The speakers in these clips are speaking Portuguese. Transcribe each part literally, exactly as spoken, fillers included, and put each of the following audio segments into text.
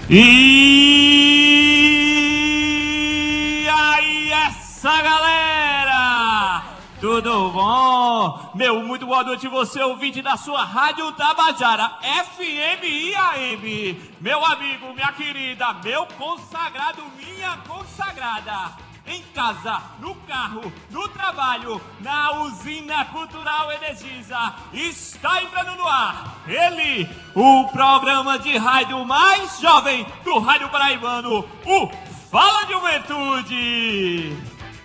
E aí, essa galera! Tudo bom? Meu, muito boa noite, você ouvinte da sua Rádio Tabajara, F M e A M. Meu amigo, minha querida, meu consagrado, minha consagrada. Em casa, no carro, no trabalho, na Usina Cultural Energisa, está entrando no ar ele, o programa de rádio mais jovem do rádio paraibano, o Fala Juventude!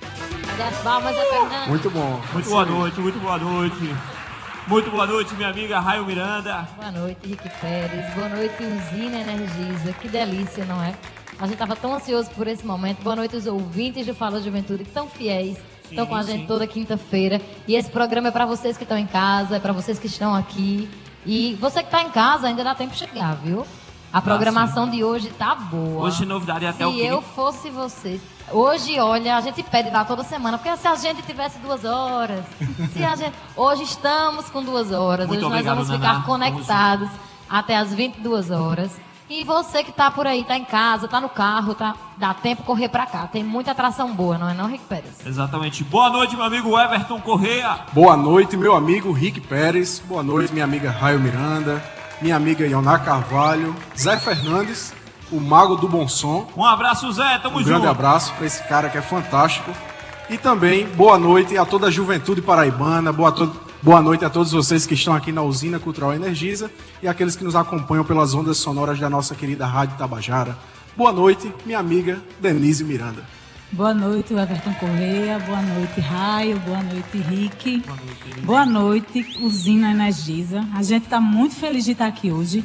Das palmas a Fernanda. Muito bom. Muito boa noite, muito boa noite. Muito boa noite, minha amiga Raio Miranda. Boa noite, Rick Pérez. Boa noite, Usina Energisa. Que delícia, não é? A gente estava tão ansioso por esse momento. Boa noite, os ouvintes do Fala Juventude, tão fiéis. Estão com a gente sim. toda quinta-feira. E esse programa é para vocês que estão em casa, é para vocês que estão aqui. E você que está em casa, ainda dá tempo de chegar, viu? A programação ah, de hoje tá boa. Hoje novidade até se o Se eu fosse vocês... Hoje, olha, a gente pede lá toda semana, porque se a gente tivesse duas horas... se a gente... Hoje estamos com duas horas. Muito hoje obrigado, nós vamos Naná. ficar conectados vamos... até as vinte e duas horas. E você que tá por aí, tá em casa, tá no carro, tá... dá tempo de correr pra cá. Tem muita atração boa, não é não, Rick Pérez? Exatamente. Boa noite, meu amigo Everton Correia. Boa noite, meu amigo Rick Pérez. Boa noite, minha amiga Raio Miranda. Minha amiga Ioná Carvalho. Zé Fernandes, o mago do bom som. Um abraço, Zé. Tamo um junto. Um grande abraço pra esse cara que é fantástico. E também, boa noite a toda a juventude paraibana. Boa to... Boa noite a todos vocês que estão aqui na Usina Cultural Energisa e aqueles que nos acompanham pelas ondas sonoras da nossa querida Rádio Tabajara. Boa noite, minha amiga Denise Miranda. Boa noite, Everton Correia. Boa noite, Raio. Boa noite, Rick. Boa noite, Boa noite Usina Energisa. A gente está muito feliz de estar aqui hoje.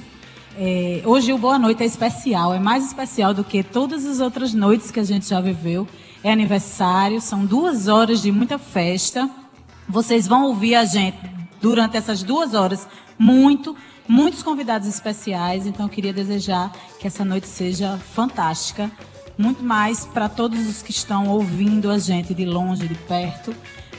É, hoje o Boa Noite é especial, é mais especial do que todas as outras noites que a gente já viveu. É aniversário, são duas horas de muita festa. Vocês vão ouvir a gente durante essas duas horas muito, muitos convidados especiais. Então eu queria desejar que essa noite seja fantástica. Muito mais para todos os que estão ouvindo a gente de longe, de perto.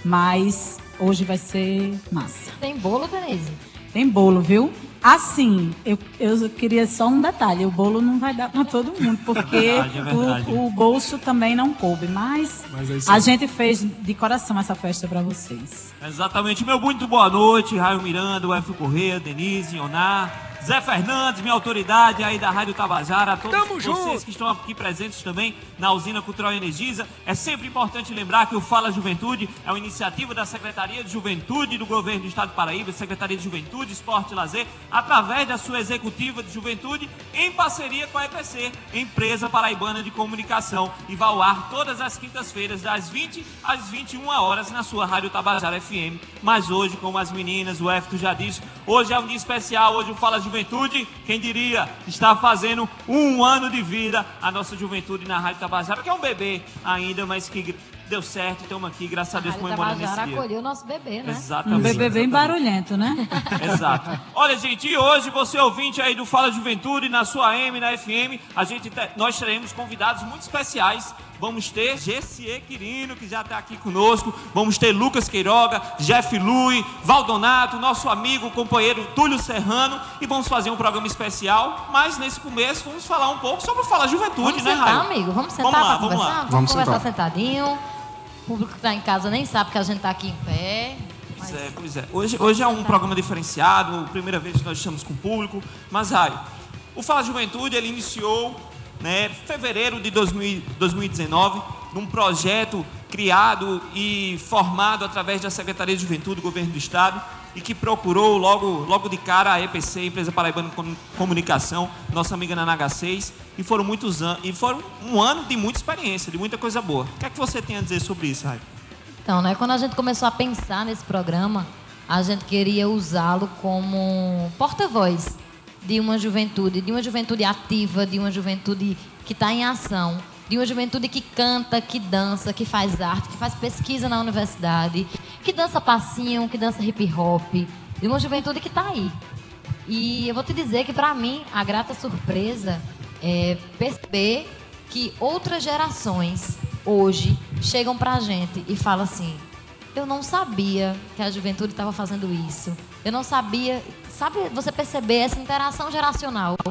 Mas hoje vai ser massa. Tem bolo, Denise? Tem bolo, viu? Assim, eu, eu queria só um detalhe. O bolo não vai dar para todo mundo, porque é verdade, é verdade. O, o bolso também não coube. Mas, mas a gente fez de coração essa festa para vocês. Exatamente. Meu muito boa noite, Raio Miranda, o F. Correia, Denise, Ioná, Zé Fernandes, minha autoridade aí da Rádio Tabajara, a todos Tamo vocês junto. que estão aqui presentes também na Usina Cultural Energisa. É sempre importante lembrar que o Fala Juventude é uma iniciativa da Secretaria de Juventude do Governo do Estado de Paraíba, Secretaria de Juventude, Esporte e Lazer, através da sua Executiva de Juventude, em parceria com a E P C, Empresa Paraibana de Comunicação, e vai ao ar todas as quintas-feiras, das vinte às vinte e uma horas, na sua Rádio Tabajara F M. Mas hoje, como as meninas, o F já disse, hoje é um dia especial, hoje o Fala Juventude, quem diria, está fazendo um ano de vida a nossa juventude na Rádio Tabajara, que é um bebê ainda, mas que deu certo, estamos aqui, graças a, a Deus, comemorando esse dia. A Rádio Tabajara acolheu o nosso bebê, né? Exatamente. Um bebê bem barulhento, né? Exato. Olha, gente, e hoje, você ouvinte aí do Fala Juventude, na sua A M, na F M, a gente te, nós teremos convidados muito especiais. Vamos ter Gessie Quirino, que já está aqui conosco. Vamos ter Lucas Queiroga, Jeff Lui, Valdonato, nosso amigo, companheiro Túlio Serrano. E vamos fazer um programa especial. Mas nesse começo, vamos falar um pouco sobre o Fala Juventude, vamos né, sentar, Raio? amigo. Vamos sentar vamos lá, para vamos conversar? Lá. Vamos, vamos conversar sentar. sentadinho. O público que está em casa nem sabe que a gente está aqui em pé. Mas... Pois é, pois é. Hoje, hoje é um programa diferenciado, primeira vez que nós estamos com o público. Mas, Raio, o Fala Juventude, ele iniciou... Né, fevereiro de dois mil e dezenove, num projeto criado e formado através da Secretaria de Juventude do Governo do Estado e que procurou logo, logo de cara a E P C, Empresa Paraibana de Comunicação, nossa amiga na N H seis, e foram muitos anos, e foram um ano de muita experiência, de muita coisa boa. O que é que você tem a dizer sobre isso, Raio? Então, né, quando a gente começou a pensar nesse programa, a gente queria usá-lo como porta-voz de uma juventude, de uma juventude ativa, de uma juventude que está em ação, de uma juventude que canta, que dança, que faz arte, que faz pesquisa na universidade, que dança passinho, que dança hip hop, de uma juventude que está aí. E eu vou te dizer que, para mim, a grata surpresa é perceber que outras gerações hoje chegam para a gente e falam assim: eu não sabia que a juventude estava fazendo isso. Eu não sabia... Sabe, você perceber essa interação geracional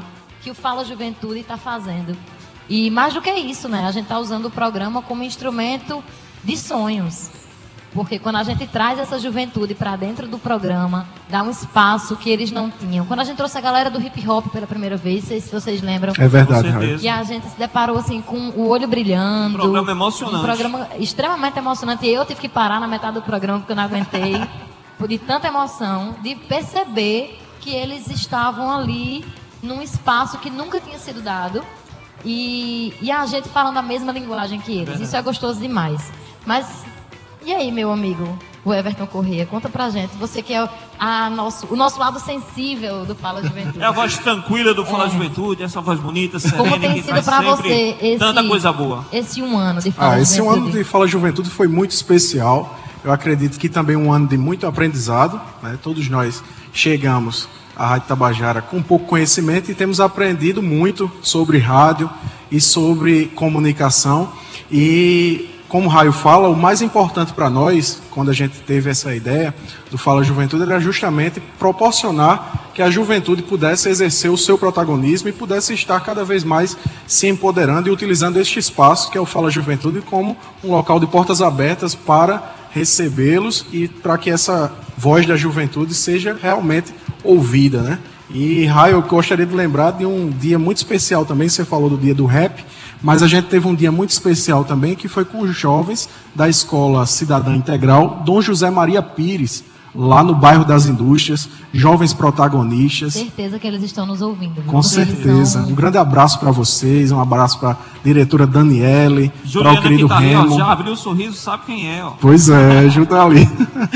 que o Fala Juventude está fazendo. E mais do que isso, né? A gente está usando o programa como instrumento de sonhos. Porque quando a gente traz essa juventude para dentro do programa, dá um espaço que eles não tinham. Quando a gente trouxe a galera do hip hop pela primeira vez, não sei se vocês lembram. É verdade, Raio. E a gente se deparou assim com o olho brilhando. Um programa emocionante. Um programa extremamente emocionante. E eu tive que parar na metade do programa porque eu não aguentei. De tanta emoção, de perceber que eles estavam ali num espaço que nunca tinha sido dado. E, e a gente falando a mesma linguagem que eles. Verdade. Isso é gostoso demais. Mas... E aí, meu amigo, o Everton Corrêa, conta pra gente, você que é a nosso, o nosso lado sensível do Fala Juventude. É a voz tranquila do Fala é. Juventude, essa voz bonita, serena, como tem que sido traz pra sempre você esse, tanta coisa boa. Esse um ano de Fala ah, Juventude? Esse um ano de Fala Juventude foi muito especial. Eu acredito que também um ano de muito aprendizado, né? Todos nós chegamos à Rádio Tabajara com pouco conhecimento e temos aprendido muito sobre rádio e sobre comunicação. E... como o Raio fala, o mais importante para nós, quando a gente teve essa ideia do Fala Juventude, era justamente proporcionar que a juventude pudesse exercer o seu protagonismo e pudesse estar cada vez mais se empoderando e utilizando este espaço, que é o Fala Juventude, como um local de portas abertas para recebê-los e para que essa voz da juventude seja realmente ouvida, né? E, Raio, eu gostaria de lembrar de um dia muito especial também, você falou do dia do rap, mas a gente teve um dia muito especial também, que foi com os jovens da Escola Cidadã Integral Dom José Maria Pires, lá no bairro das Indústrias, jovens protagonistas. Certeza que eles estão nos ouvindo. Com certeza. São... Um grande abraço para vocês, um abraço para a diretora Daniele, para o querido tá Remo. Ali, ó, já abriu o sorriso, sabe quem é, ó. Pois é, junto ali.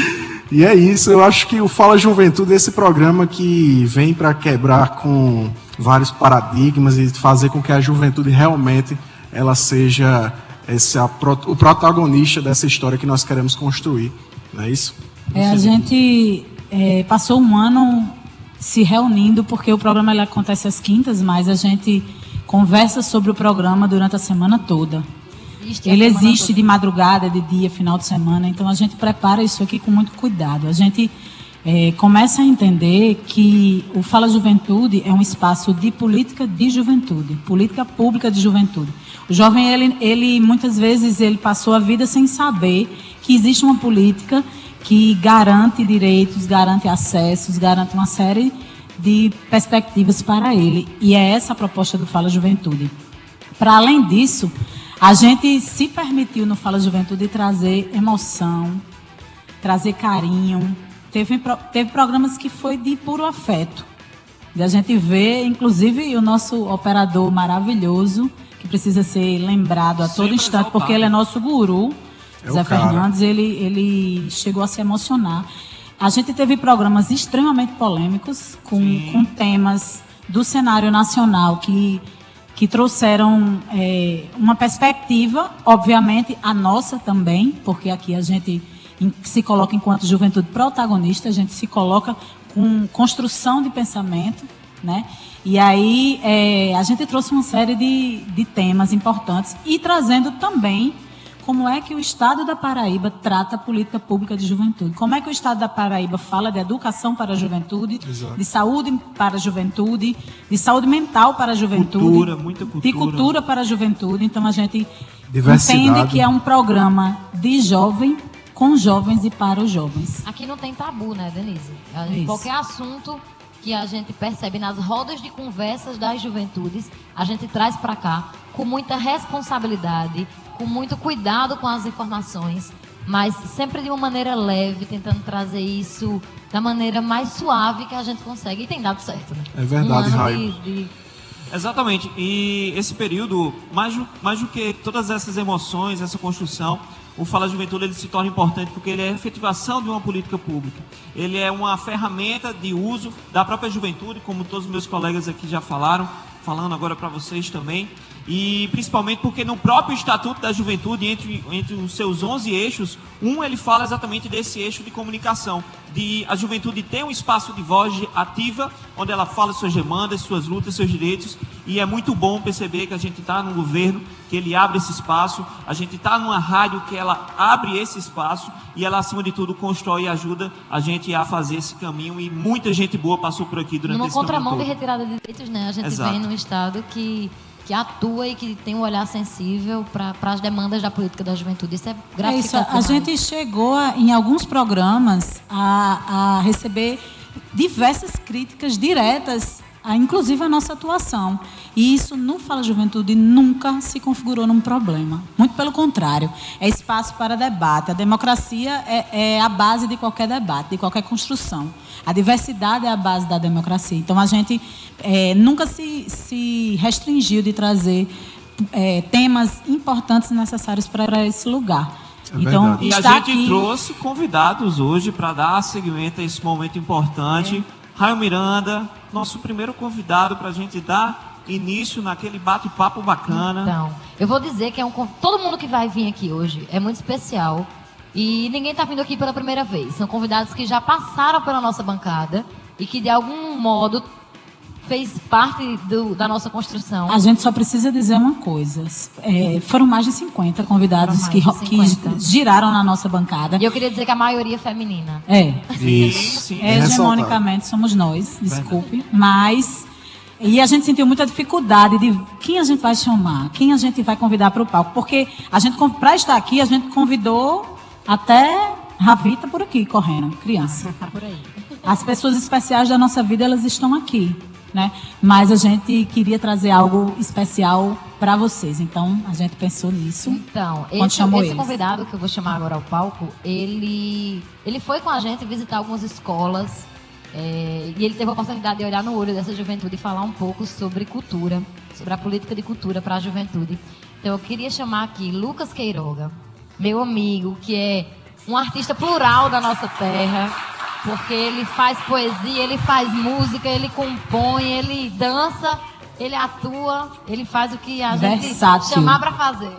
E é isso, eu acho que o Fala Juventude é esse programa que vem para quebrar com vários paradigmas e fazer com que a juventude realmente ela seja esse, a, o protagonista dessa história que nós queremos construir, não é isso? É, a gente é, passou um ano se reunindo, porque o programa ele acontece às quintas, mas a gente conversa sobre o programa durante a semana toda. Ele existe de madrugada, de dia, final de semana, então a gente prepara isso aqui com muito cuidado. A gente é, começa a entender que o Fala Juventude é um espaço de política de juventude, política pública de juventude. O jovem, ele, ele muitas vezes, ele passou a vida sem saber que existe uma política que garante direitos, garante acessos, garante uma série de perspectivas para ele. E é essa a proposta do Fala Juventude. Para além disso, a gente se permitiu no Fala Juventude trazer emoção, trazer carinho. Teve, teve programas que foi de puro afeto. E a gente vê, inclusive, o nosso operador maravilhoso, que precisa ser lembrado a todo Sempre instante, exaltado. Porque ele é nosso guru, é Zé Fernandes, ele, ele chegou a se emocionar. A gente teve programas extremamente polêmicos, com, com temas do cenário nacional que... que trouxeram é, uma perspectiva, obviamente, a nossa também, porque aqui a gente se coloca enquanto juventude protagonista, a gente se coloca com construção de pensamento, né? E aí é, a gente trouxe uma série de, de temas importantes e trazendo também como é que o Estado da Paraíba trata a política pública de juventude. Como é que o Estado da Paraíba fala de educação para a juventude, Exato. de saúde para a juventude, de saúde mental para a juventude, cultura, muita cultura. de cultura para a juventude. Então a gente entende que é um programa de jovem, com jovens e para os jovens. Aqui não tem tabu, né, Denise? É qualquer assunto que a gente percebe nas rodas de conversas das juventudes, a gente traz para cá com muita responsabilidade, com muito cuidado com as informações, mas sempre de uma maneira leve, tentando trazer isso da maneira mais suave que a gente consegue. E tem dado certo, né? É verdade, um Raio. De, de... Exatamente. E esse período, mais, mais do que todas essas emoções, essa construção, o Fala Juventude ele se torna importante porque ele é a efetivação de uma política pública. Ele é uma ferramenta de uso da própria juventude, como todos os meus colegas aqui já falaram, falando agora para vocês também. E principalmente porque no próprio Estatuto da Juventude, entre, entre os seus onze eixos, um ele fala exatamente desse eixo de comunicação, de a juventude ter um espaço de voz ativa, onde ela fala suas demandas, suas lutas, seus direitos, e é muito bom perceber que a gente está num governo que ele abre esse espaço, a gente está numa rádio que ela abre esse espaço, e ela, acima de tudo, constrói e ajuda a gente a fazer esse caminho, e muita gente boa passou por aqui durante Numa esse caminho todo. contramão de retirada de direitos, né? A gente Exato. vem num Estado que... que atua e que tem um olhar sensível para as demandas da política da juventude. Isso é gratificante. É isso, a gente chegou a, em alguns programas a, a receber diversas críticas diretas, a, inclusive a nossa atuação. E isso no Fala Juventude nunca se configurou num problema. Muito pelo contrário, é espaço para debate. A democracia é, é a base de qualquer debate, de qualquer construção. A diversidade é a base da democracia. Então, a gente é, nunca se, se restringiu de trazer é, temas importantes e necessários para esse lugar. É então, e a está gente aqui... trouxe convidados hoje para dar seguimento a esse momento importante. É. Raio Miranda, nosso primeiro convidado para a gente dar início naquele bate-papo bacana. Então, eu vou dizer que é um todo mundo que vai vir aqui hoje é muito especial. E ninguém está vindo aqui pela primeira vez. São convidados que já passaram pela nossa bancada e que, de algum modo, fez parte do, da nossa construção. A gente só precisa dizer uma coisa. É, foram mais de cinquenta convidados mais de que, cinquenta. que giraram na nossa bancada. E eu queria dizer que a maioria é feminina. É. Isso. Sim, sim. É, hegemonicamente somos nós, desculpe. Mas... E a gente sentiu muita dificuldade de quem a gente vai chamar, quem a gente vai convidar para o palco. Porque a gente, para estar aqui, a gente convidou... Até Ravita por aqui, correndo, criança. Por aí. As pessoas especiais da nossa vida, elas estão aqui, né? Mas a gente queria trazer algo especial para vocês. Então, a gente pensou nisso. Então, quando esse, chamou esse eles. convidado que eu vou chamar agora ao palco, ele, ele foi com a gente visitar algumas escolas é, e ele teve a oportunidade de olhar no olho dessa juventude e falar um pouco sobre cultura, sobre a política de cultura para a juventude. Então, eu queria chamar aqui Lucas Queiroga, meu amigo, que é um artista plural da nossa terra, porque ele faz poesia, ele faz música, ele compõe, ele dança, ele atua, ele faz o que a Versátil. gente chamar para fazer.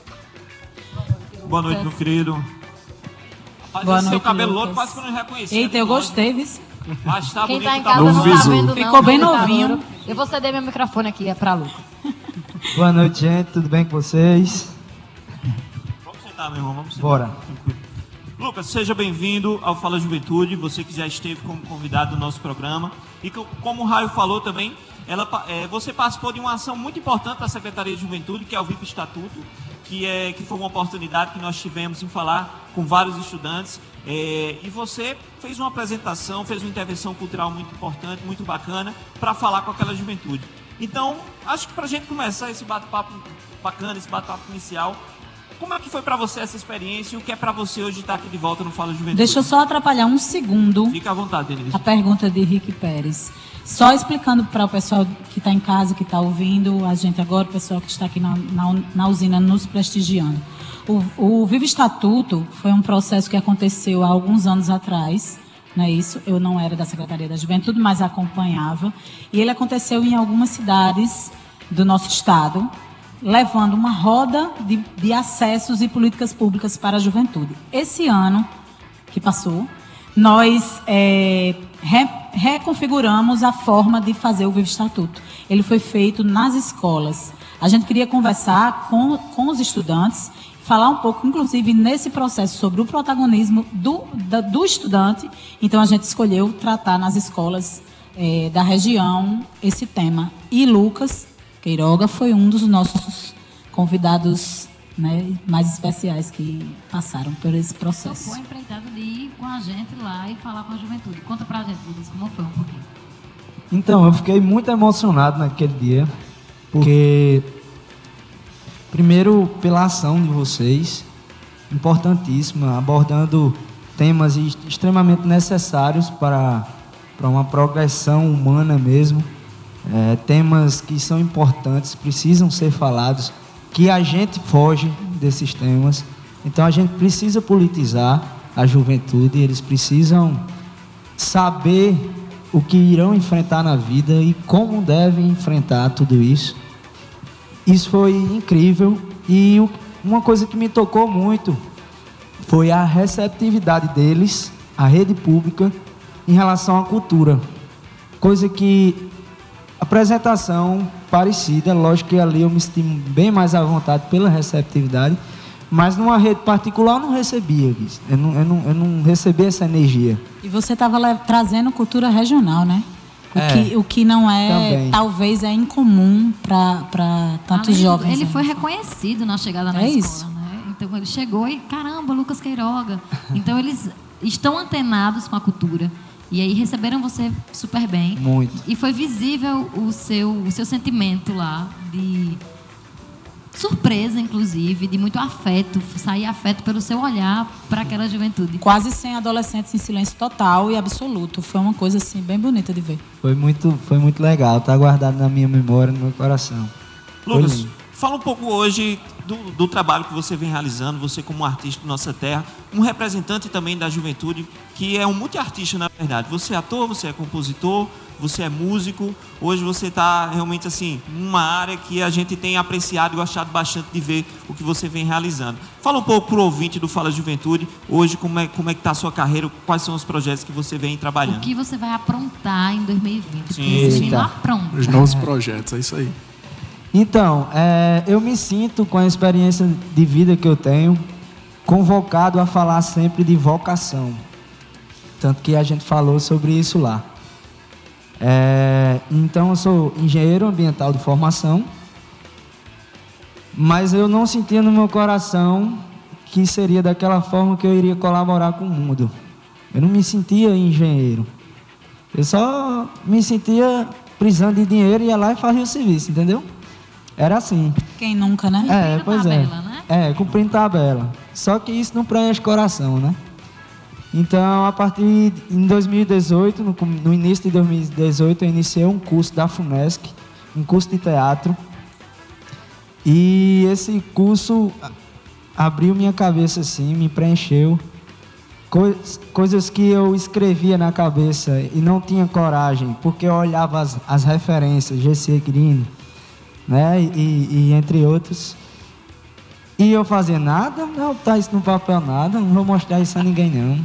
Boa noite, meu querido. Rapaz, Boa esse seu noite, cabelo Lucas. louco quase que eu não reconheci. Eita, eu gostei, viu? Mas tá Quem bonito, tá em tá casa bom. não tá Novo vendo, não. Ficou bem mas tá novinho. duro. Eu vou ceder meu microfone aqui, é pra Lucas. Boa noite, gente. Tudo bem com vocês? Vamos sentar, meu irmão. Vamos sentar. Bora. Tranquilo. Lucas, seja bem-vindo ao Fala Juventude, você que já esteve como convidado do nosso programa. E co- como o Raio falou também, ela, é, você participou de uma ação muito importante da Secretaria de Juventude, que é o V I P Estatuto, que, é, que foi uma oportunidade que nós tivemos em falar com vários estudantes. É, e você fez uma apresentação, fez uma intervenção cultural muito importante, muito bacana, para falar com aquela juventude. Então, acho que para a gente começar esse bate-papo bacana, esse bate-papo inicial, como é que foi para você essa experiência e o que é para você hoje estar aqui de volta no Fala Juventude? Deixa eu só atrapalhar um segundo Fica à vontade, Denise. a pergunta de Rick Pérez. Só explicando para o pessoal que está em casa, que está ouvindo a gente agora, o pessoal que está aqui na, na, na usina nos prestigiando. O, o Viva Estatuto foi um processo que aconteceu há alguns anos atrás, não é isso? Eu não era da Secretaria da Juventude, mas acompanhava. E ele aconteceu em algumas cidades do nosso estado, levando uma roda de, de acessos e políticas públicas para a juventude. Esse ano que passou, nós é, re, reconfiguramos a forma de fazer o Viva Estatuto. Ele foi feito nas escolas. A gente queria conversar com, com os estudantes, falar um pouco, inclusive, nesse processo sobre o protagonismo do, da, do estudante. Então, a gente escolheu tratar nas escolas é, da região esse tema. E Lucas Queiroga foi um dos nossos convidados, né, mais especiais que passaram por esse processo. Foi empreitado de ir com a gente lá e falar com a juventude. Conta pra gente, Lucas, como foi um pouquinho. Então, eu fiquei muito emocionado naquele dia, porque, primeiro, pela ação de vocês, importantíssima, abordando temas extremamente necessários para, para uma progressão humana mesmo, é, temas que são importantes, precisam ser falados, que a gente foge desses temas. Então, a gente precisa politizar a juventude, eles precisam saber o que irão enfrentar na vida e como devem enfrentar tudo isso. isso foi incrível. E uma coisa que me tocou muito foi a receptividade deles, a rede pública, em relação à cultura. Coisa que a apresentação parecida, lógico que ali eu me senti bem mais à vontade pela receptividade, mas numa rede particular eu não recebia isso. Eu não, eu não, eu não recebi essa energia. E você estava trazendo cultura regional, né? O, é, que, o que não é, também. talvez, é incomum para tantos Além, jovens. Ele né? foi reconhecido na chegada é na escola, isso. né? Então ele chegou e, caramba, Lucas Queiroga. Então eles estão antenados com a cultura. E aí receberam você super bem. Muito. E foi visível o seu, o seu sentimento lá de surpresa, inclusive, de muito afeto, sair afeto pelo seu olhar para aquela juventude. Quase cem adolescentes em silêncio total e absoluto. Foi uma coisa assim bem bonita de ver. Foi muito, foi muito legal, tá guardado na minha memória, no meu coração. Lucas, fala um pouco hoje do, do trabalho que você vem realizando, você como artista da nossa terra, um representante também da juventude, que é um multiartista, na verdade. Você é ator, você é compositor, você é músico. Hoje você está realmente assim, numa área que a gente tem apreciado e gostado bastante de ver o que você vem realizando. Fala um pouco para o ouvinte do Fala Juventude, hoje como é, como é que está a sua carreira, quais são os projetos que você vem trabalhando. O que você vai aprontar em dois mil e vinte? Sim. Porque esse filme não Eita. apronta. Os novos projetos, é isso aí. Então, é, eu me sinto, com a experiência de vida que eu tenho, convocado a falar sempre de vocação. Tanto que a gente falou sobre isso lá. É, então, eu sou engenheiro ambiental de formação, mas eu não sentia no meu coração que seria daquela forma que eu iria colaborar com o mundo. Eu não me sentia engenheiro. Eu só me sentia precisando de dinheiro, ia lá e fazia o serviço, entendeu? Era assim. Quem nunca, né? É, Cumprindo pois é. tabela, né? É, cumprindo tabela. Só que isso não preenche coração, né? Então, a partir de em dois mil e dezoito, no, no início de dois mil e dezoito, eu iniciei um curso da FUNESC, um curso de teatro. E esse curso abriu minha cabeça assim, me preencheu. Cois, coisas que eu escrevia na cabeça e não tinha coragem, porque eu olhava as, as referências, G C Green, né, e, e entre outros. E eu fazia nada, não botar isso no papel, nada, não vou mostrar isso a ninguém, não.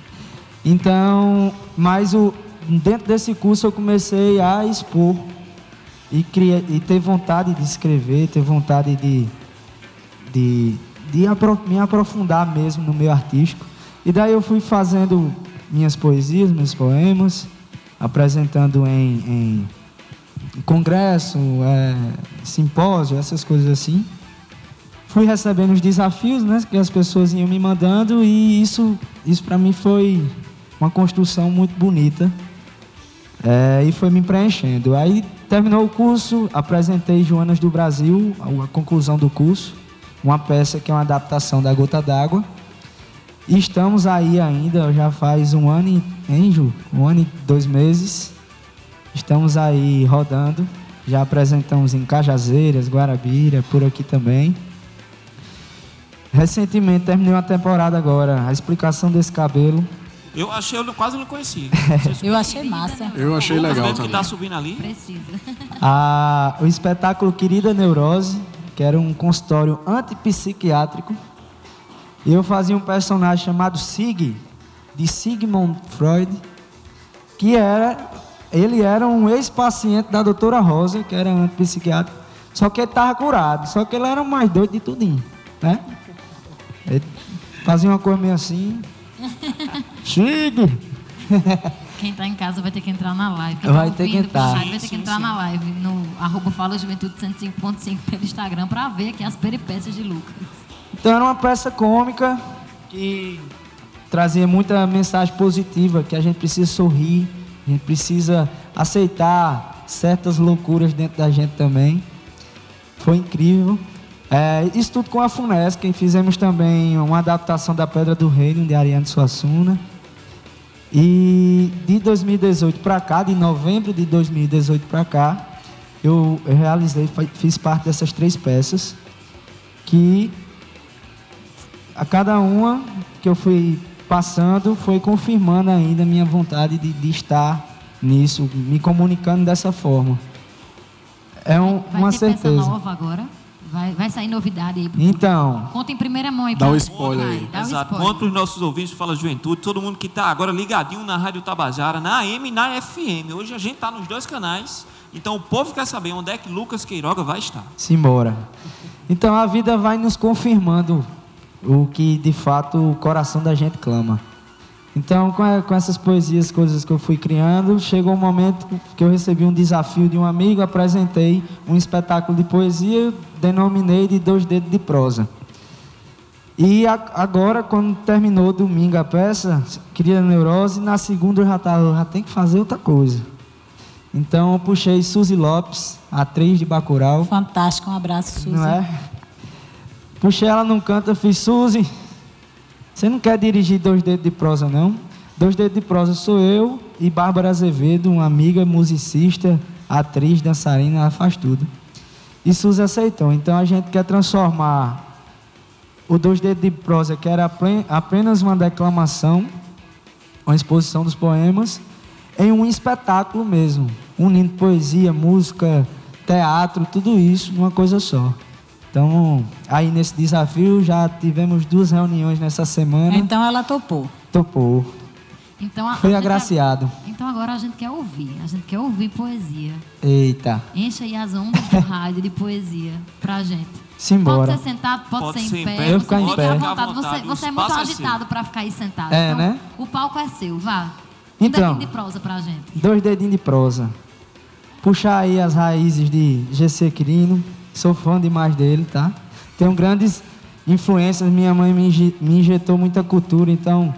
Então, mas o, dentro desse curso eu comecei a expor e, criar, e ter vontade de escrever, ter vontade de, de, de apro, me aprofundar mesmo no meio artístico. E daí eu fui fazendo minhas poesias, meus poemas, apresentando em, em congresso, é, simpósio, essas coisas assim. Fui recebendo os desafios, né, que as pessoas iam me mandando, e isso, isso para mim foi uma construção muito bonita, é, e foi me preenchendo. Aí terminou o curso, apresentei Joanas do Brasil, a, a conclusão do curso, uma peça que é uma adaptação da Gota d'Água. E estamos aí ainda, já faz um ano e, hein, Ju? Um ano e dois meses. Estamos aí rodando, já apresentamos em Cajazeiras, Guarabira, por aqui também. Recentemente terminei uma temporada agora, a explicação desse cabelo. Eu achei, eu quase não conheci. Eu achei massa. Eu achei legal que também. tá subindo ali. Precisa. A, o espetáculo Querida Neurose, que era um consultório antipsiquiátrico. E eu fazia um personagem chamado Sig, de Sigmund Freud, que era, ele era um ex-paciente da doutora Rosa, que era antipsiquiátrico, só que ele estava curado, só que ele era o mais doido de tudinho, né? Ele fazia uma coisa meio assim, Sig! Quem está em casa vai ter que entrar na live. Vai tá ter que ouvindo pelo entrar. rádio vai ter que entrar na live, no arroba Fala Juventude cento e cinco ponto cinco pelo Instagram, para ver aqui as peripécias de Lucas. Então era uma peça cômica que trazia muita mensagem positiva, que a gente precisa sorrir, a gente precisa aceitar certas loucuras dentro da gente também. Foi incrível. É, isso tudo com a FUNESC, e fizemos também uma adaptação da Pedra do Reino, de Ariano Suassuna. E de dois mil e dezoito para cá, de novembro de dois mil e dezoito para cá, eu realizei, fiz parte dessas três peças, que a cada uma que eu fui passando foi confirmando ainda a minha vontade de, de estar nisso, me comunicando dessa forma. É um, vai uma ter certeza. peça nova agora? Vai, vai sair novidade aí? Então. Conta em primeira mão aí. Dá pra um nós. spoiler aí. Dá um Exato. spoiler. Conta os nossos ouvintes, Fala Juventude, todo mundo que está agora ligadinho na Rádio Tabajara, na A M e na F M. Hoje a gente está nos dois canais, então o povo quer saber onde é que Lucas Queiroga vai estar. Simbora. Então a vida vai nos confirmando o que de fato o coração da gente clama. Então com, a, com essas poesias, coisas que eu fui criando, chegou um momento que eu recebi um desafio de um amigo, apresentei um espetáculo de poesia, denominei de Dois Dedos de Prosa. E a, agora, quando terminou domingo a peça, queria neurose, na segunda eu já estava, já tem que fazer outra coisa. Então eu puxei Suzy Lopes, atriz de Bacurau. Fantástico, um abraço, Suzy. Não é? Puxei ela num canto, eu fiz, Suzy, você não quer dirigir Dois Dedos de Prosa, não? Dois Dedos de Prosa sou eu e Bárbara Azevedo, uma amiga musicista, atriz, dançarina, ela faz tudo. E Suzy aceitou. Então a gente quer transformar o Dois Dedos de Prosa, que era apenas uma declamação, uma exposição dos poemas, em um espetáculo mesmo, unindo poesia, música, teatro, tudo isso numa coisa só. Então, aí nesse desafio já tivemos duas reuniões nessa semana. Então ela topou. Topou. Então, a, Foi a agraciado. Gente, então agora a gente quer ouvir, a gente quer ouvir poesia. Eita. Enche aí as ondas do rádio de poesia pra gente. Simbora. Pode ser sentado, pode, Pode ser ser em em pé. pé, eu Você ficar em fica pé. à Fica à vontade. Você, vontade, você o é muito espaço é agitado seu. pra ficar aí sentado. É, então, né? O palco é seu, vá. Um Então. dedinho de prosa pra gente. Dois dedinhos de prosa. Puxar aí as raízes de G C Quirino. Sou fã demais dele, tá? Tenho grandes influências. Minha mãe me, inje- me injetou muita cultura, então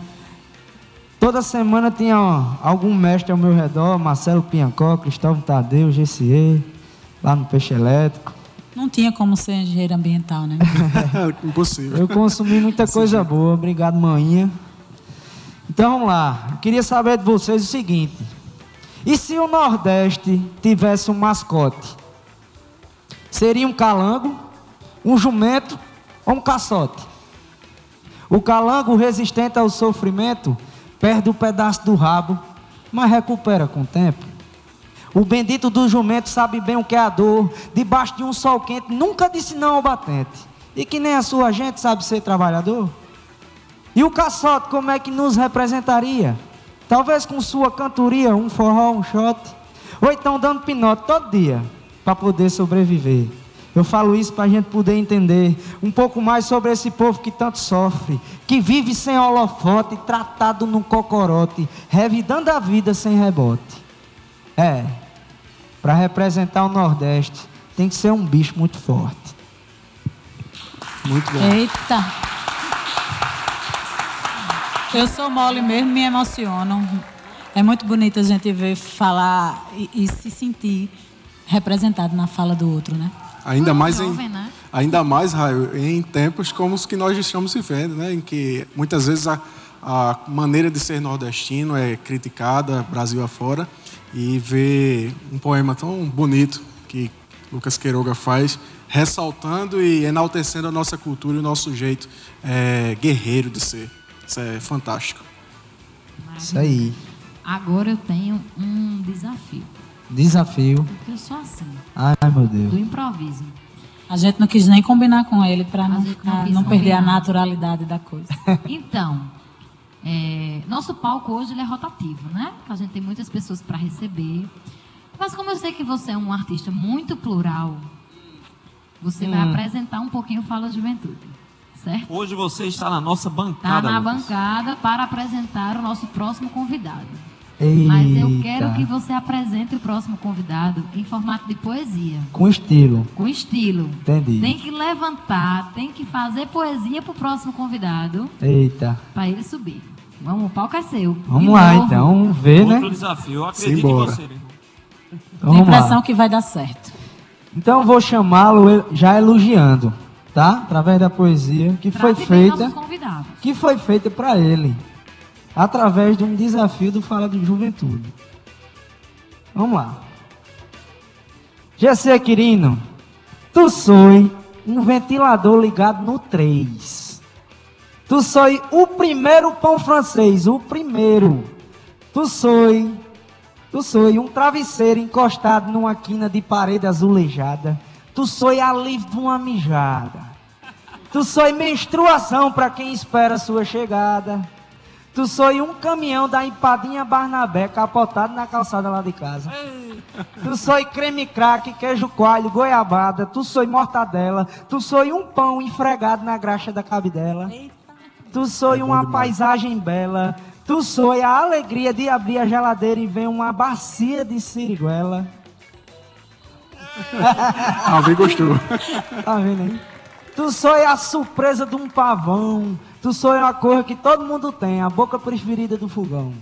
toda semana tinha ó, algum mestre ao meu redor, Marcelo Piancó, Cristóvão Tadeu, G C E, lá no Peixe Elétrico. Não tinha como ser engenheiro ambiental, né? Impossível. Eu consumi muita coisa boa. Obrigado, maninha. Então vamos lá. Eu queria saber de vocês o seguinte: e se o Nordeste tivesse um mascote? Seria um calango, um jumento ou um caçote? O calango, resistente ao sofrimento, perde o pedaço do rabo, mas recupera com o tempo. O bendito do jumento sabe bem o que é a dor, debaixo de um sol quente, nunca disse não ao batente. E que nem a sua gente sabe ser trabalhador. E o caçote, como é que nos representaria? Talvez com sua cantoria, um forró, um shot, ou então dando pinote todo dia, para poder sobreviver. Eu falo isso para a gente poder entender um pouco mais sobre esse povo que tanto sofre, que vive sem holofote, tratado num cocorote, revidando a vida sem rebote. É, para representar o Nordeste, tem que ser um bicho muito forte. Muito bom. Eita! Eu sou mole mesmo, me emociono. É muito bonito a gente ver falar e, e se sentir representado na fala do outro, né? Ainda mais, em, Jovem, né? ainda mais, Raio, em tempos como os que nós estamos vivendo, né? Em que muitas vezes a, a maneira de ser nordestino é criticada Brasil afora, e ver um poema tão bonito que Lucas Queiroga faz, ressaltando e enaltecendo a nossa cultura e o nosso jeito é, guerreiro de ser. Isso é fantástico. Isso aí. Agora eu tenho um desafio. Desafio. Porque eu sou assim, Ai, meu Deus. do improviso. A gente não quis nem combinar com ele para A não, gente não ficar- quis não perder a combinar. naturalidade da coisa. Então, é, nosso palco hoje ele é rotativo, né? A gente tem muitas pessoas para receber. Mas como eu sei que você é um artista muito plural, você vai apresentar um pouquinho o Fala Juventude, certo? Hoje você está na nossa Tá bancada, na Lucas. bancada para apresentar o nosso próximo convidado. Eita. Mas eu quero que você apresente o próximo convidado em formato de poesia, Com estilo. com estilo. Entendi. Tem que levantar, tem que fazer poesia pro próximo convidado Eita. para ele subir. Vamos, o palco é seu. Vamos De lá, novo. então. Vamos ver, né? Outro desafio, eu acredito Simbora. em você, meu irmão. Então, Tenho a vamos lá. impressão que vai dar certo. Então eu vou chamá-lo el- já elogiando, tá? Através da poesia que foi Trate bem nossos feita, convidados. que foi feita para ele, através de um desafio do Fala de Juventude. Vamos lá. G C Quirino, tu sois um ventilador ligado no três. Tu sois o primeiro pão francês, o primeiro. Tu sois Tu sois um travesseiro encostado numa quina de parede azulejada. Tu sois alívio de uma mijada. Tu sois menstruação para quem espera sua chegada. Tu sois um caminhão da empadinha Barnabé capotado na calçada lá de casa. Tu sois creme crack, queijo coalho, goiabada. Tu sois mortadela. Tu sois um pão esfregado na graxa da cabidela. Tu sois é uma paisagem bela. Tu sois a alegria de abrir a geladeira e ver uma bacia de siriguela. Alguém gostou. Tá vendo aí? Tu sois a surpresa de um pavão. Tu sois uma cor que todo mundo tem, a boca preferida do fogão.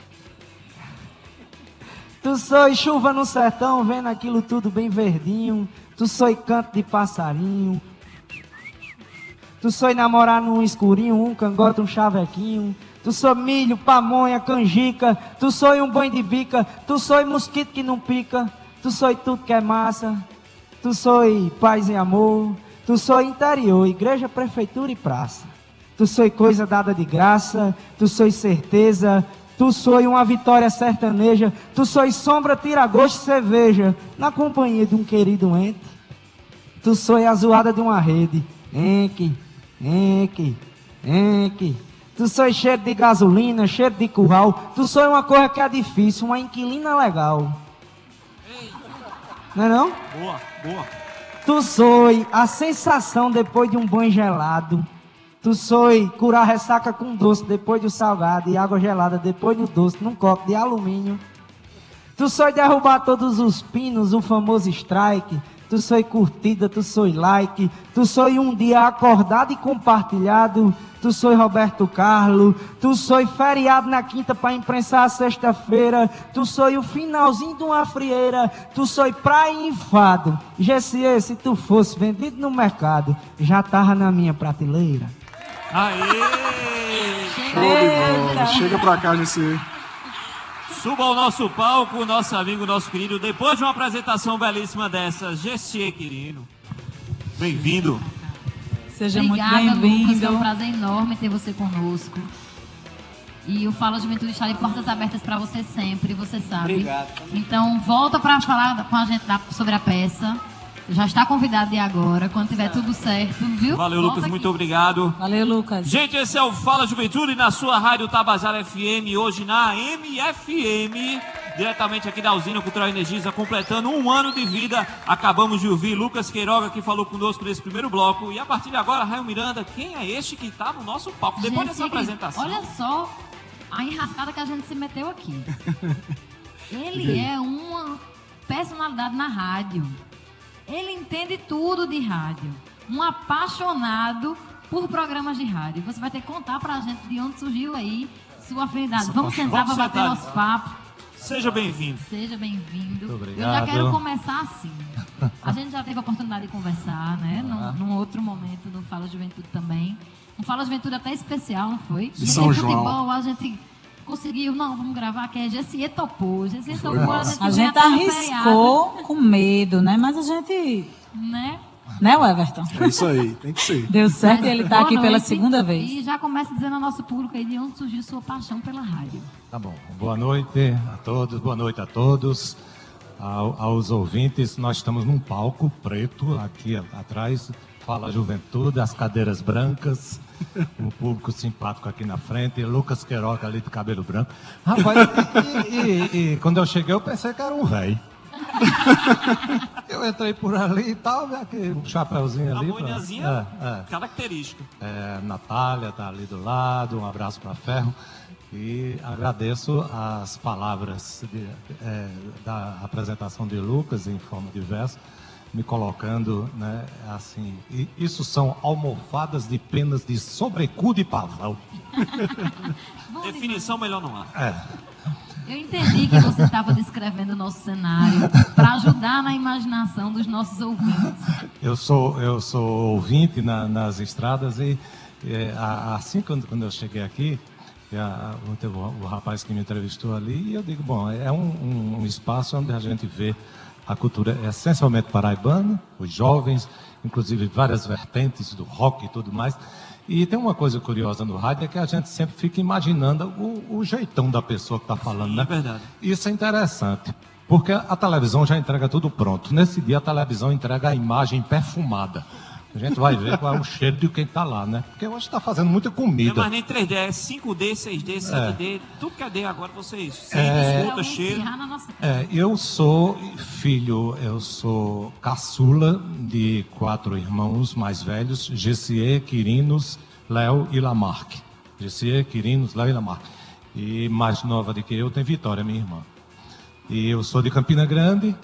Tu sois chuva no sertão, vendo aquilo tudo bem verdinho. Tu sois canto de passarinho. Tu sois namorar num escurinho, um cangote, um chavequinho. Tu sois milho, pamonha, canjica. Tu sois um banho de bica. Tu sois mosquito que não pica. Tu sois tudo que é massa. Tu sois paz e amor. Tu sois interior, igreja, prefeitura e praça. Tu sois coisa dada de graça. Tu sois certeza. Tu sois uma vitória sertaneja. Tu sois sombra, tira-gosto e cerveja, na companhia de um querido ente. Tu sois a zoada de uma rede. Enque, enque, enque. Tu sois cheiro de gasolina, cheiro de curral. Tu sois uma coisa que é difícil, uma inquilina legal. Não é não? Boa, boa. Tu sois a sensação depois de um banho gelado. Tu sois curar ressaca com doce depois do salgado e água gelada depois do doce num copo de alumínio. Tu sois derrubar todos os pinos, o famoso strike. Tu sois curtida, tu sois like. Tu sois um dia acordado e compartilhado. Tu sois Roberto Carlos. Tu sois feriado na quinta para imprensar a sexta-feira. Tu sois o finalzinho de uma frieira. Tu sois praia e enfado. Gessie, se tu fosse vendido no mercado, já tava na minha prateleira. Aê! Chega, Chega pra cá, Gessie. Suba ao nosso palco, nosso amigo, nosso querido, depois de uma apresentação belíssima dessa, Gessie Quirino. Bem-vindo. Seja Obrigada, muito bem-vindo. Lucas, é um prazer enorme ter você conosco. E o Fala Juventude está de portas abertas para você sempre, você sabe. Obrigado. Então, volta para falar com a gente sobre a peça. Já está convidado de agora, quando tiver tudo certo, viu? Valeu, Volta Lucas, aqui. muito obrigado. Valeu, Lucas. Gente, esse é o Fala Juventude na sua rádio Tabajara F M, hoje na M F M, diretamente aqui da Usina Cultural Energisa, completando um ano de vida. Acabamos de ouvir Lucas Queiroga, que falou conosco nesse primeiro bloco. E a partir de agora, Raio Miranda, quem é este que está no nosso palco? Depois Gente, dessa apresentação. Olha só a enrascada que a gente se meteu aqui. Ele é uma personalidade na rádio. Ele entende tudo de rádio. Um apaixonado por programas de rádio. Você vai ter que contar pra gente de onde surgiu aí sua afinidade. Essa Vamos paixão. sentar Vamos para bater sentar. nosso papo. Seja bem-vindo. Seja bem-vindo. Muito Eu obrigado. já quero começar assim. A gente já teve a oportunidade de conversar, né? Num, num outro momento no Fala Juventude também. Um Fala Juventude até especial, não foi? De São João. Futebol, a gente conseguiu, não, vamos gravar, que a Gessie topou. Gessie topou, a gente, A vem gente até no arriscou com medo, né? Mas a gente... feriado, né? Né, Everton? É isso aí, tem que ser. Deu certo e ele está Boa aqui pela noite. segunda vez. E já começa dizendo ao nosso público aí de onde surgiu sua paixão pela rádio. Tá bom. Boa noite a todos, boa noite a todos. Ao- aos ouvintes, nós estamos num palco preto aqui a- atrás. Fala Juventude, as cadeiras brancas, um público simpático aqui na frente, Lucas Queiroga ali de cabelo branco. Rapaz, e, e- e quando eu cheguei eu pensei que era um velho. Eu entrei por ali e tal, né, aquele chapéuzinho A ali. pra- boinazinha É, é. característica. É, Natália está ali do lado, um abraço para Ferro. E agradeço as palavras de- é, da apresentação de Lucas em forma de verso, me colocando, né, assim, e isso são almofadas de penas de sobrecu de pavão. Bom, Definição melhor não há. É, eu entendi que você estava descrevendo o nosso cenário para ajudar na imaginação dos nossos ouvintes. eu sou eu sou ouvinte na- nas estradas e é, a- assim quando, quando eu cheguei aqui, e a- a- teve o, o rapaz que me entrevistou ali, e eu digo, bom, é um, um- um espaço onde a gente vê a cultura essencialmente paraibana, os jovens, inclusive várias vertentes do rock e tudo mais. E tem uma coisa curiosa no rádio, é que a gente sempre fica imaginando o, o jeitão da pessoa que está falando, Sim, né? É verdade. Isso é interessante, porque a televisão já entrega tudo pronto. Nesse dia a televisão entrega a imagem perfumada. A gente vai ver qual é o cheiro de quem está lá, né? Porque hoje está fazendo muita comida. Não é mais nem três D, é cinco D, seis D, sete D, é. Tudo que é D agora vocês sentem, É, escuta, cheiro. É, eu sou filho, eu sou caçula de quatro irmãos mais velhos, Gessier, Quirinos, Léo e Lamarck. Gessier, Quirinos, Léo e Lamarck. E mais nova do que eu tem Vitória, minha irmã. E eu sou de Campina Grande.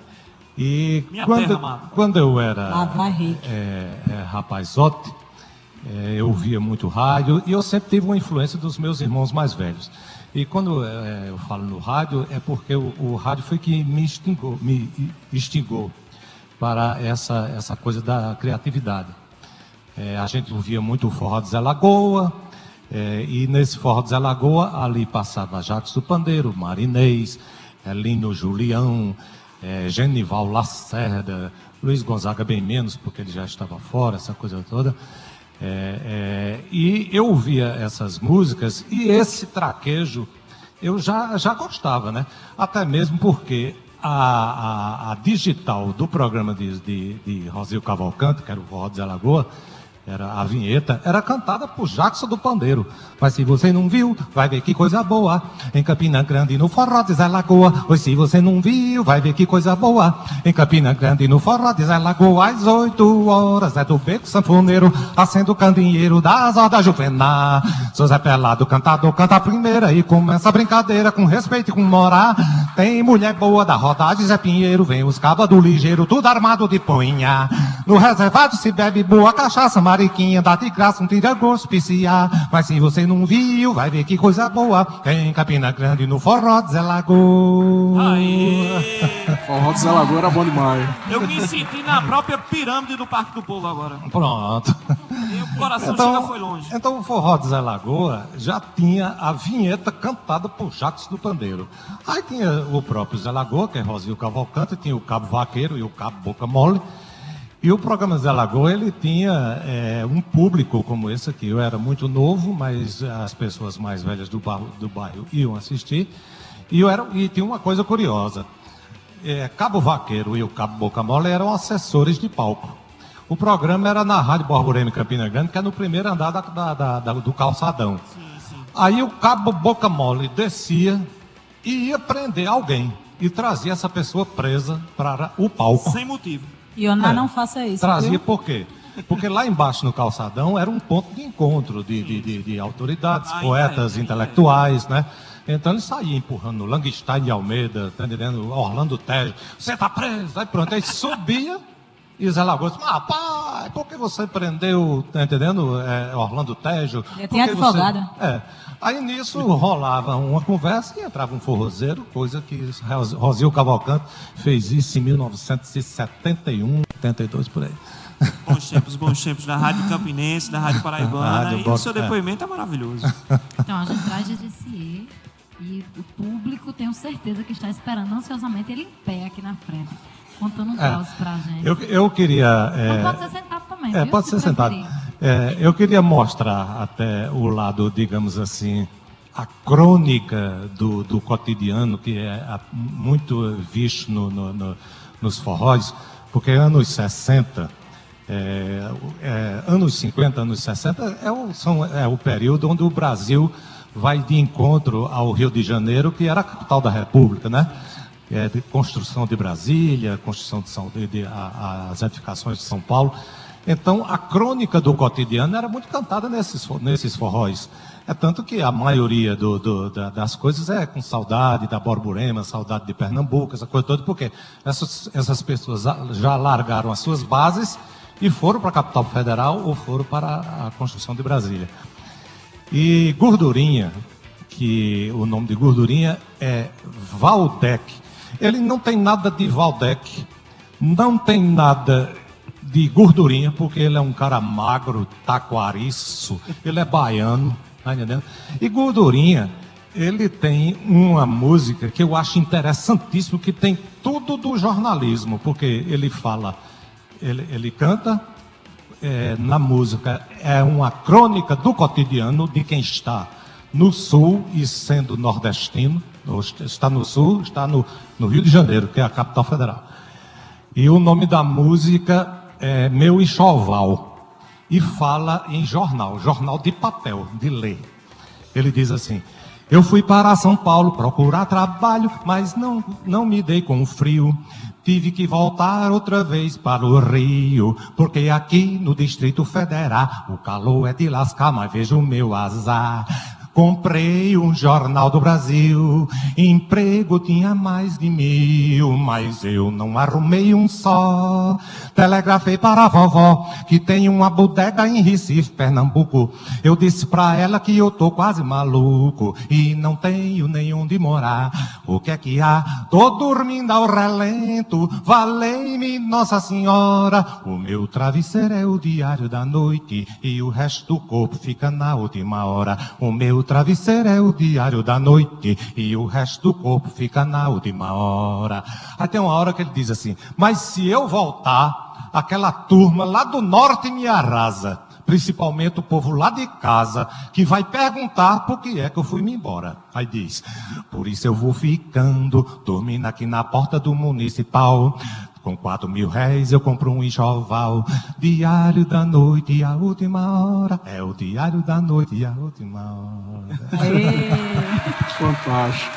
E Minha quando, terra, quando eu era Lá vai, Rick. é, é, rapazote, é, eu ouvia muito rádio e eu sempre tive uma influência dos meus irmãos mais velhos. E quando é, eu falo no rádio, é porque o, o rádio foi que me instigou, me instigou para essa, essa coisa da criatividade. É, a gente ouvia muito o forró de Zé Lagoa, é, e nesse forró de Zé Lagoa, ali passava Jacques do Pandeiro, Marinês, é, Lino Julião, É, Genival Lacerda, Luiz Gonzaga bem menos, porque ele já estava fora, essa coisa toda. É, é, e eu ouvia essas músicas e esse traquejo eu já, já gostava, né? Até mesmo porque a, a, a digital do programa de, de, de Rosil Cavalcante, que era o Forró de Zé Lagoa, era a vinheta, era cantada por Jackson do Pandeiro. Mas se você não viu, vai ver que coisa boa. Em Campina Grande, no Forró de Zé Lagoa. Pois se você não viu, vai ver que coisa boa. Em Campina Grande, no Forró de Zé Lagoa. Às oito horas é do beco sanfoneiro, acende o candeeiro das rodas juvenal. Sou Zé Pelado, cantador, canta a primeira e começa a brincadeira com respeito e com moral. Tem mulher boa da roda de Zé Pinheiro, vem os cabas do ligeiro, tudo armado de punha. No reservado se bebe boa cachaça, mariquinha, dá de graça um tira-gosto especial. Mas se você não viu, vai ver que coisa boa. Em Campina Grande, no Forró de Zé Lagoa. Aê! Forró de Zé Lagoa era bom demais. Eu me senti na própria pirâmide do Parque do Povo agora. Pronto. E o coração Então, chega foi longe. então o Forró de Zé Lagoa já tinha a vinheta cantada por Jacques do Pandeiro. Aí tinha o próprio Zé Lagoa, que é Rosil Cavalcante, tinha o Cabo Vaqueiro e o Cabo Boca Mole. E o programa Zé Lagoa, ele tinha é, um público como esse aqui. Eu era muito novo, mas as pessoas mais velhas do bairro, do bairro iam assistir. E, eu era, e tinha uma coisa curiosa. É, Cabo Vaqueiro e o Cabo Boca Mole eram assessores de palco. O programa era na Rádio Borborema em Campina Grande, que é no primeiro andar da, da, da, da, do calçadão. Sim, sim. Aí o Cabo Boca Mole descia e ia prender alguém. E trazia essa pessoa presa para o palco. Sem motivo. Ioná, É. não faça isso. Trazia viu? por quê? Porque lá embaixo no calçadão era um ponto de encontro de, de, de, de autoridades, Ah, poetas, entendi. intelectuais, né? Então ele saía empurrando Langenstein de Almeida, tá entendendo? Orlando Tejo, você tá preso, aí pronto, aí subia e Zé Lagoa disse, ah, pai, por que você prendeu, tá entendendo? É, Orlando Tejo? Já Por tinha que advogado. Você... É. Aí nisso rolava uma conversa e entrava um forrozeiro, coisa que Rosil Cavalcante fez isso em mil novecentos e setenta e um, setenta e dois por aí. Bons tempos, bons tempos da Rádio Campinense, da Rádio Paraibana. Rádio e Bo- o seu depoimento é, é maravilhoso. Então, a gente traz G C E e o público, tenho certeza que está esperando ansiosamente ele em pé aqui na frente, contando um É. caos pra gente. Eu, eu queria... é, Mas pode ser sentado também, É, viu? pode Se ser sentado. preferir. É, eu queria mostrar até o lado, digamos assim, a crônica do, do cotidiano, que é a- muito visto no, no- no- nos forróis, porque anos sessenta, é, é, anos cinquenta, anos sessenta, é o, são, é o período onde o Brasil vai de encontro ao Rio de Janeiro, que era a capital da República, né? É, de construção de Brasília, construção de São, de, de, a- as edificações de São Paulo. Então, a crônica do cotidiano era muito cantada nesses, fo- nesses forróis. É tanto que a maioria do, do, da- das coisas é com saudade da Borborema, saudade de Pernambuco, essa coisa toda, porque essas, essas pessoas já- já largaram as suas bases e foram para a capital federal ou foram para a construção de Brasília. E Gordurinha, que o nome de Gordurinha é Valdec. Ele não tem nada de Valdec, não tem nada de gordurinha, porque ele é um cara magro, taquariço, ele é baiano, tá entendendo? E Gordurinha, ele tem uma música que eu acho interessantíssimo, que tem tudo do jornalismo, porque ele fala, ele, ele canta é, na música é uma crônica do cotidiano de quem está no Sul e sendo nordestino, está no Sul, está no, no Rio de Janeiro, que é a capital federal. E o nome da música é Meu Enxoval, e fala em jornal, jornal de papel, de ler. Ele diz assim: eu fui para São Paulo procurar trabalho, mas não, não me dei com o frio. Tive que voltar outra vez para o Rio, porque aqui no Distrito Federal o calor é de lascar, mas veja o meu azar. Comprei um jornal do Brasil, emprego tinha mais de mil, mas eu não arrumei um só. Telegrafei para a vovó, que tem uma bodega em Recife, Pernambuco. Eu disse pra ela que eu tô quase maluco e não tenho nenhum de morar. O que é que há? Tô dormindo ao relento, valei-me Nossa Senhora. O meu travesseiro é o diário da noite e o resto do corpo fica na última hora. O meu O travesseiro é o diário da noite e o resto do corpo fica na última hora. Aí tem uma hora que ele diz assim: mas se eu voltar, aquela turma lá do norte me arrasa, principalmente o povo lá de casa, que vai perguntar por que é que eu fui-me embora. Aí diz: por isso eu vou ficando, dormindo aqui na porta do municipal. Com quatro mil réis eu compro um enxoval. Diário da noite e a última hora. É o diário da noite e a última hora. Fantástico.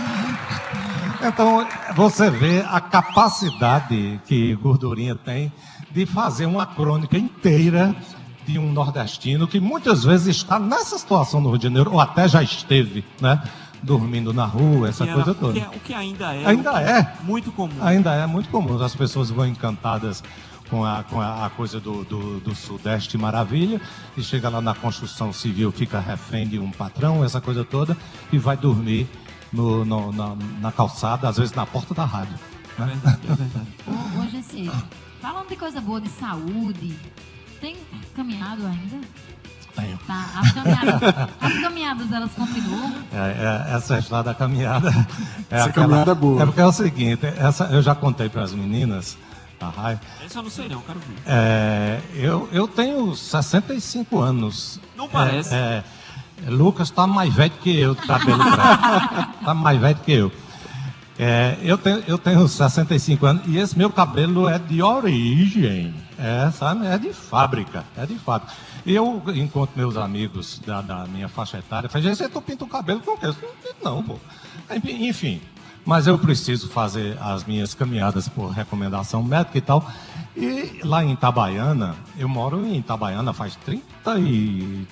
Então, você vê a capacidade que Gordurinha tem de fazer uma crônica inteira de um nordestino que muitas vezes está nessa situação no Rio de Janeiro, ou até já esteve, né? Dormindo na rua, essa era, coisa o toda. que, é, o que ainda é, ainda é muito comum. Ainda é muito comum. As pessoas vão encantadas com a, com a, a coisa do, do, do Sudeste maravilha, e chega lá na construção civil, fica refém de um patrão, essa coisa toda, e vai dormir no, no, na, na calçada, às vezes na porta da rádio. Né? É verdade, é verdade. Ô, ô, G C, falando de coisa boa, de saúde, tem caminhado ainda? Tenho. Tá, as caminhadas, as caminhadas elas continuam? É, é, essa história da caminhada. É essa aquela, caminhada é boa. É porque é o seguinte, essa, eu já contei para as meninas. A Rai, Esse eu não sei não, quero ver. é, eu, eu tenho sessenta e cinco anos. Não parece. É, é, Lucas está mais velho que eu, de cabelo branco. Está mais velho que eu. É, eu, tenho, eu tenho sessenta e cinco anos e esse meu cabelo é de origem. É, sabe? É de fábrica. É de fábrica. E eu encontro meus amigos da, da minha faixa etária, falei: você tu pinta o cabelo com o quê? Não, pô. Enfim, mas eu preciso fazer as minhas caminhadas por recomendação médica e tal. E lá em Itabaiana, eu moro em Itabaiana faz trinta e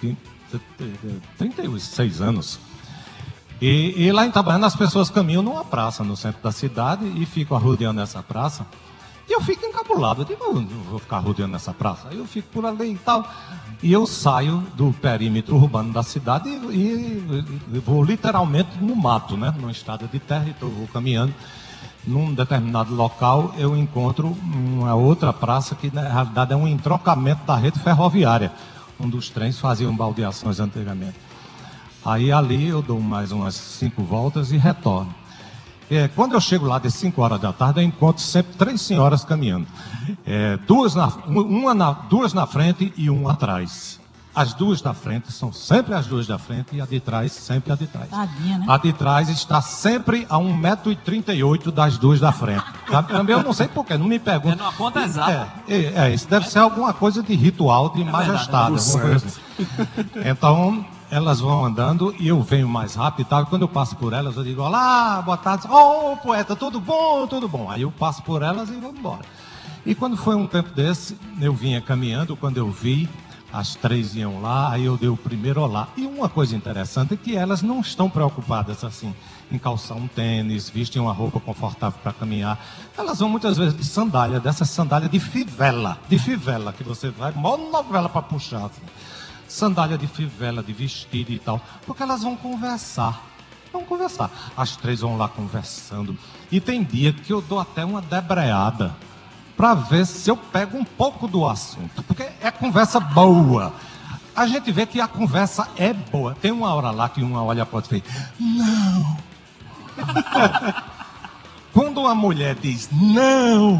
seis anos. E, e lá em Itabaiana as pessoas caminham numa praça no centro da cidade e ficam rodeando essa praça. E eu fico encabulado, eu digo: eu não vou ficar rodeando essa praça. Aí eu fico por ali e tal. E eu saio do perímetro urbano da cidade e, e, e vou literalmente no mato, né? Numa estrada de terra, e tô, vou caminhando. Num determinado local eu encontro uma outra praça que na realidade é um entrocamento da rede ferroviária, onde os trens faziam baldeações antigamente. Aí ali eu dou mais umas cinco voltas e retorno. É, quando eu chego lá de cinco horas da tarde, eu encontro sempre três senhoras caminhando. É, duas, na, uma na, duas na frente e uma atrás. As duas da frente são sempre as duas da frente e a de trás sempre a de trás. Tadinha, né? A de trás está sempre a um metro e trinta e oito das duas da frente. Também eu não sei porquê, não me pergunto. É numa conta exata. É, é, é, isso deve ser alguma coisa de ritual, de é majestade. Verdade, alguma coisa assim. Então, elas vão andando e eu venho mais rápido e tal. E quando eu passo por elas, eu digo: olá, boa tarde. Ô, oh, poeta, tudo bom? Tudo bom. Aí eu passo por elas e vou embora. E quando foi um tempo desse, eu vinha caminhando, quando eu vi, as três iam lá, aí eu dei o primeiro olá. E uma coisa interessante é que elas não estão preocupadas assim em calçar um tênis, vestem uma roupa confortável para caminhar. Elas vão muitas vezes de sandália, dessa sandália de fivela, de fivela, que você vai, mó novela para puxar, assim. Sandália de fivela, de vestido e tal, porque elas vão conversar. Vão conversar. As três vão lá conversando. E tem dia que eu dou até uma debreada para ver se eu pego um pouco do assunto, porque é conversa boa. A gente vê que a conversa é boa. Tem uma hora lá que uma olha para outra e fala: não. Quando uma mulher diz não,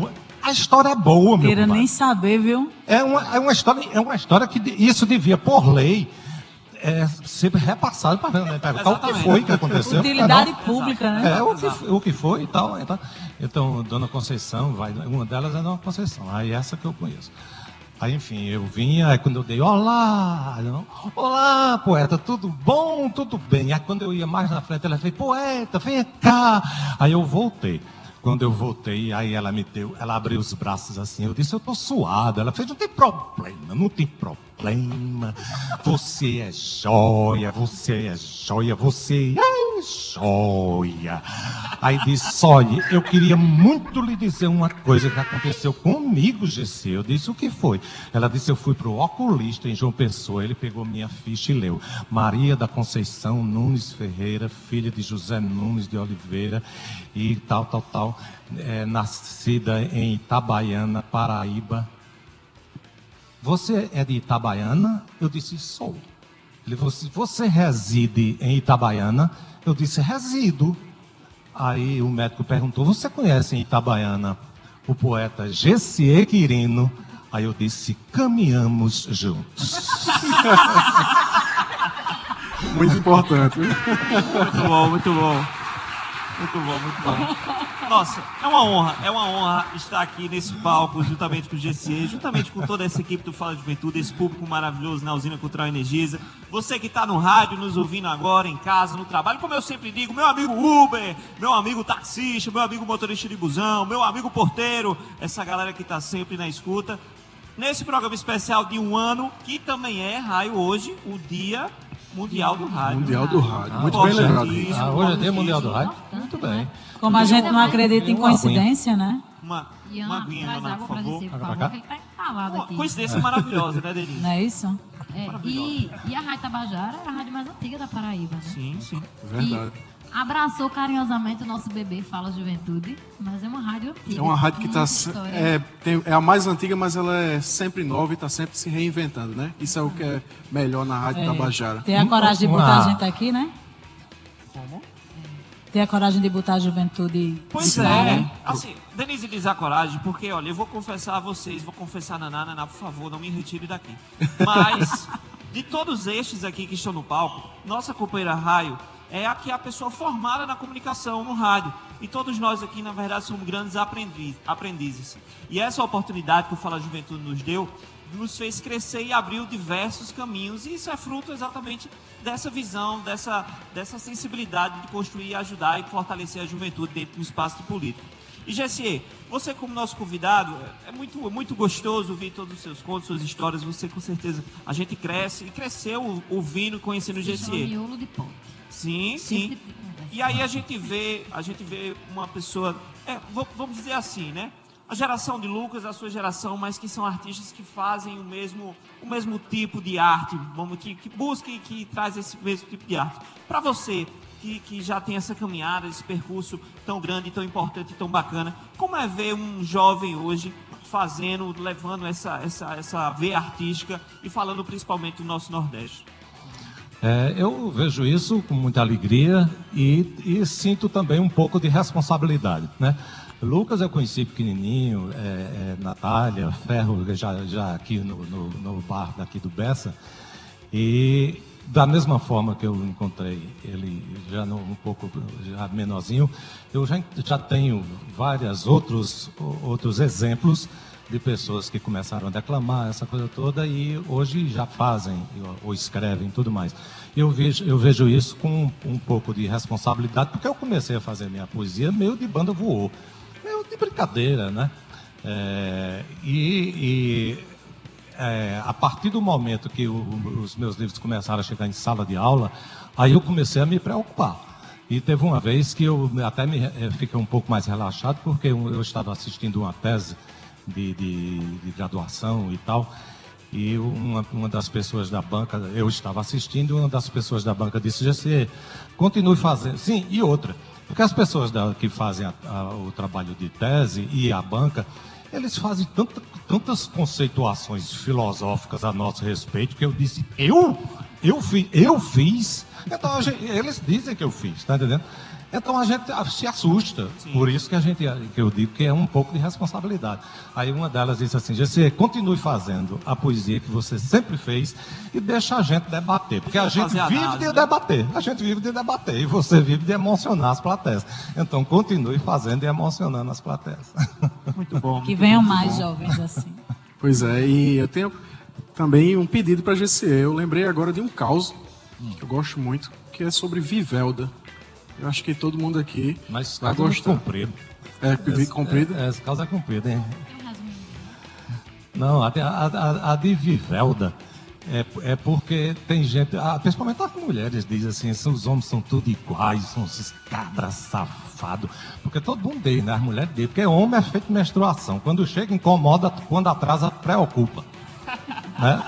A história é boa, meu Queira pai. nem saber, viu? É uma, é uma história, é uma história que isso devia, por lei, é, ser repassado para né, perguntar o que foi que aconteceu. Utilidade Não, pública, né? É, o que, o que foi e tal. Então, então, Dona Conceição, vai, uma delas é Dona Conceição, aí essa que eu conheço. Aí, enfim, eu vinha, aí quando eu dei, olá, não, olá, poeta, tudo bom, tudo bem. Aí quando eu ia mais na frente, ela fez, poeta, vem cá. Aí eu voltei. Quando eu voltei, aí ela me deu, ela abriu os braços assim, eu disse, eu tô suado. Ela fez, não tem problema, não tem problema. Você é joia, você é joia, você é joia. Aí disse, olha, eu queria muito lhe dizer uma coisa que aconteceu comigo, G C. Eu disse, o que foi? Ela disse, eu fui pro oculista em João Pessoa, ele pegou minha ficha e leu. Maria da Conceição Nunes Ferreira, filha de José Nunes de Oliveira e tal, tal, tal. É, nascida em Itabaiana, Paraíba. Você é de Itabaiana? Eu disse, sou. Ele falou assim, você reside em Itabaiana? Eu disse, resido. Aí o médico perguntou, você conhece em Itabaiana o poeta G C E Quirino? Aí eu disse, caminhamos juntos. Muito importante. Muito bom, muito bom. Muito bom, muito bom. Nossa, é uma honra, é uma honra estar aqui nesse palco, juntamente com o G C E, juntamente com toda essa equipe do Fala Juventude, esse público maravilhoso na Usina Cultural Energisa. Você que está no rádio, nos ouvindo agora, em casa, no trabalho, como eu sempre digo, meu amigo Uber, meu amigo taxista, meu amigo motorista de busão, meu amigo porteiro, essa galera que está sempre na escuta. Nesse programa especial de um ano, que também é, Raio, hoje, o Dia Mundial do Rádio. Mundial do Rádio. Ah, Muito bem lembrado. Ah, hoje é dia Mundial do Rádio? Muito bem. Como a gente não acredita em coincidência, né? Uma, Ian, uma aguinha, traz Leonardo, água por pra favor. descer, por Água favor, pra cá? que ele tá entalado Uma aqui. coincidência maravilhosa, né, Denise? Não é isso? É, e, e a Rádio Tabajara é a rádio mais antiga da Paraíba, né? Sim, sim. Verdade. E abraçou carinhosamente o nosso bebê Fala Juventude, mas é uma rádio antiga. É uma rádio que muita tá, história. é, tem, é a mais antiga, mas ela é sempre nova e está sempre se reinventando, né? Isso é o que é melhor na Rádio É. Tabajara. Ter a coragem de Uma- botar a gente aqui, né? Como? Ter a coragem de botar a juventude. Pois de é. cara. Assim, Denise diz a coragem, porque, olha, eu vou confessar a vocês, vou confessar a Naná, Naná, por favor, não me retire daqui. Mas, de todos estes aqui que estão no palco, nossa companheira Raio é a que é a pessoa formada na comunicação, no rádio. E todos nós aqui, na verdade, somos grandes aprendiz, aprendizes. E essa oportunidade que o Fala Juventude nos deu, nos fez crescer e abriu diversos caminhos. E isso é fruto exatamente dessa visão, dessa, dessa sensibilidade de construir, ajudar e fortalecer a juventude dentro do espaço político. E G C E, você como nosso convidado, é muito, é muito gostoso ouvir todos os seus contos, suas histórias. Você com certeza, a gente cresce e cresceu ouvindo e conhecendo o G C E. Miolo de pó. Sim, Esse sim. tipo de conversa. E aí a gente vê, a gente vê uma pessoa, é, v- vamos dizer assim, né? A geração de Lucas, a sua geração, mas que são artistas que fazem o mesmo, o mesmo tipo de arte, vamos, que, que buscam e que traz esse mesmo tipo de arte. Para você, que, que já tem essa caminhada, esse percurso tão grande, tão importante e tão bacana, como é ver um jovem hoje fazendo, levando essa, essa, essa veia artística e falando principalmente do nosso Nordeste? É, eu vejo isso com muita alegria e, e sinto também um pouco de responsabilidade, né? Lucas eu conheci pequenininho, é, é, Natália, Ferro, já, já aqui no, no, no bar daqui do Bessa, e da mesma forma que eu encontrei ele já no, um pouco já menorzinho, eu já, já tenho vários outros, outros exemplos de pessoas que começaram a declamar essa coisa toda e hoje já fazem ou escrevem tudo mais. Eu vejo, eu vejo isso com um, um pouco de responsabilidade, porque eu comecei a fazer minha poesia meio de banda voou, meio de brincadeira, né? É, e e é, a partir do momento que o, os meus livros começaram a chegar em sala de aula, aí eu comecei a me preocupar. E teve uma vez que eu até me, fiquei um pouco mais relaxado, porque eu, eu estava assistindo uma tese de, de, de graduação e tal, e uma, uma das pessoas da banca, eu estava assistindo, e uma das pessoas da banca disse, G C E, continue fazendo. Sim, e outra, porque as pessoas da, que fazem a, a, o trabalho de tese e a banca, eles fazem tanta, tantas conceituações filosóficas a nosso respeito, que eu disse, eu? Eu, fi, eu fiz? Então, eles dizem que eu fiz, tá entendendo? Então a gente se assusta. Sim. Por isso que, a gente, que eu digo que é um pouco de responsabilidade. Aí uma delas disse assim: G C, continue fazendo a poesia que você sempre fez e deixa a gente debater. Porque a gente vive análise, de né? debater. A gente vive de debater. E você vive de emocionar as plateias. Então continue fazendo e emocionando as plateias. Muito bom. Que venham mais jovens assim. Pois é, e eu tenho também um pedido para a G C E. Eu lembrei agora de um caos hum. que eu gosto muito, que é sobre Vivelda. Eu acho que todo mundo aqui Mas vai gostar. gostar. Comprido. É, esse, comprido? É, esse caso é comprido, hein? Não, a, a, a de Vivelda é, é porque tem gente, principalmente as mulheres, dizem assim, os homens são tudo iguais, são esses cabras safados. Porque todo mundo diz, né? As mulheres dizem, porque homem é feito de menstruação. Quando chega, incomoda, quando atrasa, preocupa. Né?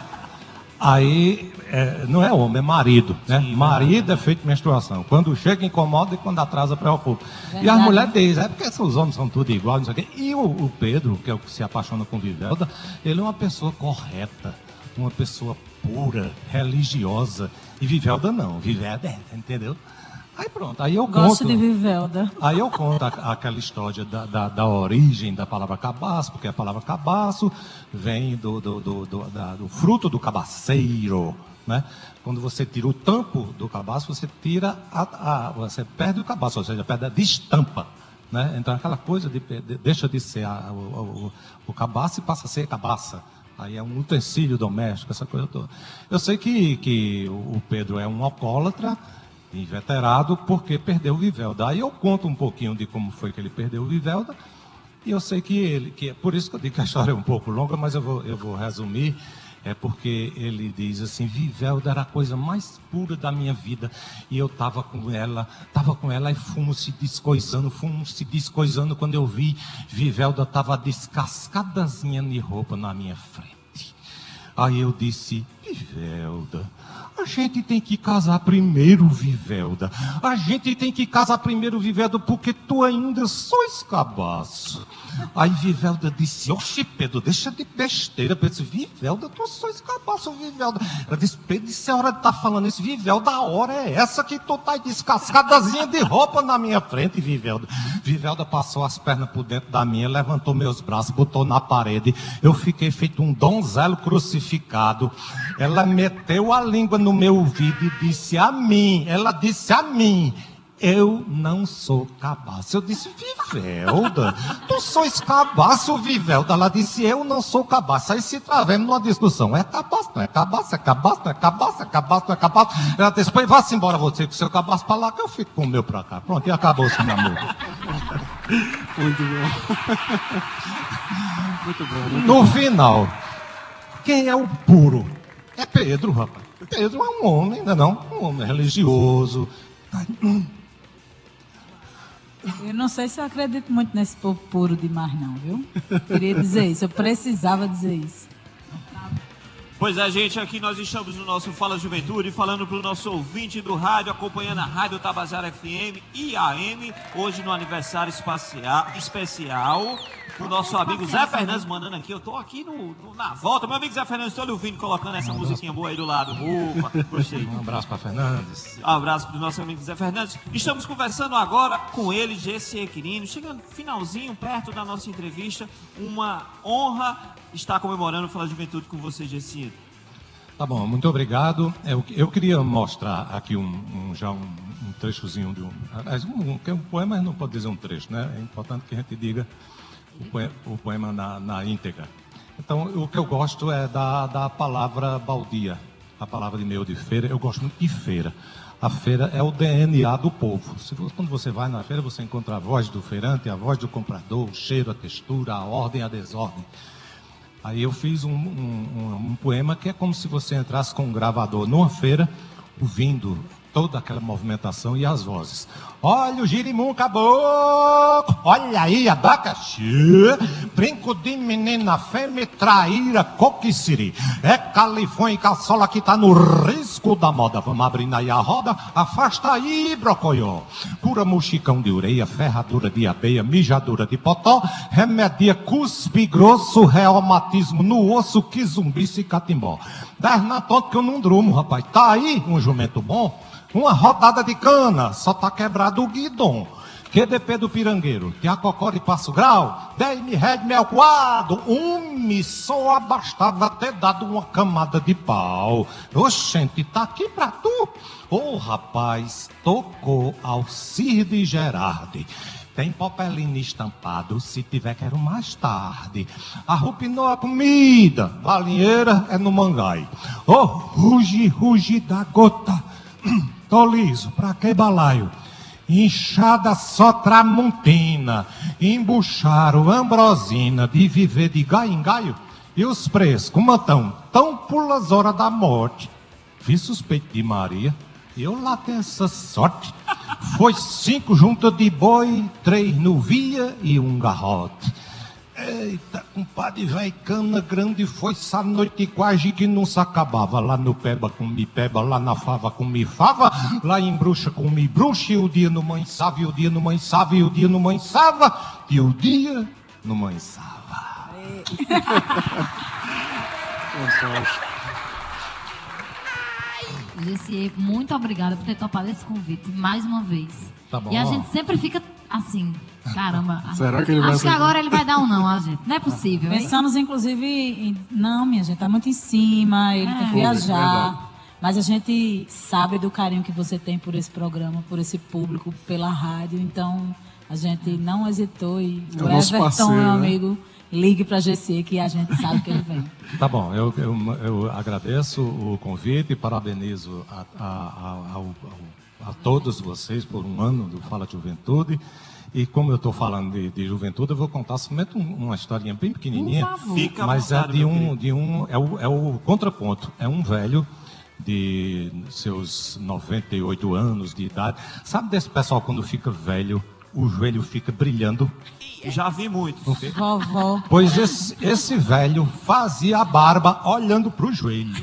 Aí, é, não é homem, é marido, né? Sim, marido é feito de menstruação. Quando chega, incomoda e quando atrasa, preocupa. Verdade. E as mulheres dizem, é porque os homens são tudo iguais, não sei o quê. E o, o Pedro, que é o que se apaixona com Vivelda, ele é uma pessoa correta, uma pessoa pura, religiosa. E Vivelda não, Vivelda é, entendeu? Aí pronto, aí eu conto... Gosto de Vivelda. Aí eu conto a, aquela história da, da, da origem da palavra cabaço, porque a palavra cabaço vem do, do, do, do, da, do fruto do cabaceiro, né? Quando você tira o tampo do cabaço, você tira a, a, você perde o cabaço, ou seja, perde a destampa, né? Então aquela coisa de, de, deixa de ser a, o, o, o cabaço e passa a ser cabaça. Aí é um utensílio doméstico, essa coisa toda. Eu sei que, que o Pedro é um alcoólatra, inveterado, porque perdeu o Vivelda. Aí eu conto um pouquinho de como foi que ele perdeu o Vivelda, e eu sei que ele, que é por isso que eu digo que a história é um pouco longa, mas eu vou, eu vou resumir, é porque ele diz assim, Vivelda era a coisa mais pura da minha vida, e eu estava com ela, estava com ela e fomos se descoisando, fomos se descoisando, quando eu vi, Vivelda estava descascadazinha de roupa na minha frente. Aí eu disse, Vivelda, a gente tem que casar primeiro, Vivelda. A gente tem que casar primeiro, Vivelda, porque tu ainda sois cabaço. Aí Vivelda disse, oxe, Pedro, deixa de besteira. Pedro disse, Vivelda, tu sois cabaço, Vivelda. Ela disse, Pedro, se a hora de estar tá falando isso, Vivelda, a hora é essa que tu tá descascadazinha de roupa na minha frente, Vivelda. Vivelda passou as pernas por dentro da minha, levantou meus braços, botou na parede. Eu fiquei feito um donzelo crucificado. Ela meteu a língua no meu ouvido e disse a mim, ela disse a mim, eu não sou cabaço. Eu disse, Vivelda, tu sois cabaço, Vivelda. Ela disse, eu não sou cabaço. Aí se travemos numa discussão, é cabaço, não é cabaço, é cabaço, não é cabaço, é cabaço, não é cabaço. Ela disse, pois vá-se embora você com o seu cabaço para lá, que eu fico com o meu para cá. Pronto, e acabou-se, meu amor. Muito bom. Muito bom. Muito no bom. Final, quem é o puro? É Pedro, rapaz. Pedro é um homem, ainda não? Um homem religioso. Eu não sei se eu acredito muito nesse povo puro demais, não, viu? Queria dizer isso, eu precisava dizer isso. Pois é, gente, aqui nós estamos no nosso Fala Juventude, falando para o nosso ouvinte do rádio, acompanhando a Rádio Tabajara F M e A M, hoje no aniversário espacial, especial, o nosso amigo Zé Fernandes mandando aqui, eu tô aqui no, no, na volta, meu amigo Zé Fernandes, estou lhe ouvindo, colocando essa um musiquinha boa aí do lado, opa, gostei. Um abraço para Fernandes. Um abraço para o nosso amigo Zé Fernandes. Estamos conversando agora com ele, G C E Quirino, chegando finalzinho, perto da nossa entrevista, uma honra estar comemorando o Fala Juventude com você, G C E. Tá bom, muito obrigado. Eu, eu queria mostrar aqui um, um, já um, um trechozinho de um, um, um poema, mas não pode dizer um trecho, né? É importante que a gente diga o poema, o poema na, na íntegra. Então, o que eu gosto é da, da palavra baldia, a palavra de meio de feira. Eu gosto muito de feira. A feira é o D N A do povo. Se, quando você vai na feira, você encontra a voz do feirante, a voz do comprador, o cheiro, a textura, a ordem, a desordem. Aí eu fiz um, um, um, um poema que é como se você entrasse com um gravador numa feira, ouvindo toda aquela movimentação e as vozes. Olha o girimum caboclo, olha aí abacaxi, brinco de menina fêmea, traíra, coquiciri. É califão e caçola que tá no risco da moda. Vamos abrindo aí a roda, afasta aí, brocoió. Cura mochicão de ureia, ferradura de abeia, mijadura de potó, remedia cuspe grosso, reumatismo no osso, que zumbi se catimbó. dez na tonta que eu não durmo, rapaz. Tá aí um jumento bom, uma rodada de cana, só tá quebrado o guidão. Q D P do Pirangueiro, Tiacocó de Passo Grau, dez mil réis de mel coado, um missão abastava ter dado uma camada de pau. Oxente, tá aqui pra tu? Ô oh, rapaz, tocou Alcide Gerardi. Tem popelina estampado, se tiver quero mais tarde. Arrupinou a comida, galinheira é no mangai. Oh, ruge, ruge da gota, tô liso, pra que balaio? Inchada só tramontina, embucharam ambrosina de viver de gaio em gaio. E os preços, como estão? Tão pulas horas da morte. Vi suspeito de Maria, e eu lá tenho essa sorte. Foi cinco juntas de boi, três no via e um garrote. Eita, compadre, velho, cana grande foi essa noite quase que não se acabava. Lá no Peba comi peba, lá na Fava comi fava, lá em Bruxa comi bruxa, e o dia no mançava, e o dia no mançava, e o dia no mançava, e o dia no mançava. Gessie, muito obrigada por ter topado esse convite mais uma vez. Tá bom. E a gente sempre fica assim, caramba. Será que ele vai Acho que fazer? agora ele vai dar um não, a gente. Não é possível, hein? Pensamos, inclusive, em... Não, minha gente, tá muito em cima, ele É. tem que viajar. Mas a gente sabe do carinho que você tem por esse programa, por esse público, pela rádio. Então, a gente não hesitou e É o o nosso Everton, parceiro, meu né? amigo, ligue pra Gessie que a gente sabe que ele vem. Tá bom, eu, eu, eu agradeço o convite e parabenizo a, a, a, ao- ao- a todos vocês por um ano do Fala Juventude. E como eu estou falando de, de juventude, eu vou contar somente um- uma historinha bem pequenininha, Por favor. Fica à mas é vontade, de meu um, querido. de um é, o, é o contraponto. É um velho de seus noventa e oito anos de idade. Sabe desse pessoal quando fica velho, o joelho fica brilhando? Já vi muito. Vovó. Pois esse, esse velho fazia a barba olhando pro joelho.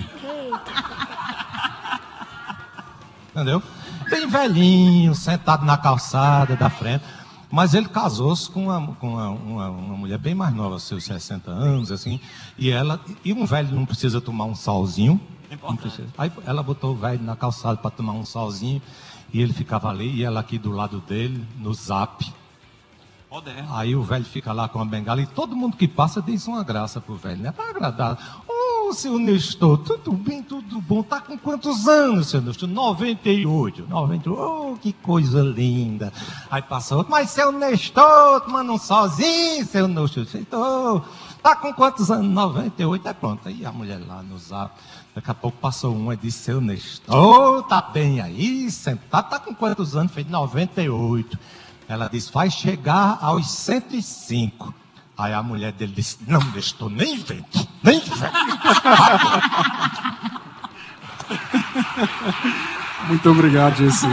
Entendeu? Bem velhinho, sentado na calçada da frente. Mas ele casou-se com, uma, com uma, uma, uma mulher bem mais nova, seus sessenta anos, assim. E ela, e um velho não precisa tomar um solzinho. Não precisa. Aí ela botou o velho na calçada para tomar um solzinho. E ele ficava ali, e ela aqui do lado dele, no zap. Moderno. Aí o velho fica lá com a bengala e todo mundo que passa diz uma graça pro velho, né? Pra agradar. Ô, seu Nestor, tudo bem, tudo bom? Tá com quantos anos, seu Nestor? noventa e oito. noventa e oito. Oh, que coisa linda. Aí passa outro, mas seu Nestor, tomando um sozinho, seu Nestor. Nestor, tá com quantos anos? noventa e oito. É pronto. Aí a mulher lá no zap, daqui a pouco passou um e disse, seu Nestor, tá bem aí, sentado, tá com quantos anos? Fez noventa e oito. Ela disse, vai chegar aos cento e cinco. Aí a mulher dele disse, não, Nestor, nem vem, nem vem. Muito obrigado, Gessie.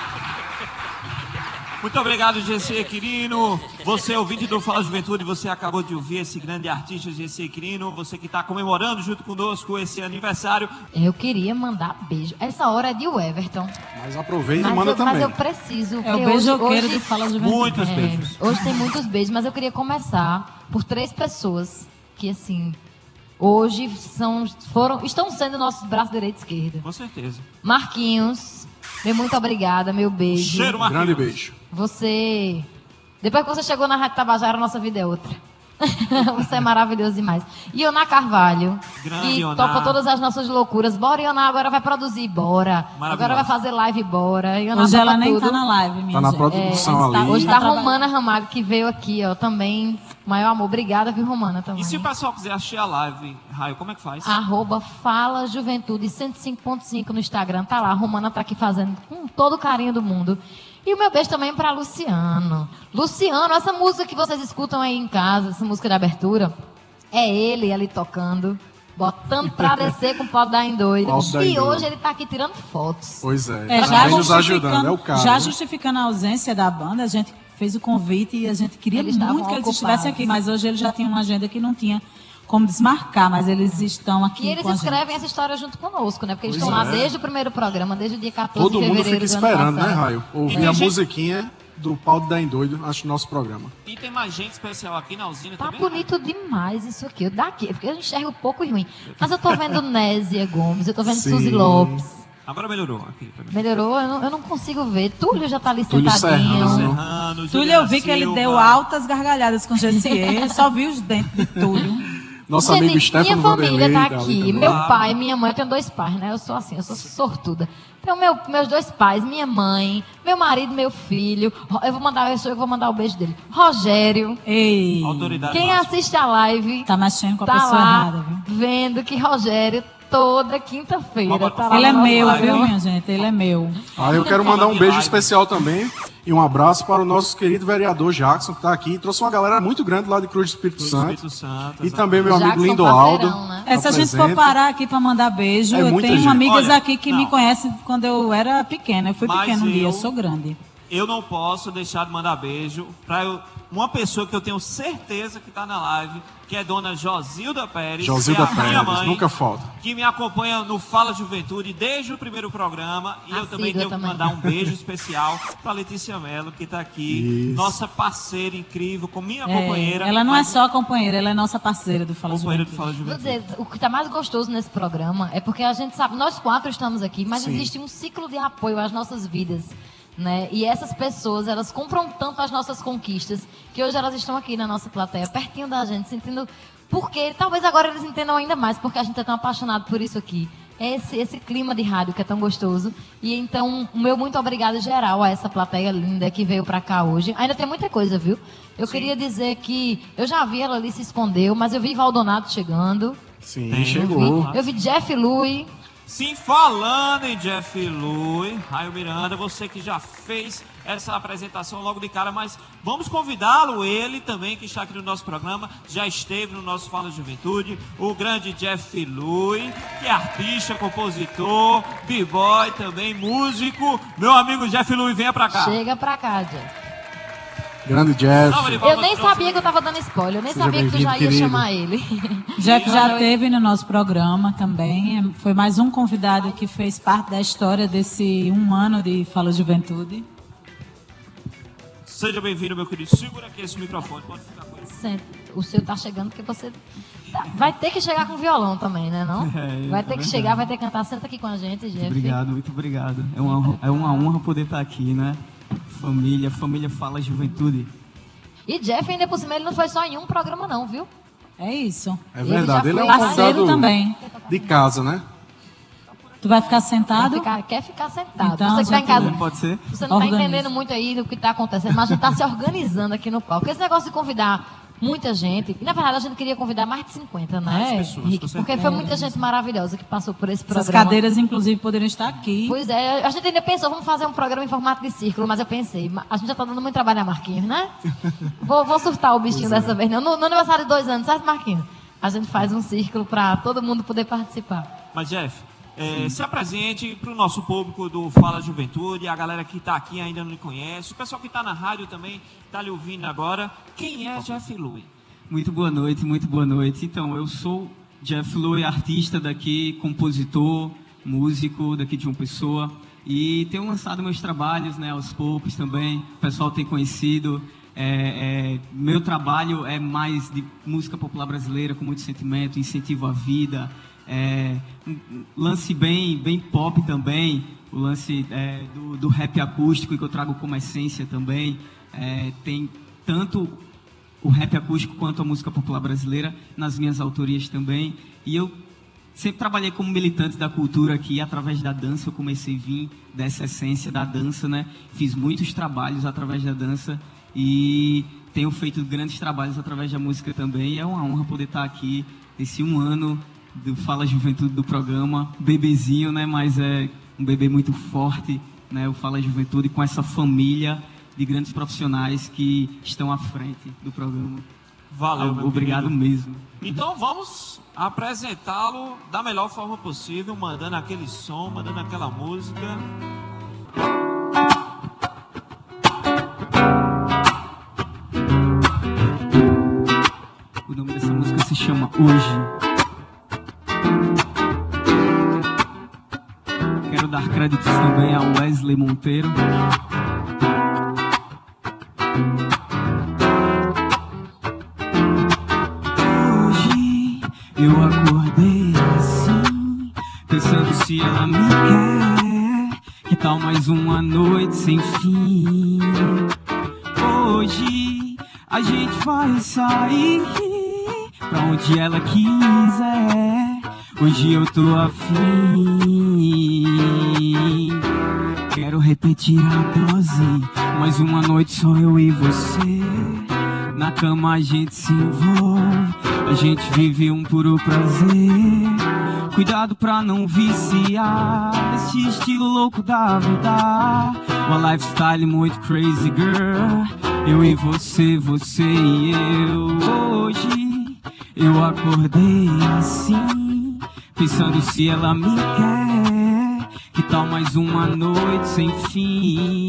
Muito obrigado, Gessie Quirino. Você, ouvinte do Fala Juventude, você acabou de ouvir esse grande artista, Gessie Quirino. Você que está comemorando junto conosco esse aniversário. Eu queria mandar beijo. Essa hora é de Everton. Mas aproveita e Mas manda eu, também. mas eu preciso. É o porque beijoqueiro hoje, do Fala Juventude. Muitos é, beijos. hoje tem muitos beijos, mas eu queria começar por três pessoas que, assim, hoje são, foram, estão sendo nossos braços direito e esquerdo. Com certeza. Marquinhos, meu muito obrigada, meu beijo. Cheiro, Marquinhos. Grande beijo. Você, depois que você chegou na Rádio Tabajara, a nossa vida é outra. Você é maravilhoso demais. Ioná Carvalho, Grande que Ioná. topa todas as nossas loucuras. Bora, Ioná, agora vai produzir, bora. Maravilhosa. Agora vai fazer live, bora. Ioná Hoje topa ela nem tudo. tá na live, minha Tá na gente. produção Tá- ali. hoje tá Tá trabalhando. Romana Ramalho, que veio aqui, ó, também. Maior amor. Obrigada, viu, Romana, também. E se o pessoal quiser assistir a live, Raio, como é que faz? Arroba Fala Juventude cento e cinco ponto cinco no Instagram. Tá lá, a Romana tá aqui fazendo com todo o carinho do mundo. E o meu beijo também para Luciano. Luciano, essa música que vocês escutam aí em casa, essa música de abertura, é ele ali tocando, botando pra descer com o pau da em doido. Pau da E em doido. hoje ele tá aqui tirando fotos. Pois é. É, tá já bem nos ajudando, justificando, é o cara. já né? justificando a ausência da banda, a gente fez o convite e a gente queria Eles estavam muito que eles ocupados. estivessem aqui, mas hoje eles já tinham uma agenda que não tinha como desmarcar, mas eles estão aqui E eles com a gente. escrevem essa história junto conosco, né? Porque eles Pois estão lá é. desde o primeiro programa, desde o dia quatorze Todo de mundo fevereiro fica do ano esperando, né, passado. Raio? Ouvir E a gente- musiquinha. do Pau de Dar em Doido, acho, no nosso programa. E tem mais gente especial aqui na usina Tá também? bonito demais isso aqui. Eu daqui, porque eu enxergo pouco e ruim. Mas eu tô vendo Nésia Gomes, eu tô vendo Sim. Suzy Lopes. Agora melhorou aqui. Melhorou? Eu não, eu não consigo ver. Túlio já tá ali Túlio sentadinho. Serrano. Serrano, Túlio, eu vi que ele deu altas gargalhadas com o Gessier. Eu só vi os dentes de Túlio. Nosso Gente, amigo Stefano minha família Vanderlei tá ali aqui. também. Meu pai, minha mãe, eu tenho dois pais, né? Eu sou assim, eu sou sortuda. Então, meu, meus dois pais, minha mãe, meu marido, meu filho. Eu vou mandar, eu, sou, eu vou mandar o beijo dele. Rogério. Ei, Autoridade Quem máxima. assiste a live tá mexendo com a tá pessoa lá errada, viu? vendo que Rogério toda quinta-feira Vamos- tá lá Ele é no meu, nosso viu, programa. minha gente? Ele é meu. Ah, eu quero mandar um beijo especial também e um abraço para o nosso querido vereador Jackson, que está aqui. Trouxe uma galera muito grande lá de Cruz do Espírito Santo. Espírito Santo. E também meu amigo Jackson Lindoaldo. parceirão, né? tá É, se a gente for presente. parar aqui pra mandar beijo, É eu muita tenho gente. amigas Olha, aqui que não. me conhecem quando eu era pequena. Eu fui Mas pequena um dia, eu- eu sou grande. Eu não posso deixar de mandar beijo para eu- uma pessoa que eu tenho certeza que está na live, que é dona Josilda Pérez. Josilda que é a minha Pérez, mãe, nunca falta. Que me acompanha no Fala Juventude desde o primeiro programa. E eu Assídua também tenho também. que mandar um beijo especial para Letícia Mello, que está aqui. Isso. Nossa parceira incrível, com minha É, companheira. ela não é mas só companheira, ela é nossa parceira do Fala companheira do Juventude. Fala Vou Juventude. dizer, o que está mais gostoso nesse programa é porque a gente sabe, nós quatro estamos aqui, mas Sim. existe um ciclo de apoio às nossas vidas. Né? E essas pessoas, elas compram tanto as nossas conquistas, que hoje elas estão aqui na nossa plateia, pertinho da gente, sentindo... Porque talvez agora eles entendam ainda mais, porque a gente é tão apaixonado por isso aqui. É esse, esse clima de rádio que é tão gostoso. E então, o meu muito obrigado geral a essa plateia linda que veio pra cá hoje. Ainda tem muita coisa, viu? Eu queria dizer que eu já vi ela ali se escondeu, mas eu vi Valdonato chegando. Sim, Tem, chegou. Eu vi Jeff Lui. Sim, falando em Jeff Lui, Raio Miranda, você que já fez essa apresentação logo de cara, mas vamos convidá-lo, ele também que está aqui no nosso programa, já esteve no nosso Fala Juventude, o grande Jeff Lui, que é artista, compositor, b-boy também, músico. Meu amigo Jeff Lui, venha pra cá. Chega pra cá, Jeff. Grande Jeff. Salve de Eu palmas nem pro nosso sabia que eu tava dando spoiler, eu nem Seja sabia que tu já ia bem-vindo, querido. chamar ele. Jeff já esteve no nosso programa também. é- Foi mais um convidado que fez parte da história desse um ano de Fala Juventude. Seja bem-vindo, meu querido. Segura aqui esse microfone, pode ficar com ele. Senta. O seu tá chegando porque você tá- vai ter que chegar com violão também, né, não? É, Vai ter é que verdade. chegar, vai ter que cantar. Senta aqui com a gente, Jeff. Obrigado, muito obrigado. É uma, é uma honra poder estar aqui, né? Família, família Fala Juventude. E Jeff, ainda por cima, ele não foi só em um programa não, viu? É isso. É Ele verdade, já ele é um foi parceiro convidado também. de casa, né? Tu vai ficar Quer sentado? ficar, quer ficar sentado. Então, você que tá em já casa, tudo. Pode ser? você não tá Organiza. entendendo muito aí do que tá acontecendo, mas a gente tá se organizando aqui no palco. Esse negócio de convidar muita gente, e na verdade a gente queria convidar mais de cinquenta, né, Mais pessoas, com Rick? certeza. Porque foi muita gente maravilhosa que passou por esse Essas programa. cadeiras, inclusive, poderiam estar aqui. Pois é, a gente ainda pensou, vamos fazer um programa em formato de círculo, mas eu pensei, ma- a gente já tá dando muito trabalho a Marquinhos, né? vou, vou surtar o bichinho dessa vez, não. No, no aniversário de dois anos, certo, Marquinhos? A gente faz um círculo para todo mundo poder participar. Mas, Jeff, é, se apresente para o nosso público do Fala Juventude, a galera que está aqui ainda não lhe conhece, o pessoal que está na rádio também está lhe ouvindo agora. Quem é Jeff Lui? Muito boa noite, muito boa noite. Então, eu sou Jeff Lui, artista daqui, compositor, músico daqui de João Pessoa. E tenho lançado meus trabalhos, né, aos poucos também. O pessoal tem conhecido. É, é, meu trabalho é mais de música popular brasileira, com muito sentimento, incentivo à vida. É, um lance bem, bem pop também, o lance é, do, do rap acústico que eu trago como essência também. É, tem tanto o rap acústico quanto a música popular brasileira nas minhas autorias também. E eu sempre trabalhei como militante da cultura aqui, através da dança. Eu comecei a vir dessa essência da dança, né? Fiz muitos trabalhos através da dança e tenho feito grandes trabalhos através da música também. E é uma honra poder estar aqui esse um ano do Fala Juventude do programa. Bebezinho, né? Mas é um bebê muito forte, né? O Fala Juventude com essa família de grandes profissionais que estão à frente do programa. Valeu, meu Obrigado querido. mesmo. Então vamos apresentá-lo da melhor forma possível, mandando aquele som, mandando aquela música. O nome dessa música se chama Hoje. Quero dar créditos também ao Wesley Monteiro. tal mais uma noite sem fim? Hoje a gente vai sair pra onde ela quiser. Hoje eu tô afim. Quero repetir a dose, mais uma noite só eu e você. Na cama a gente se envolve, a gente vive um puro prazer. Cuidado pra não viciar esse estilo louco da vida. Uma lifestyle muito crazy, girl. Eu e você, você e eu. Hoje eu acordei assim, pensando se ela me quer. Que tal mais uma noite sem fim?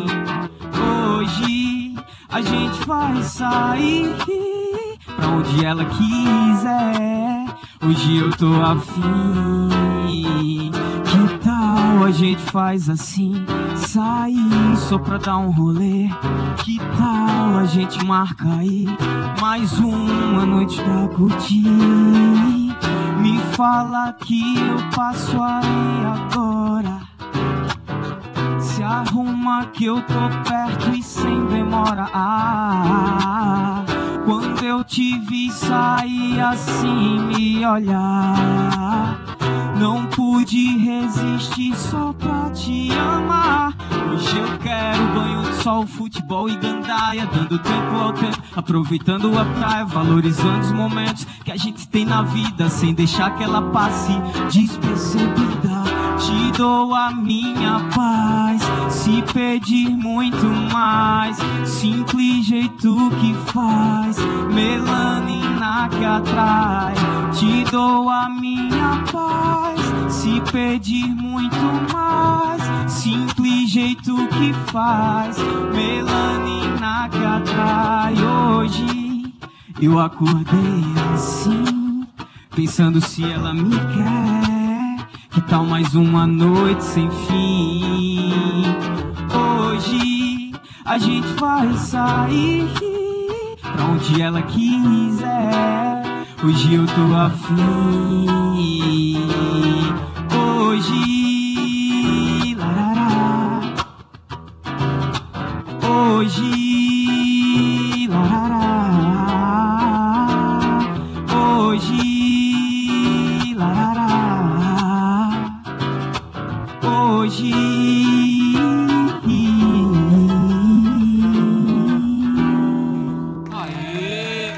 Hoje a gente vai sair pra onde ela quiser. Hoje eu tô afim. Que tal a gente faz assim, sair só pra dar um rolê? Que tal a gente marca aí mais uma noite pra curtir? Me fala que eu passo aí agora. Se arruma que eu tô perto e sem demora. Ah, quando eu te vi sair assim me olhar, não pude resistir só pra te amar. Hoje eu quero banho de sol, futebol e gandaia, dando tempo ao tempo, aproveitando a praia, valorizando os momentos que a gente tem na vida, sem deixar que ela passe despercebida. Te dou a minha paz, se pedir muito mais, simples jeito que faz, melanina que atrai. Te dou a minha paz, se pedir muito mais, simples jeito que faz, melanina que atrai. Hoje eu acordei assim, pensando se ela me quer. Que tal mais uma noite sem fim? Hoje a gente vai sair pra onde ela quiser. Hoje eu tô afim. Hoje, larará. Hoje, larará. Hoje, larará. Hoje. Aê!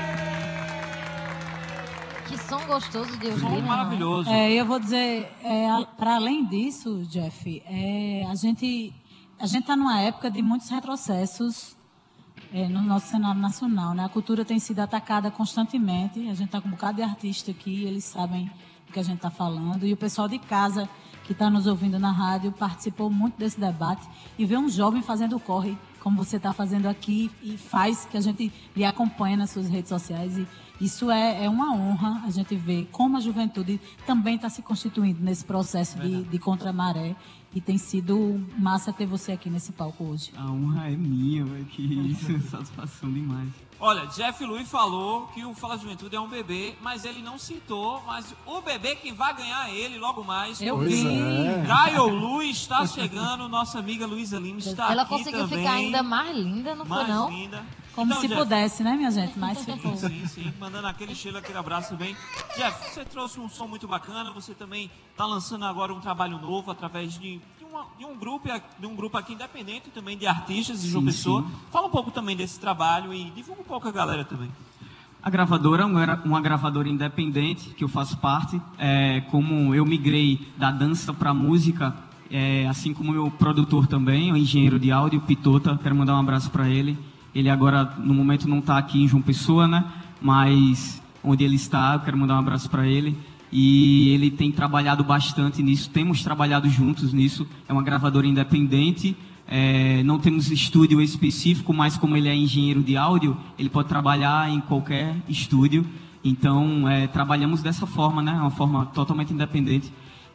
Que som gostoso de ouvir. Som maravilhoso. É, eu vou dizer, é, para além disso, Jeff, é, a gente a gente está numa época de muitos retrocessos é, no nosso cenário nacional, né? A cultura tem sido atacada constantemente. A gente está com um bocado de artista aqui, eles sabem do que a gente está falando. E o pessoal de casa que está nos ouvindo na rádio participou muito desse debate e ver um jovem fazendo corre, como você está fazendo aqui, e faz, que a gente lhe acompanha nas suas redes sociais. E isso é, é uma honra, a gente ver como a juventude também está se constituindo nesse processo de, de contra-maré. E tem sido massa ter você aqui nesse palco hoje. A honra é minha, véio, que isso, satisfação demais. Olha, Jeff Luiz falou que o Fala Juventude é um bebê, mas ele não citou, mas o bebê quem vai ganhar é ele logo mais. Eu vi. É. Caio Luiz está chegando, nossa amiga Luísa Lima está Ela aqui conseguiu também. ficar ainda mais linda, não mais foi não? linda. Como Então, se Jeff, pudesse, né, minha gente? Mas ficou. Sim, sim, mandando aquele cheiro, aquele abraço também. Jeff, você trouxe um som muito bacana, você também está lançando agora um trabalho novo através de, de, uma, de, um, grupo, de um grupo aqui independente também de artistas de João Pessoa. Fala um pouco também desse trabalho e divulga um pouco a galera também. A gravadora é uma gravadora independente, que eu faço parte. É, como eu migrei da dança para a música, é, assim como o meu produtor também, o engenheiro de áudio, Pitota, quero mandar um abraço para ele. Ele agora, no momento, não está aqui em João Pessoa, né? Mas onde ele está, eu quero mandar um abraço para ele. E ele tem trabalhado bastante nisso, temos trabalhado juntos nisso. É uma gravadora independente, é, não temos estúdio específico, mas como ele é engenheiro de áudio, ele pode trabalhar em qualquer estúdio. Então, é, trabalhamos dessa forma, né? Uma forma totalmente independente.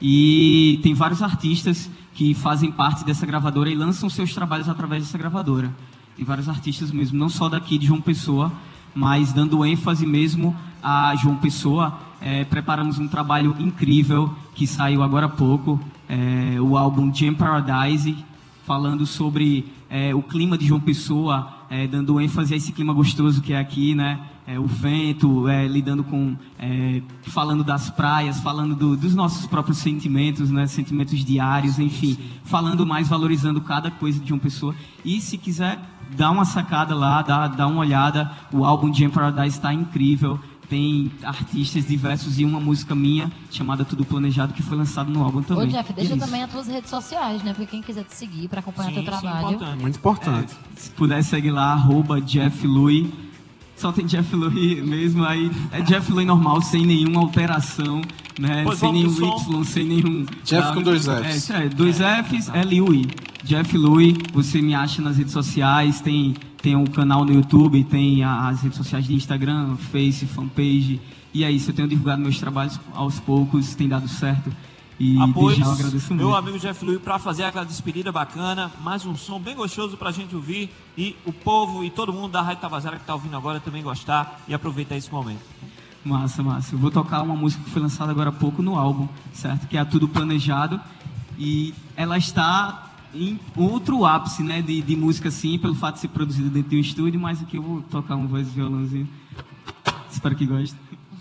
E tem vários artistas que fazem parte dessa gravadora e lançam seus trabalhos através dessa gravadora. Tem vários artistas mesmo, não só daqui de João Pessoa, mas dando ênfase mesmo a João Pessoa. É, preparamos um trabalho incrível que saiu agora há pouco, é, o álbum Jam Paradise, falando sobre é, o clima de João Pessoa, é, dando ênfase a esse clima gostoso que é aqui, né? É, o vento, é, lidando com, é, falando das praias, falando do, dos nossos próprios sentimentos, né? Sentimentos diários, enfim, falando mais, valorizando cada coisa de João Pessoa. E se quiser, dá uma sacada lá, dá, dá uma olhada, o álbum Jam Paradise está incrível. Tem artistas diversos e uma música minha chamada Tudo Planejado que foi lançado no álbum também. Ô Jeff, deixa Isso. também as tuas redes sociais, né? Porque quem quiser te seguir para acompanhar Sim, teu sim, trabalho. importante. Muito importante. É, se puder, segue lá, arroba Jeff Lui. Só tem Jeff Lui mesmo, aí é Jeff Lui normal, sem nenhuma alteração, né? Pois Sem vamos nenhum pro som. Y, sem nenhum... Jeff tá? com dois Fs. É, é dois Fs, L U I. Jeff Lui, você me acha nas redes sociais, tem, tem um canal no YouTube, tem a- as redes sociais de Instagram, Face, fanpage. E é isso, eu tenho divulgado meus trabalhos aos poucos, tem dado certo. E Apoio desde já eu agradeço meu muito. amigo Jeff Lui para fazer aquela despedida bacana, mais um som bem gostoso pra gente ouvir e o povo e todo mundo da Rádio Tabajara que tá ouvindo agora também gostar e aproveitar esse momento. Massa, massa. Eu vou tocar uma música que foi lançada agora há pouco no álbum, certo? Que é a Tudo Planejado. E ela está em outro ápice, né? De, de música, sim, pelo fato de ser produzida dentro de um estúdio, mas aqui eu vou tocar uma voz de violãozinho. Espero que gostem.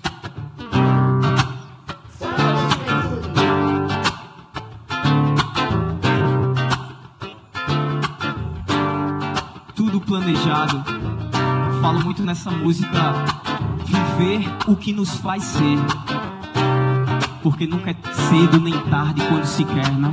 Tudo planejado. Falo muito nessa música. Viver o que nos faz ser. Porque nunca é cedo nem tarde quando se quer, né?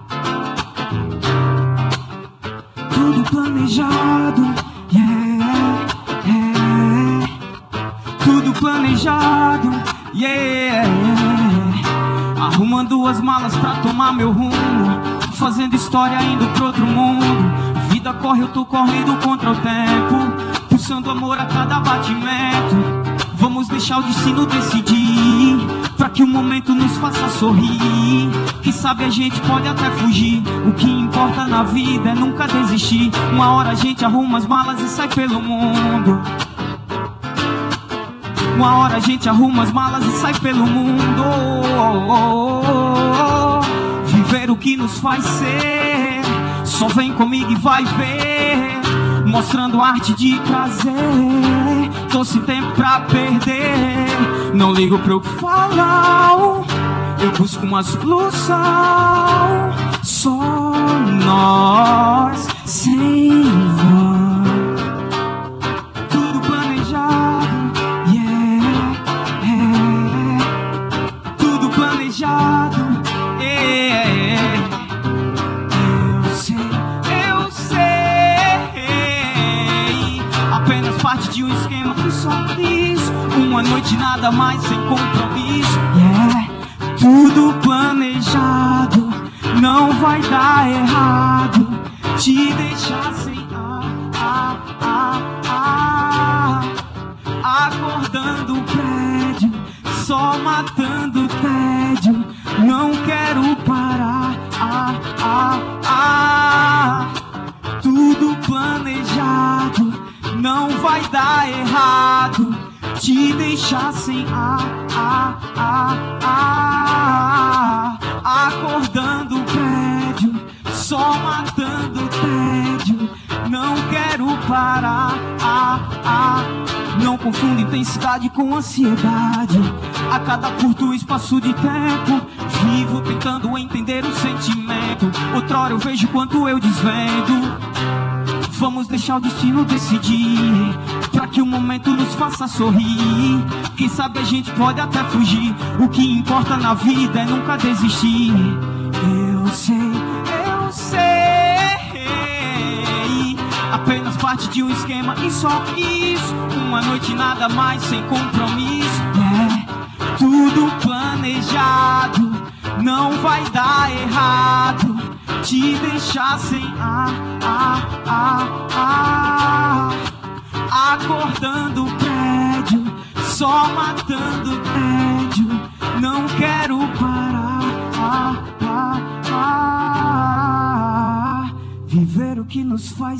Tudo planejado, yeah, yeah. Tudo planejado, yeah. Arrumando as malas pra tomar meu rumo, fazendo história indo pro outro mundo. Vida corre, eu tô correndo contra o tempo, pulsando amor a cada batimento. Vamos deixar o destino decidir, pra que o momento nos faça sorrir. Quem sabe a gente pode até fugir, o que importa na vida é nunca desistir. Uma hora a gente arruma as malas e sai pelo mundo. Uma hora a gente arruma as malas e sai pelo mundo. Oh, oh, oh, oh. Viver o que nos faz ser. Só vem comigo e vai ver, mostrando arte de prazer. Tô sem tempo pra perder, não ligo pro que falam. Eu busco uma solução. Só nós, sem voz. Tudo planejado, yeah, yeah. Tudo planejado, yeah. Eu sei, eu sei. Apenas parte de um esquema que só quis uma noite, nada mais, sem compromisso, yeah. Tudo planejado, não vai dar errado. Te deixar sem ar, ar, ar, ar. Acordando o prédio, só matando o tédio. Não quero parar, ah, ah, ah. Tudo planejado, não vai dar errado. Te deixar sem ar, ar, ar, ar. Acordando o prédio, só matando o tédio. Não quero parar, ah, ah. Não confundo intensidade com ansiedade. A cada curto espaço de tempo, vivo tentando entender o sentimento. Outrora eu vejo quanto eu desvendo. Vamos deixar o destino decidir, pra que o momento nos faça sorrir. Quem sabe a gente pode até fugir, o que importa na vida é nunca desistir. Eu sei, eu sei. Apenas parte de um esquema e só isso. Uma noite, nada mais, sem compromisso, yeah. Tudo planejado, não vai dar errado. Te deixar sem ar, ar, ar, ar. Acordando o prédio, só matando o tédio. Não quero parar, ah, ah, ah. Viver o que nos faz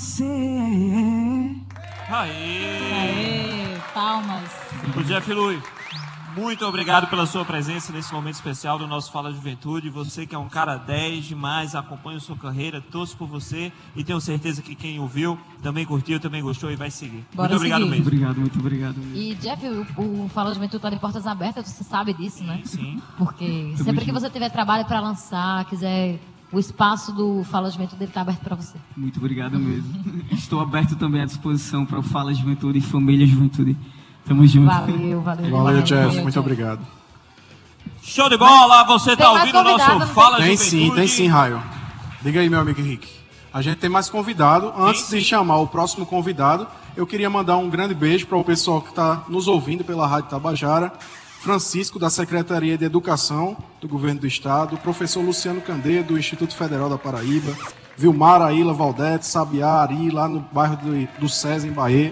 ser. Aê! Aê, palmas. O Jeff Lui. Muito obrigado pela sua presença nesse momento especial do nosso Fala Juventude. Você que é um cara dez demais, acompanha a sua carreira, torço por você e tenho certeza que quem ouviu também curtiu, também gostou e vai seguir. Bora muito obrigado seguir. mesmo. Obrigado, muito obrigado. Mesmo. E, Jeff, o, o Fala Juventude está de portas abertas, você sabe disso, né? Sim. Porque sempre que você tiver trabalho para lançar, quiser... O espaço do Fala Juventude está aberto para você. Muito obrigado mesmo. Estou aberto também à disposição para o Fala Juventude e Família Juventude. Tamo junto. Valeu, valeu. Valeu, Jeff. valeu, Muito Jeff. obrigado. Show de bola! Você está mais ouvindo o nosso convidado, não Fala Tem Juventude? sim, tem sim, Raio. Diga aí, meu amigo Henrique. A gente tem mais convidado. Antes Sim, sim. de chamar o próximo convidado, eu queria mandar um grande beijo para o pessoal que está nos ouvindo pela Rádio Tabajara. Francisco, da Secretaria de Educação do Governo do Estado, o professor Luciano Candê, do Instituto Federal da Paraíba, Vilmar, Aila, Valdete, Sabiá, Ari, lá no bairro do, do César, em Bahia,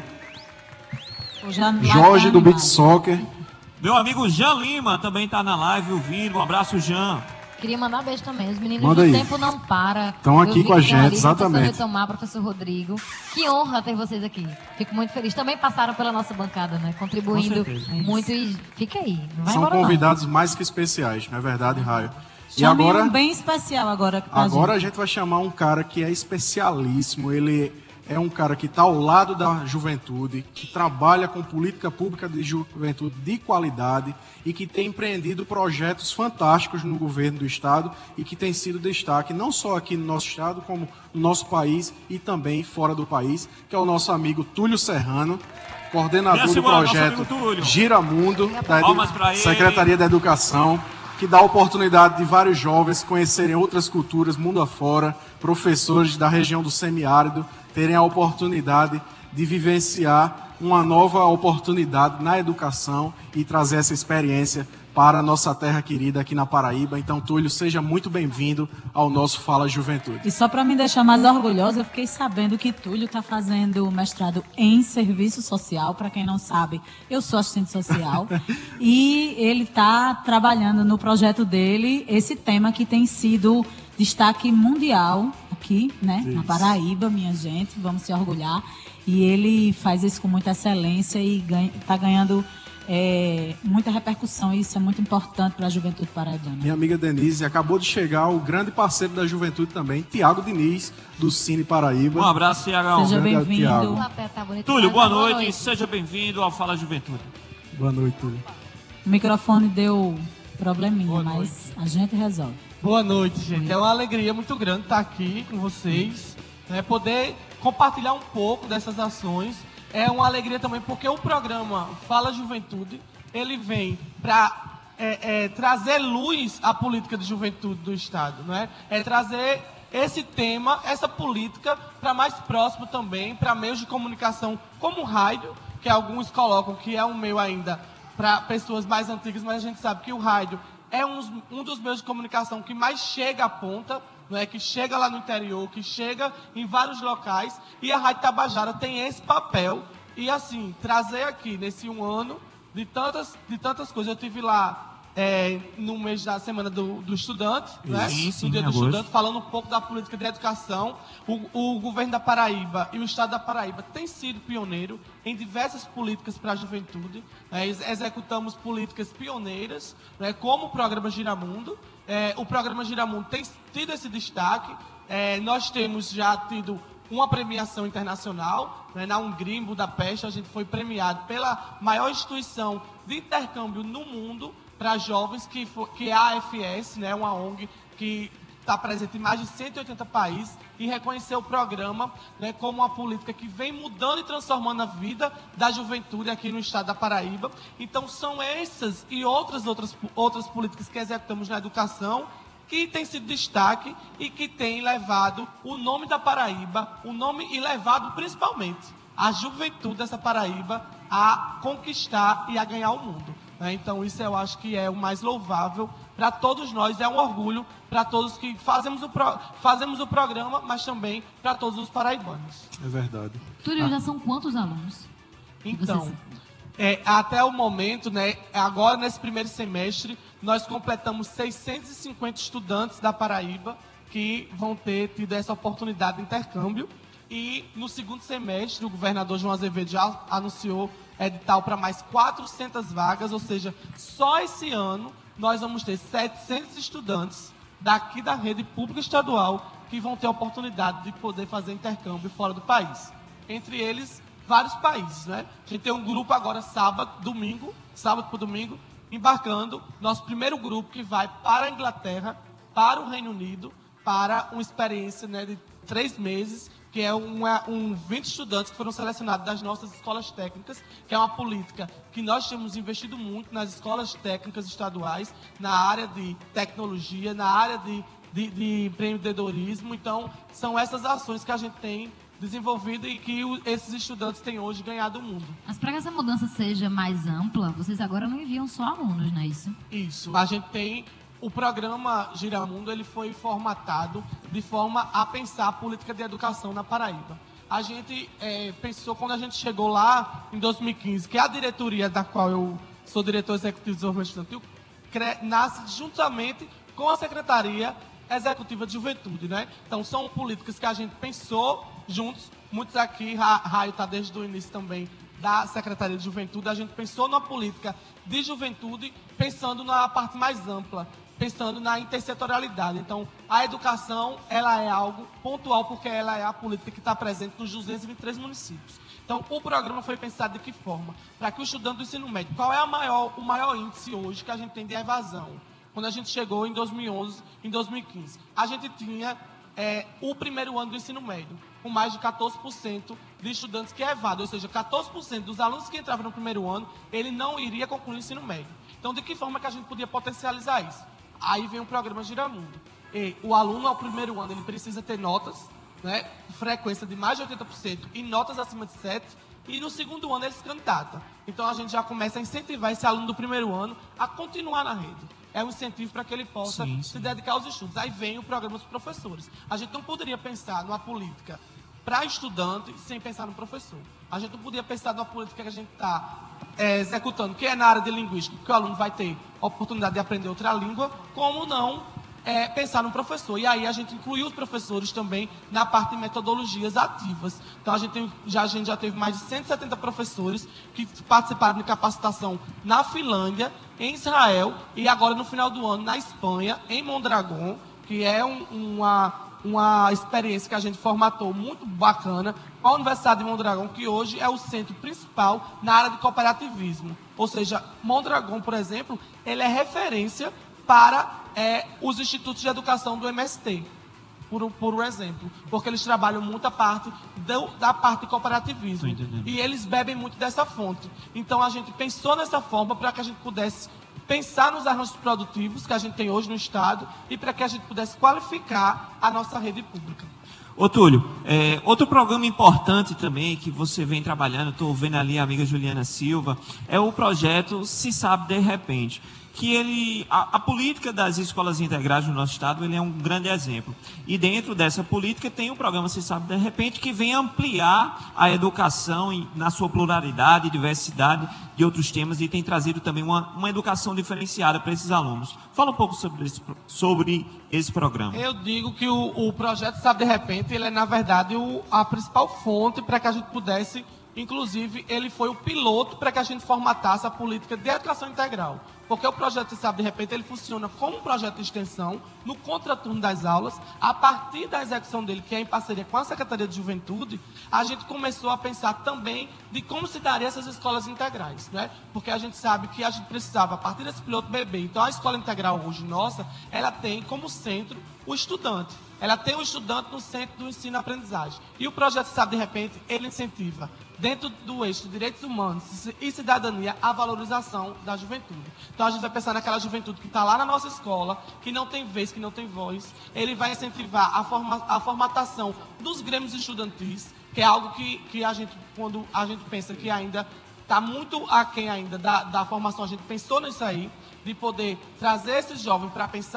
Jorge, do Beat Soccer. Meu amigo Jean Lima também está na live ouvindo. Um abraço, Jean. Queria mandar um beijo também. Os meninos Manda do aí. Tempo Não Para. Estão aqui Eu vi com a que tem gente, ali, exatamente. Professor Retomar, professor Rodrigo. Que honra ter vocês aqui. Fico muito feliz. Também passaram pela nossa bancada, né? Contribuindo Com certeza. muito e fica aí. Não vai São embora, convidados mais que especiais, não é verdade, Raio? E Chame agora, um bem especial agora. pra agora a gente. gente vai chamar um cara que é especialíssimo. Ele é um cara que está ao lado da juventude, que trabalha com política pública de juventude de qualidade e que tem empreendido projetos fantásticos no governo do Estado e que tem sido destaque não só aqui no nosso Estado, como no nosso país e também fora do país, que é o nosso amigo Túlio Serrano, coordenador Venha do segurar, nosso projeto amigo Túlio. Giramundo, da Edu- Palmas pra ele. Secretaria da Educação, que dá a oportunidade de vários jovens conhecerem outras culturas, mundo afora, professores da região do semiárido, terem a oportunidade de vivenciar uma nova oportunidade na educação e trazer essa experiência para a nossa terra querida aqui na Paraíba. Então, Túlio, seja muito bem-vindo ao nosso Fala Juventude. E só para me deixar mais orgulhosa, eu fiquei sabendo que Túlio está fazendo mestrado em serviço social. Para quem não sabe, eu sou assistente social. E ele está trabalhando no projeto dele esse tema que tem sido destaque mundial aqui, né, Isso. na Paraíba, minha gente. Vamos se orgulhar. E ele faz isso com muita excelência e está ganhando é, muita repercussão. E isso é muito importante para a juventude paraibana. Minha amiga Denise, acabou de chegar o grande parceiro da juventude também, Tiago Diniz, do Cine Paraíba. Um abraço, Tiagão. Seja Obrigado, bem-vindo. Thiago. O papel tá bonito, Túlio, mas boa tá noite. Seja bem-vindo ao Fala Juventude. Boa noite, Túlio. O microfone deu probleminha, mas a gente resolve. Boa noite, gente. É uma alegria muito grande estar aqui com vocês, né? Poder compartilhar um pouco dessas ações. É uma alegria também porque o programa Fala Juventude, ele vem para é, é, trazer luz à política de juventude do Estado, né? É trazer esse tema, essa política para mais próximo também, para meios de comunicação como o rádio, que alguns colocam que é um meio ainda para pessoas mais antigas, mas a gente sabe que o rádio é um, um dos meios de comunicação que mais chega à ponta, não é? Que chega lá no interior, que chega em vários locais, e a Rádio Tabajara tem esse papel. E assim, trazer aqui nesse um ano de tantas, de tantas coisas. Eu estive lá é, no mês da Semana do, do Estudante, né? Sim, sim, no Dia do agosto. Estudante, falando um pouco da política de educação. O, o governo da Paraíba e o Estado da Paraíba tem sido pioneiro em diversas políticas para a juventude. Né? Ex- Executamos políticas pioneiras, né? Como o programa Giramundo. É, o programa Giramundo tem tido esse destaque. É, nós temos já tido uma premiação internacional, né? Na Hungria, em Budapeste, a gente foi premiado pela maior instituição de intercâmbio no mundo para jovens, que, for, que é a A F S, né? Uma O N G que está presente em mais de cento e oitenta países, e reconheceu o programa, né, como uma política que vem mudando e transformando a vida da juventude aqui no estado da Paraíba. Então são essas e outras, outras, outras políticas que executamos na educação que tem sido destaque e que tem levado o nome da Paraíba, o nome e levado principalmente a juventude dessa Paraíba a conquistar e a ganhar o mundo. Né? Então isso eu acho que é o mais louvável para todos nós, é um orgulho para todos que fazemos o, pro, fazemos o programa, mas também para todos os paraibanos. É verdade. Túlio, já são quantos alunos? Então, Vocês- é, até o momento, né, agora nesse primeiro semestre, nós completamos seiscentos e cinquenta estudantes da Paraíba que vão ter tido essa oportunidade de intercâmbio. E no segundo semestre, o governador João Azevedo já anunciou edital para mais quatrocentas vagas, ou seja, só esse ano nós vamos ter setecentos estudantes daqui da rede pública estadual que vão ter a oportunidade de poder fazer intercâmbio fora do país. Entre eles, vários países, né? A gente tem um grupo agora sábado, domingo, sábado para domingo, embarcando nosso primeiro grupo que vai para a Inglaterra, para o Reino Unido, para uma experiência, né, de três meses, que é uma, um vinte estudantes que foram selecionados das nossas escolas técnicas, que é uma política que nós temos investido muito nas escolas técnicas estaduais, na área de tecnologia, na área de, de, de empreendedorismo. Então, são essas ações que a gente tem desenvolvido e que o, esses estudantes têm hoje ganhado o mundo. Mas para que essa mudança seja mais ampla, vocês agora não enviam só alunos, não é isso? Isso. A gente tem... O programa Giramundo ele foi formatado de forma a pensar a política de educação na Paraíba. A gente é, pensou, quando a gente chegou lá em dois mil e quinze, que a diretoria da qual eu sou diretor executivo de desenvolvimento estudantil nasce juntamente com a Secretaria Executiva de Juventude, né? Então, são políticas que a gente pensou juntos. Muitos aqui, Raio está desde o início também da Secretaria de Juventude. A gente pensou na política de juventude, pensando na parte mais ampla, pensando na intersetorialidade. Então, a educação, ela é algo pontual, porque ela é a política que está presente nos duzentos e vinte e três municípios. Então, o programa foi pensado de que forma? Para que o estudante do ensino médio, qual é a maior, o maior índice hoje que a gente tem de evasão? Quando a gente chegou em dois mil e onze, em dois mil e quinze, a gente tinha é, o primeiro ano do ensino médio, com mais de quatorze por cento de estudantes que evadem, ou seja, quatorze por cento dos alunos que entravam no primeiro ano, ele não iria concluir o ensino médio. Então, de que forma que a gente podia potencializar isso? Aí vem o programa Giramundo. E o aluno, ao primeiro ano, ele precisa ter notas, né, frequência de mais de oitenta por cento e notas acima de sete, e no segundo ano ele se candidata. Então, a gente já começa a incentivar esse aluno do primeiro ano a continuar na rede. É um incentivo para que ele possa sim, sim. se dedicar aos estudos. Aí vem o programa dos professores. A gente não poderia pensar numa política para estudante sem pensar no professor. A gente não podia pensar numa política que a gente está é, executando, que é na área de linguística, que o aluno vai ter a oportunidade de aprender outra língua, como não é, pensar no professor. E aí a gente incluiu os professores também na parte de metodologias ativas. Então a gente, tem, já, a gente já teve mais de cento e setenta professores que participaram de capacitação na Finlândia, em Israel e agora no final do ano na Espanha, em Mondragón, que é um, uma... uma experiência que a gente formatou muito bacana com a Universidade de Mondragón, que hoje é o centro principal na área de cooperativismo. Ou seja, Mondragón, por exemplo, ele é referência para é, os institutos de educação do M S T, por, por um exemplo, porque eles trabalham muito a parte do, da parte de cooperativismo. E eles bebem muito dessa fonte. Então, a gente pensou nessa forma para que a gente pudesse pensar nos arranjos produtivos que a gente tem hoje no Estado e para que a gente pudesse qualificar a nossa rede pública. Ô Túlio, é, outro programa importante também que você vem trabalhando, estou vendo ali a amiga Juliana Silva, é o projeto Se Sabe de Repente, que ele, a, a política das escolas integrais no nosso estado, ele é um grande exemplo. E dentro dessa política tem o programa Se Sabe de Repente, que vem ampliar a educação em, na sua pluralidade e diversidade de outros temas e tem trazido também uma, uma educação diferenciada para esses alunos. Fala um pouco sobre esse, sobre esse programa. Eu digo que o, o projeto Se Sabe de Repente, ele é, na verdade, o, a principal fonte para que a gente pudesse, inclusive, ele foi o piloto para que a gente formatasse a política de educação integral. Porque o projeto Se Sabe de Repente, ele funciona como um projeto de extensão, no contraturno das aulas. A partir da execução dele, que é em parceria com a Secretaria de Juventude, a gente começou a pensar também de como se daria essas escolas integrais, né? Porque a gente sabe que a gente precisava, a partir desse piloto bebê. Então, a escola integral hoje nossa, ela tem como centro o estudante. Ela tem o estudante no centro do ensino e aprendizagem. E o projeto Se Sabe de Repente, ele incentiva, dentro do eixo de direitos humanos e cidadania, a valorização da juventude. Então, a gente vai pensar naquela juventude que está lá na nossa escola, que não tem vez, que não tem voz. Ele vai incentivar a, forma, a formatação dos grêmios estudantis, que é algo que, que a gente, quando a gente pensa que ainda está muito aquém ainda da, da formação, a gente pensou nisso aí, de poder trazer esses jovens para pensar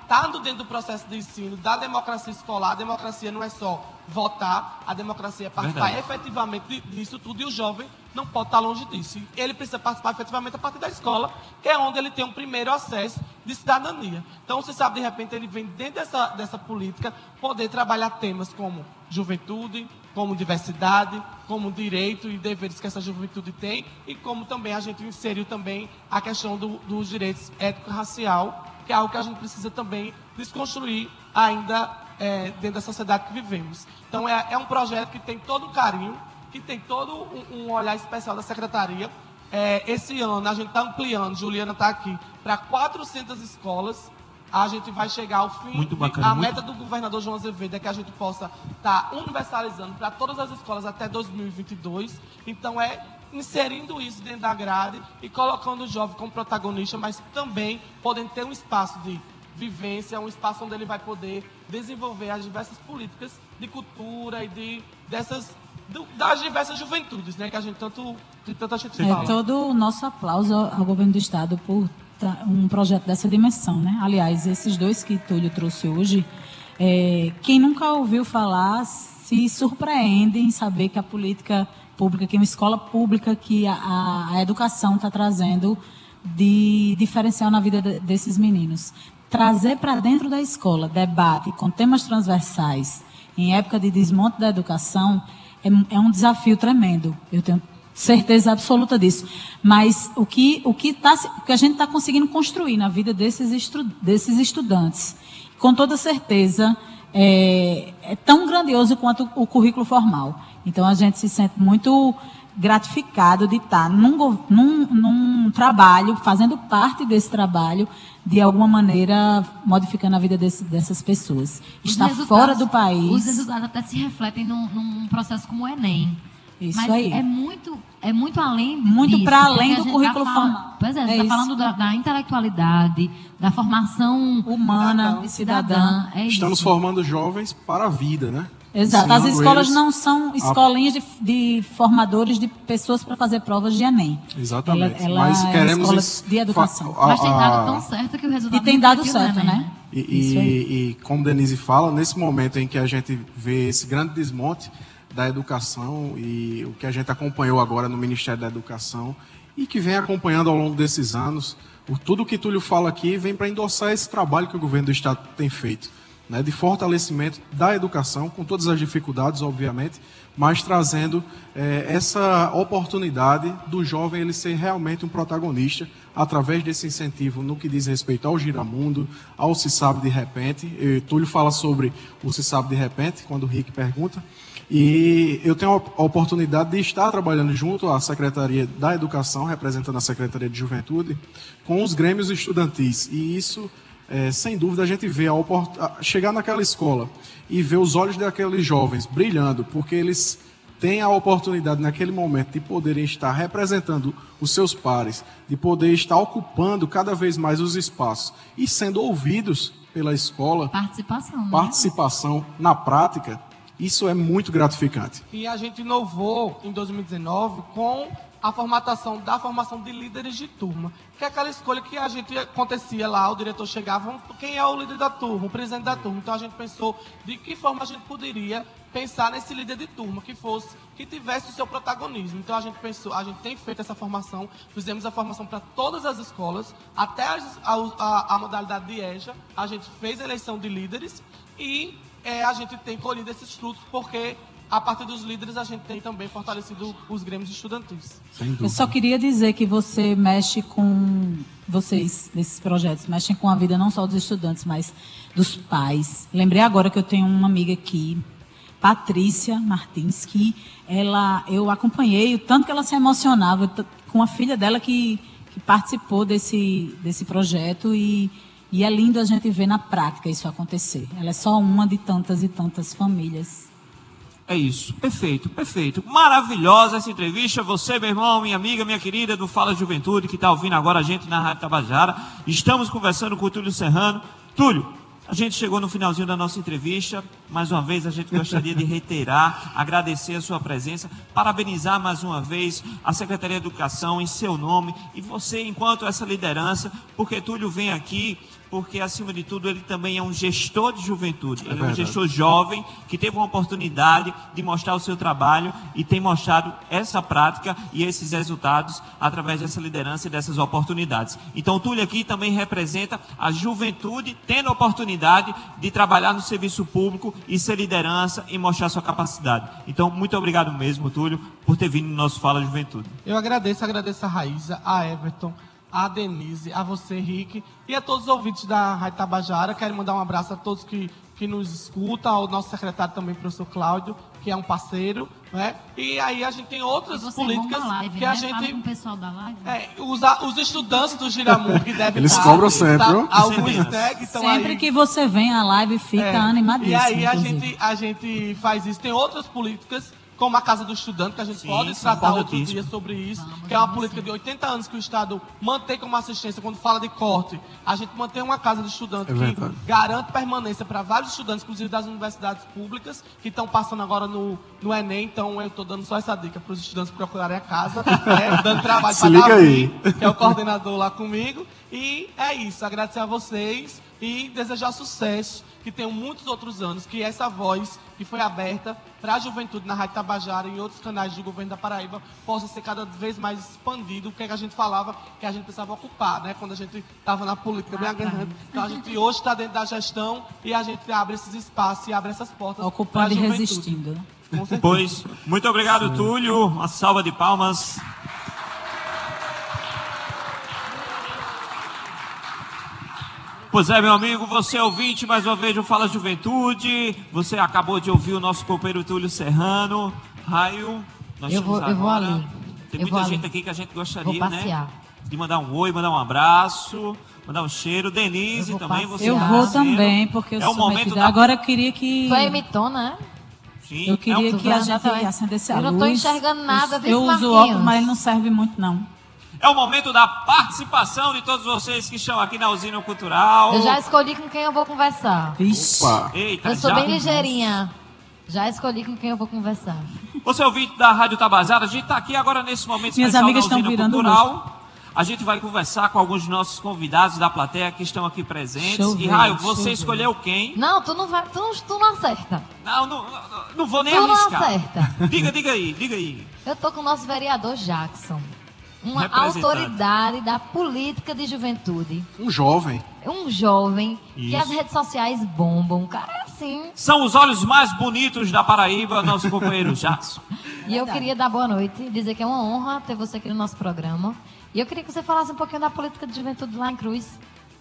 estando dentro do processo de ensino, da democracia escolar. A democracia não é só votar, a democracia é participar Verdade. efetivamente disso tudo, e o jovem não pode estar longe disso. Ele precisa participar efetivamente a partir da escola, que é onde ele tem um primeiro acesso de cidadania. Então, você sabe, de repente, ele vem dentro dessa, dessa política poder trabalhar temas como juventude, como diversidade, como direito e deveres que essa juventude tem, e como também a gente inseriu também a questão do, dos direitos étnico-racial, que é algo que a gente precisa também desconstruir ainda é, dentro da sociedade que vivemos. Então, é, é um projeto que tem todo o carinho, que tem todo um, um olhar especial da Secretaria. É, esse ano, a gente está ampliando, Juliana está aqui, para quatrocentas escolas. A gente vai chegar ao fim. Muito bacana, a muito... meta do governador João Azevedo é que a gente possa estar tá universalizando para todas as escolas até dois mil e vinte e dois. Então, é inserindo isso dentro da grade e colocando o jovem como protagonista, mas também podendo ter um espaço de vivência, um espaço onde ele vai poder desenvolver as diversas políticas de cultura e de, dessas, do, das diversas juventudes, né, que a gente tanto, que tanta gente fala. É todo o nosso aplauso ao governo do estado por um projeto dessa dimensão, né? Aliás, esses dois que Túlio trouxe hoje, é, quem nunca ouviu falar se surpreende em saber que a política pública, que uma escola pública, que a, a educação está trazendo de diferencial na vida de, desses meninos. Trazer para dentro da escola debate com temas transversais em época de desmonte da educação é, é um desafio tremendo. Eu tenho certeza absoluta disso. Mas o que, o que, tá, o que a gente está conseguindo construir na vida desses, estu, desses estudantes, com toda certeza, é, é tão grandioso quanto o currículo formal. Então, a gente se sente muito gratificado de estar num, num, num trabalho, fazendo parte desse trabalho, de alguma maneira modificando a vida desse, dessas pessoas. Está fora do país. Os resultados até se refletem num, num processo como o Enem. Isso Mas aí. é muito, é muito além Muito para além do currículo tá formal. Pois é, a gente É está isso. falando da, da intelectualidade, da formação humana, de cidadã. É Estamos isso. formando jovens para a vida, né? Exato. As Ensinando escolas eles não são escolinhas de, de formadores de pessoas para fazer provas de Enem. Exatamente. Ela, ela Mas é queremos escola es- de educação. fa- a- Mas tem dado a- tão certo que o resultado E tem não dado refletiu certo, no Enem, né? E, Isso aí. e, e como Denise fala, nesse momento em que a gente vê esse grande desmonte da educação e o que a gente acompanhou agora no Ministério da Educação e que vem acompanhando ao longo desses anos, o, tudo que Túlio fala aqui vem para endossar esse trabalho que o governo do Estado tem feito, né, de fortalecimento da educação, com todas as dificuldades, obviamente, mas trazendo eh, essa oportunidade do jovem ele ser realmente um protagonista através desse incentivo no que diz respeito ao Giramundo, ao Se Sabe de Repente. E Túlio fala sobre o Se Sabe de Repente, quando o Rick pergunta. E eu tenho a oportunidade de estar trabalhando junto à Secretaria da Educação, representando a Secretaria de Juventude, com os grêmios estudantis. E isso, é, sem dúvida, a gente vê a opor- a chegar naquela escola e ver os olhos daqueles jovens brilhando, porque eles têm a oportunidade naquele momento de poderem estar representando os seus pares, de poder estar ocupando cada vez mais os espaços e sendo ouvidos pela escola. Participação, né? Participação na prática. Isso é muito gratificante. E a gente inovou em dois mil e dezenove com a formatação da formação de líderes de turma, que é aquela escolha que a gente acontecia lá, o diretor chegava, quem é o líder da turma, o presidente da turma. Então a gente pensou de que forma a gente poderia pensar nesse líder de turma, que fosse, que tivesse o seu protagonismo. Então a gente pensou, a gente tem feito essa formação, fizemos a formação para todas as escolas, até as, a, a, a modalidade de E J A, a gente fez a eleição de líderes e É, a gente tem colhido esses frutos porque, a partir dos líderes, a gente tem também fortalecido os grêmios estudantis. Eu só queria dizer que você mexe com, vocês, nesses projetos, mexem com a vida não só dos estudantes, mas dos pais. Lembrei agora que eu tenho uma amiga aqui, Patrícia Martins, que ela, eu acompanhei, o tanto que ela se emocionava com a filha dela que, que participou desse, desse projeto e... E é lindo a gente ver na prática isso acontecer. Ela é só uma de tantas e tantas famílias. É isso, perfeito, perfeito. Maravilhosa essa entrevista. Você, meu irmão, minha amiga, minha querida do Fala Juventude, que está ouvindo agora a gente na Rádio Tabajara. Estamos conversando com o Túlio Serrano. Túlio, a gente chegou no finalzinho da nossa entrevista. Mais uma vez, a gente gostaria de reiterar, agradecer a sua presença, parabenizar mais uma vez a Secretaria de Educação em seu nome e você, enquanto essa liderança, porque Túlio vem aqui porque, acima de tudo, ele também é um gestor de juventude. Ele é, é um verdade. gestor jovem que teve uma oportunidade de mostrar o seu trabalho e tem mostrado essa prática e esses resultados através dessa liderança e dessas oportunidades. Então, o Túlio aqui também representa a juventude tendo a oportunidade de trabalhar no serviço público e ser liderança e mostrar sua capacidade. Então, muito obrigado mesmo, Túlio, por ter vindo no nosso Fala Juventude. Eu agradeço, agradeço a Raíza, a Everton, a Denise, a você, Rick, e a todos os ouvintes da Rádio Tabajara. Quero mandar um abraço a todos que, que nos escutam, ao nosso secretário também, professor Cláudio, que é um parceiro, né? E aí a gente tem outras políticas live, que né? a gente... Fala com o pessoal da live. É, os, os estudantes do Giramundo que devem Eles estar, cobram sempre, tá, viu? alguns, né, que estão Sempre aí. que você vem, a live fica É, animadíssima. E aí a inclusive. gente, a gente faz isso. Tem outras políticas, como a Casa do Estudante, que a gente Sim, pode sim, tratar outro importantíssimo. dia sobre isso, Vamos, que é uma vamos política sim. de oitenta anos que o Estado mantém como assistência quando fala de corte. A gente mantém uma Casa do Estudante É que verdade. garante permanência para vários estudantes, inclusive das universidades públicas, que estão passando agora no, no Enem. Então eu estou dando só essa dica para os estudantes procurarem a casa, né, dando trabalho Se para liga Davi, aí. que é o coordenador lá comigo. E é isso, agradecer a vocês e desejar sucesso, que tenham muitos outros anos, que essa voz que foi aberta para a juventude na Rádio Tabajara e em outros canais do governo da Paraíba possa ser cada vez mais expandido, o que, é que a gente falava que a gente precisava ocupar, né? Quando a gente estava na política bem agarrando. Então a gente hoje está dentro da gestão e a gente abre esses espaços e abre essas portas para a Ocupando e juventude. resistindo. né? Com certeza. Pois, muito obrigado, Túlio. Uma salva de palmas. Pois é, meu amigo, você ouvinte, mais uma vez o Fala Juventude. Você acabou de ouvir o nosso companheiro Túlio Serrano. Raio, nós Eu temos vou- eu vou agora- ali. Tem Eu muita vou gente ali. aqui que a gente Vou gostaria, passear. né? De mandar um oi, mandar um abraço, mandar um cheiro. Denise Eu vou também, passear. você Eu é vou parceiro. também, porque eu É o sou momento metida. da- Agora eu queria que... Foi imitona, né? Sim, Eu queria é um- que a gente Exatamente. acendesse a Eu luz. não tô enxergando nada, Eu, viu, eu uso Marquinhos? óculos, mas ele não serve muito, não. É o momento da participação de todos vocês que estão aqui na Usina Cultural. Eu já escolhi com quem eu vou conversar. Vixe. Opa. Eita, Eu sou já. bem ligeirinha. Já escolhi com quem eu vou conversar. Você ouvinte da Rádio Tabajara, a gente está aqui agora nesse momento Minhas especial amigas da Usina estão virando Cultural. A gente vai conversar com alguns de nossos convidados da plateia que estão aqui presentes. Deixa eu E ver, Raio, deixa eu você ver. escolheu quem? Não, tu não vai, tu não, tu não acerta. Não, não, não, não vou nem Tu não arriscar. acerta. Diga, diga aí, diga aí. Eu tô com o nosso vereador Jackson. Uma Representante. autoridade da política de juventude. Um jovem. Um jovem que Isso. as redes sociais bombam. O cara é assim. São os olhos mais bonitos da Paraíba, nosso companheiro Jackson. E eu queria dar boa noite, dizer que é uma honra ter você aqui no nosso programa. E eu queria que você falasse um pouquinho da política de juventude lá em Cruz.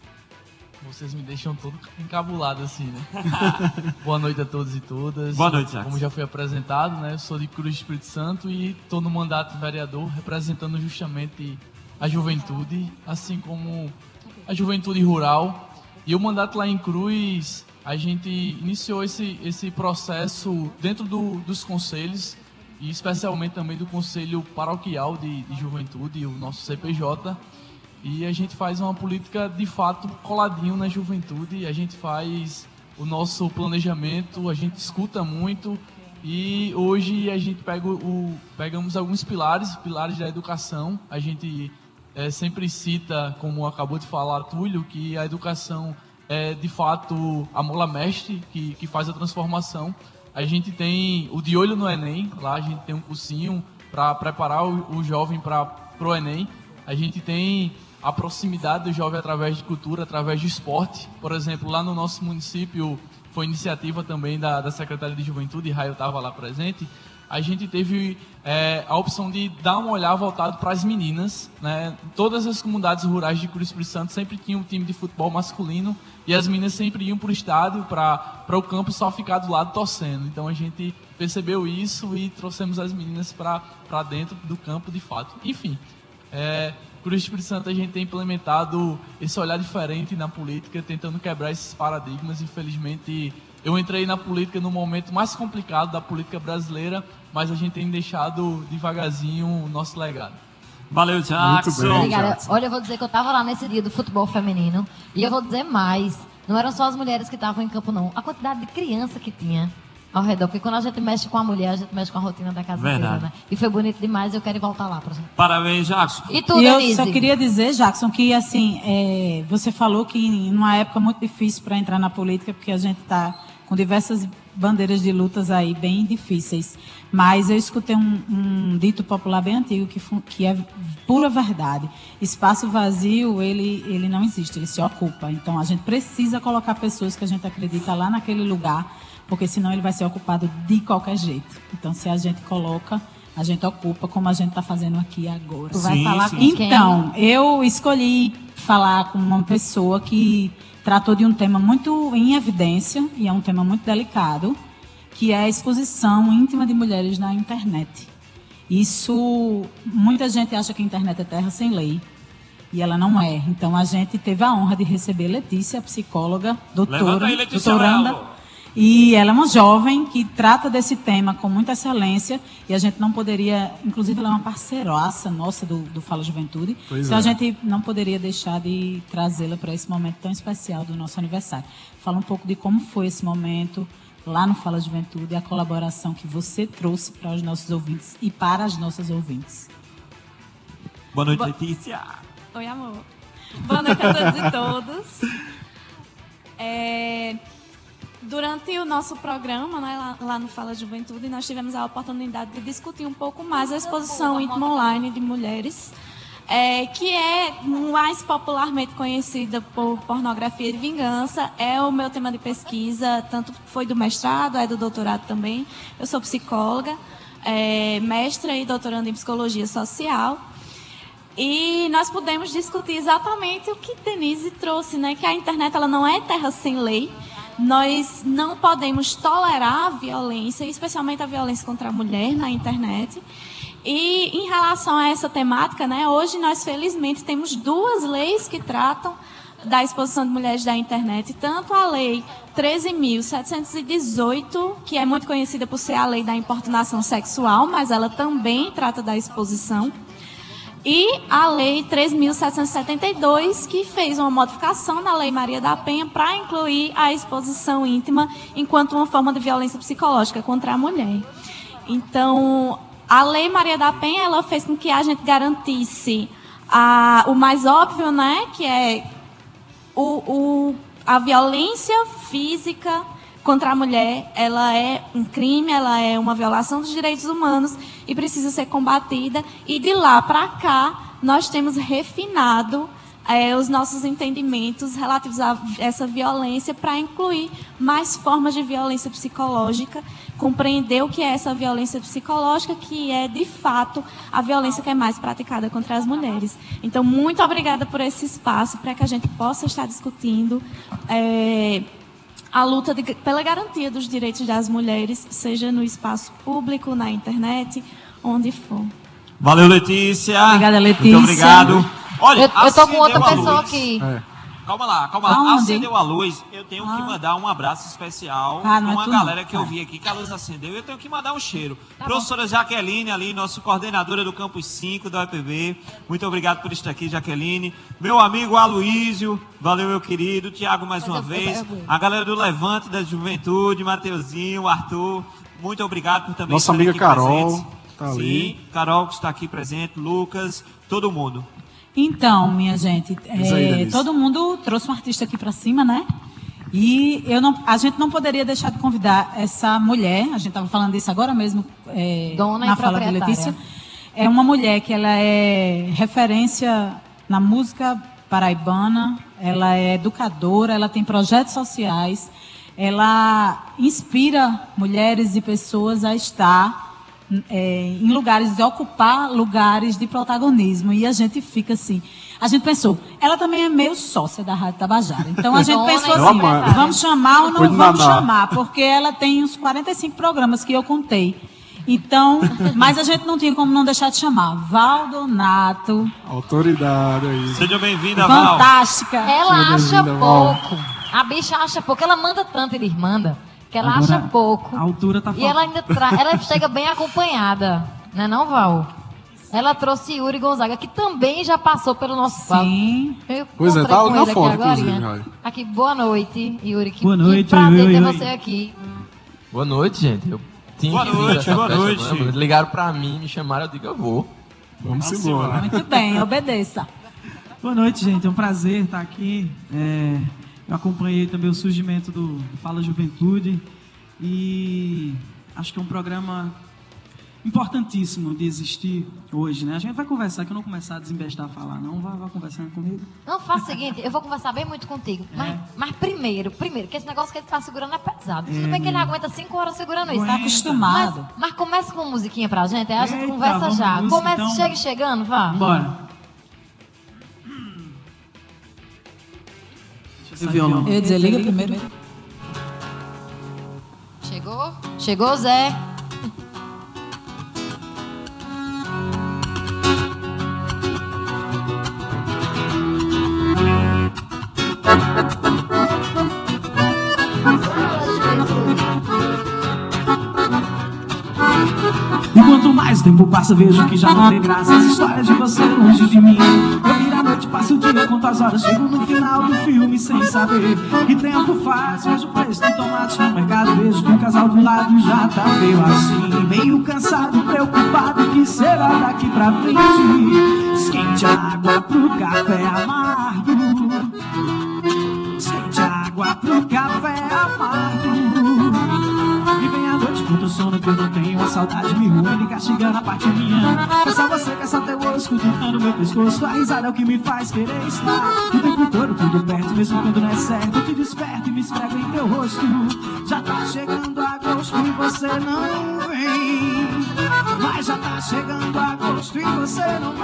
Vocês me deixam todo encabulado assim, né? Boa noite a todos e todas. Boa noite, Jackson. Como já foi apresentado, né? Eu sou de Cruz do Espírito Santo e estou no mandato de vereador representando justamente a juventude, assim como a juventude rural. E o mandato lá em Cruz, a gente iniciou esse, esse processo dentro do, dos conselhos e especialmente também do Conselho Paroquial de, de Juventude, o nosso C P J. E a gente faz uma política, de fato, coladinho na juventude. A gente faz o nosso planejamento, a gente escuta muito. E hoje a gente pega o, pegamos alguns pilares, pilares da educação. A gente é, sempre cita, como acabou de falar Túlio, que a educação é, de fato, a mola mestre que, que faz a transformação. A gente tem o De Olho no Enem, lá a gente tem um cursinho para preparar o, o jovem para o Enem. A gente tem a proximidade do jovem através de cultura, através de esporte. Por exemplo, lá no nosso município, foi iniciativa também da, da Secretaria de Juventude, e Raio estava lá presente, a gente teve é, a opção de dar uma olhada voltado para as meninas, né? Todas as comunidades rurais de Cruz do Espírito Santo sempre tinham um time de futebol masculino e as meninas sempre iam para o estádio, para o campo, só ficar do lado torcendo. Então a gente percebeu isso e trouxemos as meninas para dentro do campo de fato. Enfim, é, Cruz do Espírito Santo a gente tem implementado esse olhar diferente na política, tentando quebrar esses paradigmas. Infelizmente, eu entrei na política no momento mais complicado da política brasileira, mas a gente tem deixado devagarzinho o nosso legado. Valeu, Jackson. Obrigada. Olha, eu vou dizer que eu estava lá nesse dia do futebol feminino e eu vou dizer mais. Não eram só as mulheres que estavam em campo, não. A quantidade de criança que tinha. ao redor. Porque quando a gente mexe com a mulher, a gente mexe com a rotina da casa Verdade. inteira, né? E foi bonito demais, eu quero ir voltar lá pra gente. Parabéns, Jackson. E tu, E eu Denise? só queria dizer, Jackson, que assim, é, você falou que em uma época muito difícil para entrar na política, porque a gente está com diversas bandeiras de lutas aí bem difíceis. Mas eu escutei um, um dito popular bem antigo que, fu- que é pura verdade. Espaço vazio, ele, ele não existe, ele se ocupa. Então a gente precisa colocar pessoas que a gente acredita lá naquele lugar, porque senão ele vai ser ocupado de qualquer jeito. Então se a gente coloca, a gente ocupa, como a gente está fazendo aqui agora. Tu vai Sim, falar sim. com quem? Então, eu escolhi falar com uma pessoa que tratou de um tema muito em evidência, e é um tema muito delicado, que é a exposição íntima de mulheres na internet. Isso, muita gente acha que a internet é terra sem lei, e ela não é. Então, a gente teve a honra de receber Letícia, psicóloga, doutora, Levanta aí, Letícia doutoranda, Melo. e ela é uma jovem que trata desse tema com muita excelência, e a gente não poderia, inclusive ela é uma parceiraça nossa do, do Fala Juventude, Pois então é. a gente não poderia deixar de trazê-la para esse momento tão especial do nosso aniversário. Fala um pouco de como foi esse momento lá no Fala Juventude e a colaboração que você trouxe para os nossos ouvintes e para as nossas ouvintes. Boa noite, Bo- Letícia. Oi, amor. Boa noite a todos e todas. É, durante o nosso programa, né, lá, lá no Fala Juventude, nós tivemos a oportunidade de discutir um pouco mais a exposição íntima online de mulheres, é, que é mais popularmente conhecida por pornografia de vingança. É o meu tema de pesquisa, tanto foi do mestrado, é do doutorado também. Eu sou psicóloga, é, mestra e doutoranda em psicologia social. E nós pudemos discutir exatamente o que Denise trouxe, né? Que a internet ela não é terra sem lei. Nós não podemos tolerar a violência, especialmente a violência contra a mulher na internet. E em relação a essa temática, né? Hoje nós felizmente temos duas leis que tratam da exposição de mulheres da internet, tanto a lei treze mil setecentos e dezoito, que é muito conhecida por ser a lei da importunação sexual, mas ela também trata da exposição. E a Lei três mil setecentos e setenta e dois, que fez uma modificação na Lei Maria da Penha para incluir a exposição íntima enquanto uma forma de violência psicológica contra a mulher. Então, a Lei Maria da Penha ela fez com que a gente garantisse a, o mais óbvio, né, que é o, o, a violência física contra a mulher. Ela é um crime, ela é uma violação dos direitos humanos e precisa ser combatida. E de lá para cá, nós temos refinado é, os nossos entendimentos relativos a essa violência para incluir mais formas de violência psicológica, compreender o que é essa violência psicológica, que é, de fato, a violência que é mais praticada contra as mulheres. Então, muito obrigada por esse espaço, para que a gente possa estar discutindo é, a luta de, pela garantia dos direitos das mulheres, seja no espaço público, na internet, onde for. Valeu, Letícia. Obrigada, Letícia. Muito obrigado. Olha, Eu, eu tô com outra acendeu a pessoa luz. aqui. É. Calma lá, calma lá. Aonde? Acendeu a luz, eu tenho que mandar um abraço especial Ah, para não é uma tu galera não. que eu Vai. vi aqui, que a luz acendeu, eu tenho que mandar um cheiro. Professora Jaqueline ali, nossa coordenadora do Campus cinco da U E P B, muito obrigado por estar aqui, Jaqueline. Meu amigo Aloísio, valeu, meu querido. Tiago, mais Mas uma eu- eu- vez. eu- eu- A galera do Levante da Juventude, Mateuzinho, Arthur, muito obrigado por também Nossa estarem amiga aqui Carol, presentes. tá Sim, ali. Carol que está aqui presente, Lucas, todo mundo. Então, minha gente, Diz aí, é, Denise. todo mundo trouxe um artista aqui para cima, né? E eu não, a gente não poderia deixar de convidar essa mulher, a gente estava falando disso agora mesmo, é, Dona e na fala de proprietária. Letícia. É uma mulher que ela é referência na música paraibana, ela é educadora, ela tem projetos sociais, ela inspira mulheres e pessoas a estar é, em lugares, de ocupar lugares de protagonismo. E a gente fica assim. A gente pensou, ela também é meio sócia da Rádio Tabajara. Então a gente Dona pensou e assim, proprietária. vamos chamar ou não Cuide vamos nadar. chamar, porque ela tem uns quarenta e cinco programas que eu contei. Então, mas a gente não tinha como não deixar de chamar. Valdonato, Autoridade aí. Seja bem-vinda, Val. fantástica. Ela Seja acha bem-vinda, Val. pouco. A bicha acha pouco. Ela manda tanto, ele manda, que ela Agora, acha pouco. A altura tá E ela ainda tra... ela chega bem acompanhada, né, não, Val? Ela trouxe Yuri Gonzaga, que também já passou pelo nosso palco. Sim. Eu Pois é, encontrei tá com na ele aqui foto, agorinha. inclusive, olha. Aqui, boa noite, Yuri. Que, Boa que noite, prazer oi, oi, ter oi. você aqui. Boa noite, gente. Eu tinha boa que vir noite, boa noite. Agora. Ligaram pra mim, me chamaram, eu digo, eu vou. Vamos embora. Muito bem, obedeça. Boa noite, gente. É um prazer estar aqui. É, eu acompanhei também o surgimento do Fala Juventude e acho que é um programa importantíssimo de existir hoje, né? A gente vai conversar, que eu não começar a desembestar a falar, não. Vai, vai conversando comigo. Não, faça o seguinte, eu vou conversar bem muito contigo. É. Mas, mas primeiro, primeiro, que esse negócio que ele tá segurando é pesado. Tudo é, bem que ele aguenta cinco horas segurando isso, tá acostumado. Mas, mas comece com uma musiquinha pra gente, aí a gente Eita, conversa já. Música, comece, então... chega chegando, vá. Bora. Eu, violão. Eu ia dizer, liga primeiro. Chegou? Chegou, Zé? E quanto mais tempo passa, vejo que já não tem graça as histórias de você longe de mim. Eu viro a noite, passo o dia, conto as horas, chego no final do filme sem saber que tempo faz. Vejo o preço do tomate no mercado, vejo que o casal do lado já tá meio assim, meio cansado, preocupado, que será daqui pra frente? Esquente a água pro café amargo, esquente a água pro café amargo. E vem a noite, contra o sono que eu não tenho, a saudade me ruim, me castigando a parte minha. É só você que é só teu osso, cutucando meu pescoço. A risada é o que me faz querer estar o tempo todo, tudo perto, mesmo quando não é certo. Eu te desperto e me esfrego em teu rosto. Já tá chegando agosto e você não vem, mas já tá chegando agosto e você não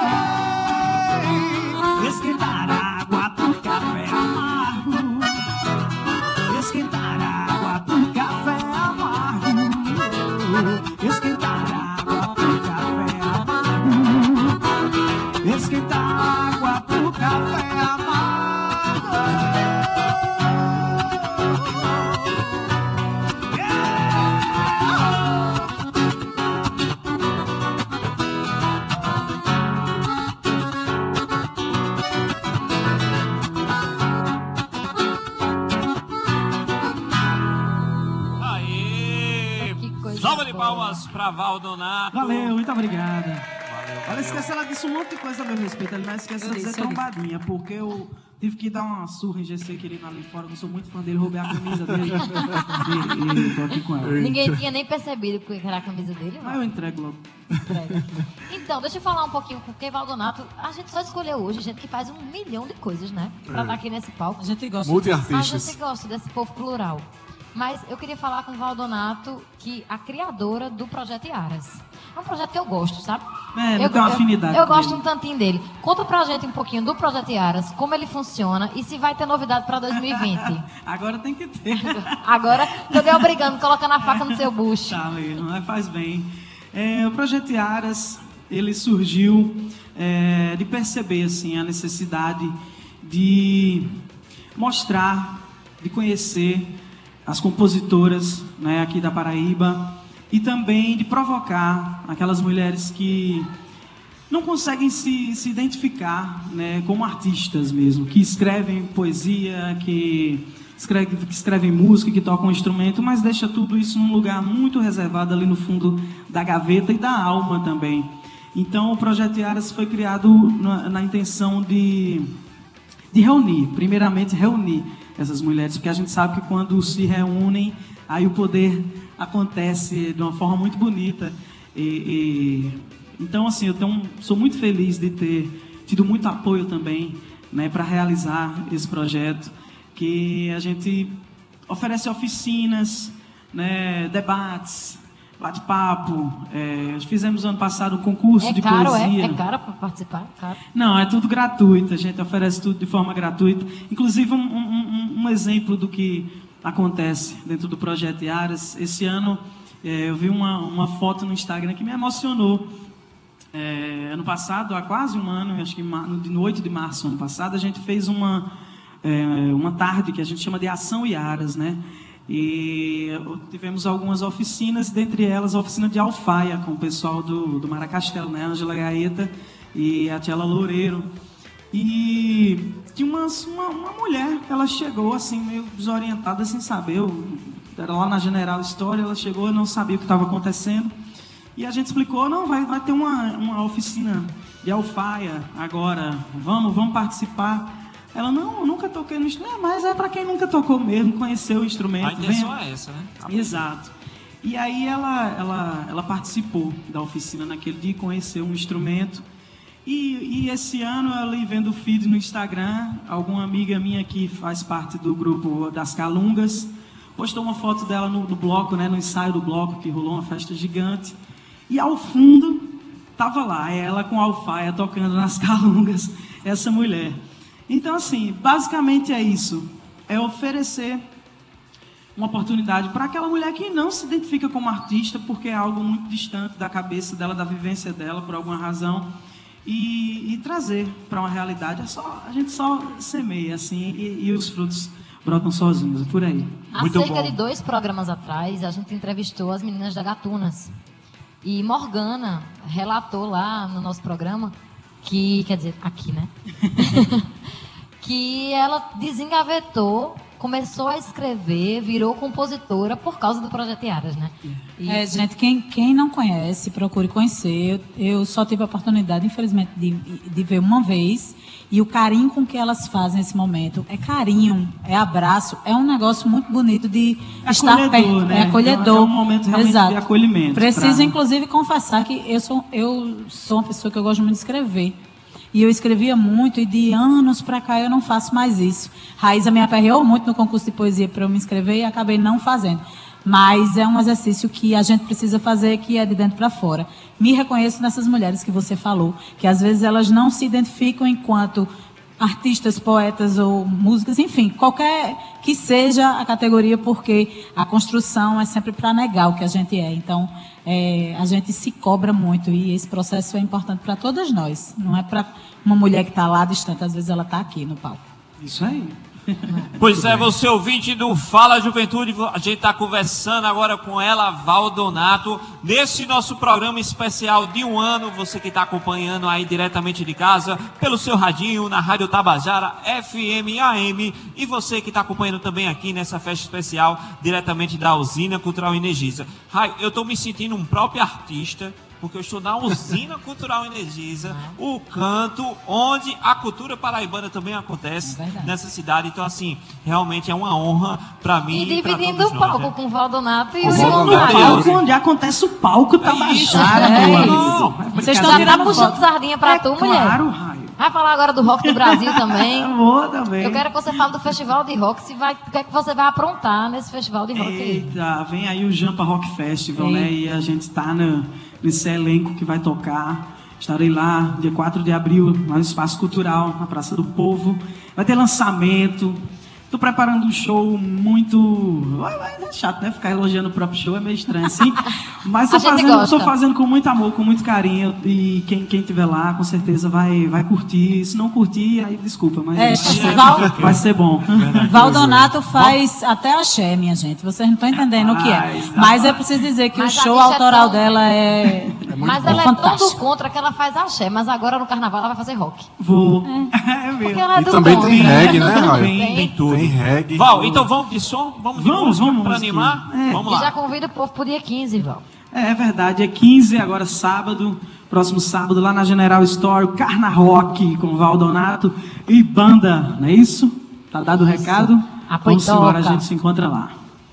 vem. Esquentar a água pro café amargo, esquentar a água pro café amargo, esquentar a água pro café amargo, esquentar a água pro café amargo. Salva de palmas pra Valdonato. Valeu, muito obrigada. Valeu, ela esquece, ela disse um monte de coisa a meu respeito. Ela não esquece de dizer trombadinha, porque eu tive que dar uma surra em G C querido ali fora. Eu sou muito fã dele, roubei a camisa dele. e, e tô aqui com ela. Ninguém tinha nem percebido que era a camisa dele. Mas eu entrego logo. Entrega. Então, deixa eu falar um pouquinho, porque Valdonato, a gente só escolheu hoje gente que faz um milhão de coisas, né? Pra é. estar aqui nesse palco. A gente gosta. Multi-artistas. A gente gosta desse povo plural. Mas eu queria falar com o Valdonato, que a criadora do Projeto Iaras. É um projeto que eu gosto, sabe? É, eu tenho uma afinidade. Eu, eu gosto um tantinho dele. Conta pra gente um pouquinho do Projeto Iaras, como ele funciona e se vai ter novidade pra dois mil e vinte. Agora tem que ter. Agora, tô me obrigando, colocando a faca no seu bucho. Tá mesmo, faz bem. É, o Projeto Iaras, ele surgiu é, de perceber assim, a necessidade de mostrar, de conhecer as compositoras, né, aqui da Paraíba, e também de provocar aquelas mulheres que não conseguem se, se identificar, né, como artistas mesmo, que escrevem poesia, que escrevem, que escrevem música, que tocam instrumento, mas deixa tudo isso num lugar muito reservado ali no fundo da gaveta e da alma também. Então o Projeto Iaras foi criado na, na intenção de, de reunir, primeiramente reunir essas mulheres, porque a gente sabe que quando se reúnem, aí o poder acontece de uma forma muito bonita. E, e, então, assim, eu tenho, sou muito feliz de ter tido muito apoio também, né, para realizar esse projeto, que a gente oferece oficinas, né, debates, bate-papo. É, fizemos ano passado um concurso é de caro, poesia. É, é caro para participar? É caro. Não, é tudo gratuito. A gente oferece tudo de forma gratuita. Inclusive, um, um, um exemplo do que acontece dentro do Projeto Iaras. Esse ano, é, eu vi uma, uma foto no Instagram que me emocionou. É, ano passado, há quase um ano, acho que no oito de março, ano passado, a gente fez uma, é, uma tarde que a gente chama de Ação Iaras, né? E tivemos algumas oficinas, dentre elas a oficina de Alfaia, com o pessoal do, do Maracastelo, né? Ângela Gaeta e a Tiela Loureiro. E tinha uma, uma, uma mulher que ela chegou assim, meio desorientada, sem saber o Era lá na General Store, ela chegou e não sabia o que estava acontecendo. E a gente explicou, não, vai, vai ter uma, uma oficina de alfaia agora, vamos, vamos participar. Ela, não, eu nunca toquei no instrumento, mas é para quem nunca tocou mesmo, conheceu o instrumento. A intenção é essa, né? Exato. E aí ela, ela, ela participou da oficina naquele dia, conheceu um instrumento. E, e esse ano, ali vendo o feed no Instagram, alguma amiga minha que faz parte do grupo das Calungas, postou uma foto dela no, no bloco, né, no ensaio do bloco, que rolou uma festa gigante. E ao fundo, tava lá, ela com a alfaia tocando nas Calungas, essa mulher. Então, assim, basicamente é isso. É oferecer uma oportunidade para aquela mulher que não se identifica como artista, porque é algo muito distante da cabeça dela, da vivência dela, por alguma razão, e, e trazer para uma realidade. É só, a gente só semeia, assim, e, e os frutos brotam sozinhos, é por aí. Há muito cerca bom. de dois programas atrás, a gente entrevistou as meninas da Gatunas. E Morgana relatou lá no nosso programa que, quer dizer, aqui, né? que ela desengavetou, começou a escrever, virou compositora por causa do Projeto Iaras, né? E... É, gente, quem, quem não conhece, procure conhecer. Eu, eu só tive a oportunidade, infelizmente, de, de ver uma vez. E o carinho com que elas fazem nesse momento é carinho, é abraço, é um negócio muito bonito de é estar perto, né? é acolhedor. É um momento realmente Exato. de acolhimento. Preciso, pra... inclusive, confessar que eu sou, eu sou uma pessoa que eu gosto muito de escrever. E eu escrevia muito, e de anos para cá eu não faço mais isso. Raíza me aperreou muito no concurso de poesia para eu me inscrever e acabei não fazendo. Mas é um exercício que a gente precisa fazer, que é de dentro para fora. Me reconheço nessas mulheres que você falou, que às vezes elas não se identificam enquanto artistas, poetas ou músicas, enfim, qualquer que seja a categoria, porque a construção é sempre para negar o que a gente é. Então, é, a gente se cobra muito e esse processo é importante para todas nós. Não é para uma mulher que está lá distante, às vezes ela está aqui no palco. Isso aí. Pois é, você ouvinte do Fala Juventude, a gente está conversando agora com ela, Valdonato, nesse nosso programa especial de um ano, você que está acompanhando aí diretamente de casa, pelo seu radinho, na Rádio Tabajara, F M A M, e você que está acompanhando também aqui nessa festa especial, diretamente da Usina Cultural Energisa. Ai, eu estou me sentindo um próprio artista, porque eu estou na Usina Cultural Energisa, o canto onde a cultura paraibana também acontece é nessa cidade. Então, assim, realmente é uma honra para mim. E dividindo o palco né? com o Valdonato e o João Palco, onde acontece o palco Tabajara. É isso. Vocês estão tirando puxando sardinha para é tu, claro, mulher? Claro, Raio. Vai falar agora do Rock do Brasil também. Vou também. Eu quero que você fale do Festival de Rock. Se vai, o que é que você vai aprontar nesse Festival de Rock? Eita, aí? Vem aí o Jampa Rock Festival, Eita. né? E a gente está no, nesse elenco que vai tocar. Estarei lá dia quatro de abril, lá no Espaço Cultural, na Praça do Povo. Vai ter lançamento. Estou preparando um show muito... Vai, vai, é chato, né? Ficar elogiando o próprio show é meio estranho, assim. Mas estou fazendo, fazendo com muito amor, com muito carinho. E quem quem estiver lá, com certeza, vai, vai curtir. Se não curtir, aí desculpa, mas é, vai, Val... vai ser bom. Valdonato faz até axé, minha gente. Vocês não estão entendendo o que é. Mas eu preciso dizer que mas o show autoral é tão... dela é... é mas ela é tão do contra que ela faz axé. Mas agora no carnaval ela vai fazer rock. Vou. É, é mesmo. Ela é e do também contra. tem reggae, né, Raio? Tem, tem tudo. Tem reggae. Val, então vamos de som? Vamos de vamos, música vamos, para animar? É. Vamos lá. E já convida o povo pro dia quinze, Val. É, é verdade, é quinze, agora sábado, próximo sábado, lá na General Store, Carna Rock, com Valdonato e banda, não é isso? Tá dado o recado? Vamos embora, a gente se encontra lá.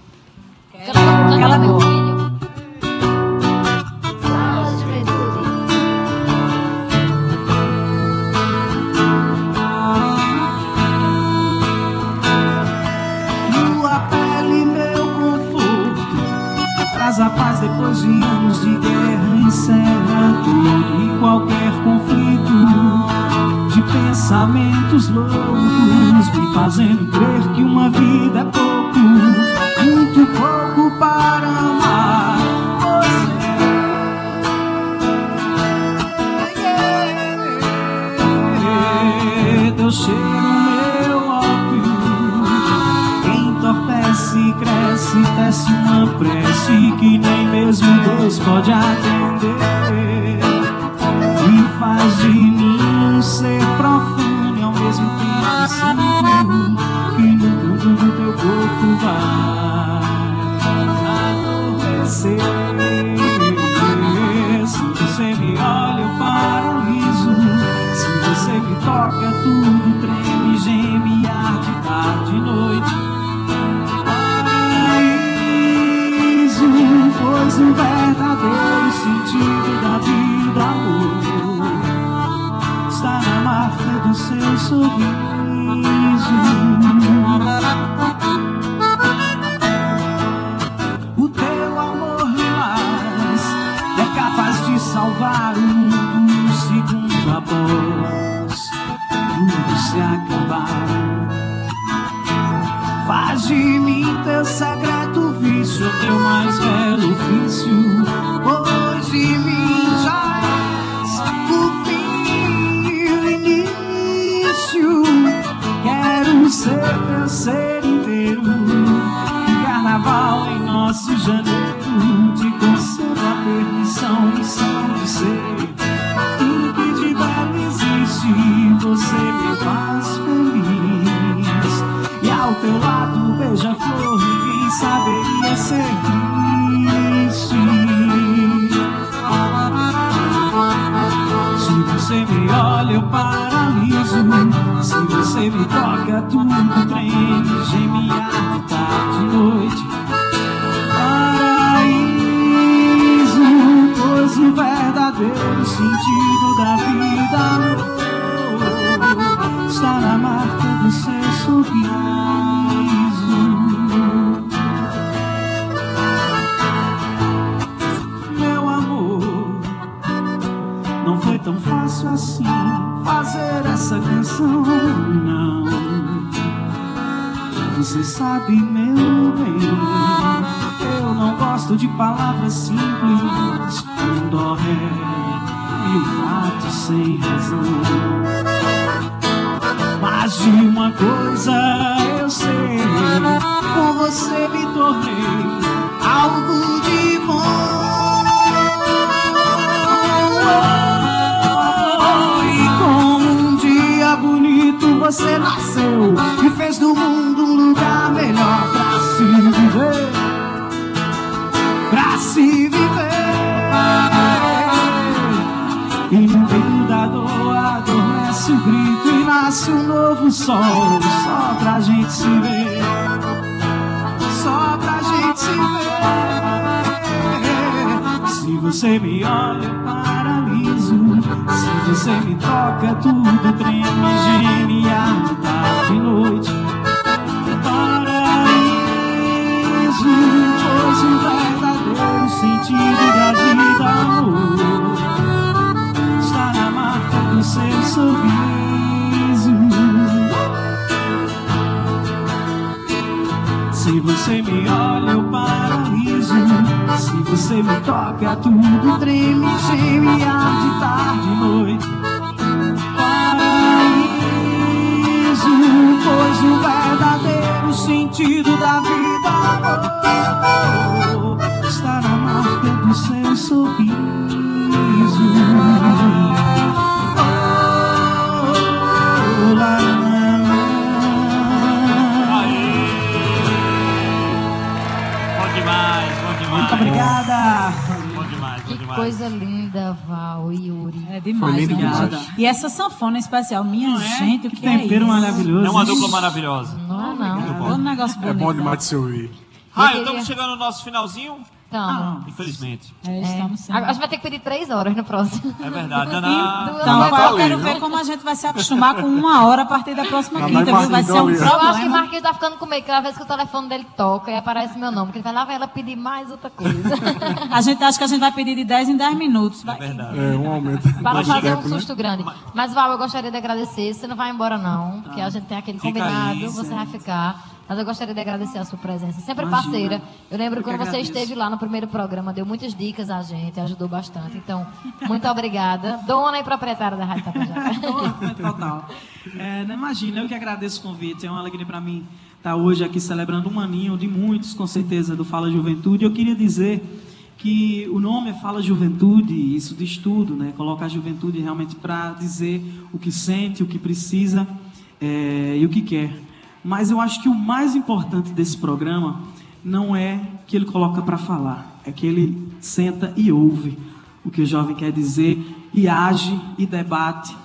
Ela meu filho. A paz depois de anos de guerra encerra todo e qualquer conflito de pensamentos loucos, me fazendo crer que uma vida é pouco, muito pouco para amar você. Teu cheiro, meu ópio, entorpece, cresce, tece uma prece que nem mesmo Deus pode atender e faz de mim um ser profundo e ao mesmo tempo simples que no fundo do teu corpo vai. tudo treme, geme, arde, tarde e noite. Paraíso, pois o verdadeiro sentido da vida, amor, está na marca do seu sorriso. O teu amor demais é capaz de salvar o mundo um segundo após tudo se acabar. Faz de mim teu secreto vício, teu mais belo ofício, pois de mim já és o fim e o início. Quero ser teu ser inteiro, carnaval em nosso janeiro, te concedo a permissão, missão de ser tudo que de belo existe. Você me faz feliz e ao teu lado beija-flor, ninguém saberia ser triste. Se você me olha eu paraliso, se você me toca tudo treme, geme, arde, tarde e noite. Paraíso, pois o verdadeiro sentido da vida, amor, está na marca do seu sorriso. Meu amor, não foi tão fácil assim fazer essa canção, não. Você sabe, meu bem, eu não gosto de palavras simples, um dó, ré, mil fatos sem razão. Mas de uma coisa eu sei, com você me tornei algo de bom. E como um dia bonito você nasceu e fez do mundo um lugar melhor pra se viver, pra se viver. E no meio da dor adormece o grito e nasce um novo sol, só pra gente se ver, só pra gente se ver. Se você me olha eu paraliso, se você me toca tudo treme, geme, arde, tarde e noite. Paraíso, pois o verdadeiro sentido da vida, amor, está na marca do seu sorriso. Se você me olha eu paraliso, se você me toca tudo treme, geme, arde, tarde e noite. Paraíso, pois o verdadeiro sentido da vida, amor, está na marca do seu sorriso. Oh, lá, lá, lá. Bom demais, bom demais. Muito obrigada. Bom demais, bom Que demais. coisa linda, Val e Yuri. É demais, lindo obrigada. demais. E essa sanfona especial, minha Não é? gente, o Que que é tempero isso? maravilhoso. É uma dupla maravilhosa. Não, não. É um negócio É bonito. bom demais de se ouvir. Raio, queria- estamos chegando no nosso finalzinho, Tamo. infelizmente. É, estamos sim. A gente vai ter que pedir três horas no próximo. É verdade. Naná, Duas Então, Naná tá eu quero ali, ver viu? como a gente vai se acostumar com uma hora a partir da próxima Naná e quinta, viu? Vai ser um Marquinhos Eu acho que o problema. Marquinhos tá ficando com medo, cada vez que o telefone dele toca e aparece meu nome, porque ele vai lá vai ela pedir mais outra coisa. A gente acha que a gente vai pedir de dez em dez minutos. é Vai. verdade. É, um aumento. Para não Mas fazer tempo, um né? susto grande. Mas, Val, eu gostaria de agradecer. Você não vai embora, não, porque a gente tem aquele Fica combinado, aí, você sim. vai ficar. Mas eu gostaria de agradecer a sua presença. Sempre Imagina. parceira. Eu lembro Eu que quando você agradeço. esteve lá no primeiro programa, deu muitas dicas a gente, ajudou bastante. Então, muito obrigada. Dona e proprietária da Rádio Tapajara. Total. É, não imagina, eu que agradeço o convite. É uma alegria para mim estar hoje aqui celebrando um aninho de muitos, com certeza, do Fala Juventude. Eu queria dizer que o nome é Fala Juventude, isso diz tudo, né? Coloca a juventude realmente para dizer o que sente, o que precisa é, e o que quer. Mas eu acho que o mais importante desse programa não é que ele coloca para falar, é que ele senta e ouve o que o jovem quer dizer e age e debate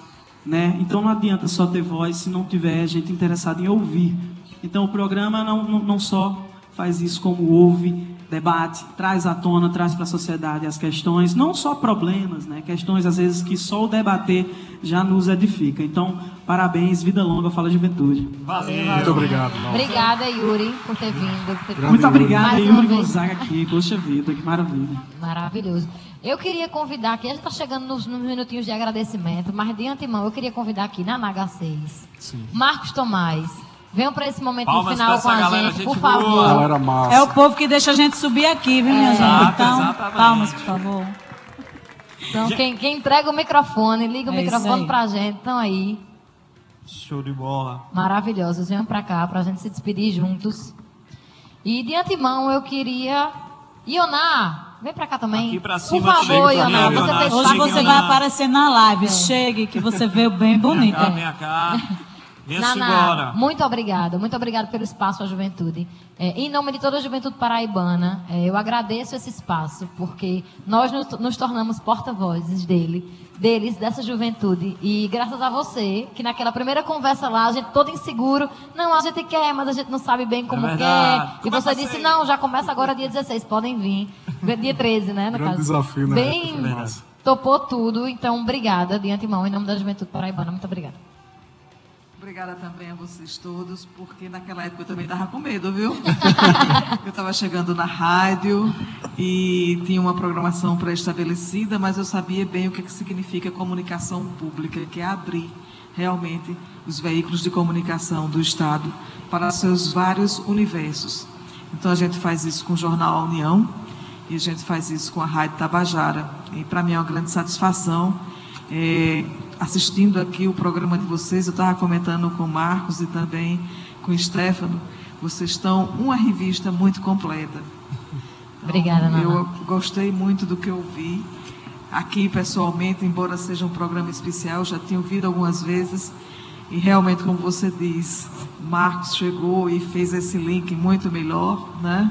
né? Então não adianta só ter voz se não tiver gente interessada em ouvir. Então o programa não, não, não só faz isso como ouve, debate, traz à tona, traz para a sociedade as questões, não só problemas, né? Questões às vezes que só o debater já nos edifica. Então, parabéns, vida longa, Fala Juventude. Valeu, muito obrigado. Obrigada, Yuri, por ter vindo. Por ter Muito vindo. obrigado, Mais Yuri uma vez. Gonzaga aqui. Poxa vida, que maravilha. Maravilhoso. Eu queria convidar aqui, a gente está chegando nos, nos minutinhos de agradecimento, mas de antemão eu queria convidar aqui na N H seis, Marcos Tomás. Venham para esse momento no final com a galera, gente, gente por boa. favor. Galera massa. É o povo que deixa a gente subir aqui, viu, minha É. gente? Exato, Então, exatamente. palmas, por favor. Então, quem, quem entrega o microfone, liga o É isso microfone aí. para a gente, estão aí. Show de bola. Maravilhosos. Venham para cá para a gente se despedir juntos. E de antemão eu queria... Ioná, vem para cá também. Aqui pra por cima, favor, chega pra Ioná. mim, Você Ioná. fez Hoje parte você do- vai aparecer na live. Chegue, que você veio bem bonita. Vem cá, vem cá. Venha-se Naná, embora. muito obrigada, muito obrigada pelo espaço à juventude. É, em nome de toda a juventude paraibana, é, eu agradeço esse espaço, porque nós nos, nos tornamos porta-vozes dele, deles, dessa juventude. E graças a você, que naquela primeira conversa lá, a gente todo inseguro, não, a gente quer, mas a gente não sabe bem como É verdade. quer. E você disse, não, já começa agora dia dezesseis, podem vir. Dia treze, né, no Grande caso. desafio, né? Bem, Foi massa. topou tudo, então obrada de antemão, em nome da juventude paraibana, muito obrigada. Obrigada também a vocês todos, porque naquela época eu também estava com medo, viu? Eu estava chegando na rádio e tinha uma programação pré-estabelecida, mas eu sabia bem o que, que significa comunicação pública, que é abrir realmente os veículos de comunicação do Estado para seus vários universos. Então a gente faz isso com o Jornal A União e a gente faz isso com a Rádio Tabajara. E para mim é uma grande satisfação. É, assistindo aqui o programa de vocês, eu estava comentando com o Marcos e também com o Stefano, vocês estão uma revista muito completa. Então, Obrigada, Naná. eu gostei muito do que eu vi aqui pessoalmente, embora seja um programa especial, já tinha ouvido algumas vezes e realmente, como você diz, Marcos chegou e fez esse link muito melhor, né?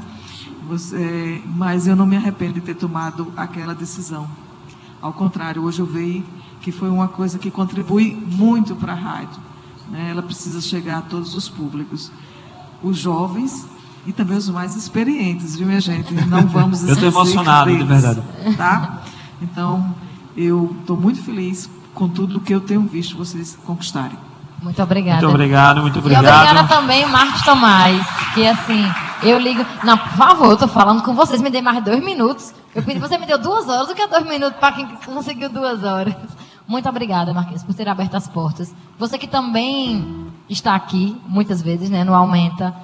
Você, mas eu não me arrependo de ter tomado aquela decisão. Ao contrário, hoje eu vi que foi uma coisa que contribui muito para a rádio, né? Ela precisa chegar a todos os públicos, os jovens e também os mais experientes, viu, minha gente? Não vamos Eu estou esquecer emocionado, de deles, verdade. tá? Então, eu estou muito feliz com tudo que eu tenho visto vocês conquistarem. Muito obrigada. Muito obrigado, muito E obrigado. obrigada também, Marcos Tomás, que assim, eu ligo... Não, por favor, eu tô falando com vocês, me dê mais dois minutos. Eu pedi, você me deu duas horas, o que é dois minutos para quem conseguiu duas horas? Muito obrigada, Marquinhos, por ter aberto as portas. Você que também está aqui, muitas vezes, né, no Aumenta,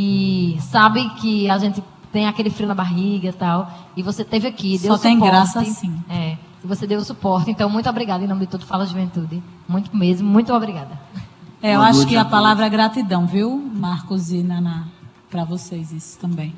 e sabe que a gente tem aquele frio na barriga e tal, e você esteve aqui, deu Só tem suporte. graça assim. É, e você deu suporte, então muito obrigada em nome de todo Fala Juventude. Muito mesmo, muito obrigada. É, eu Boa acho noite que a a todos. palavra é gratidão, viu, Marcos e Naná? Para vocês isso também.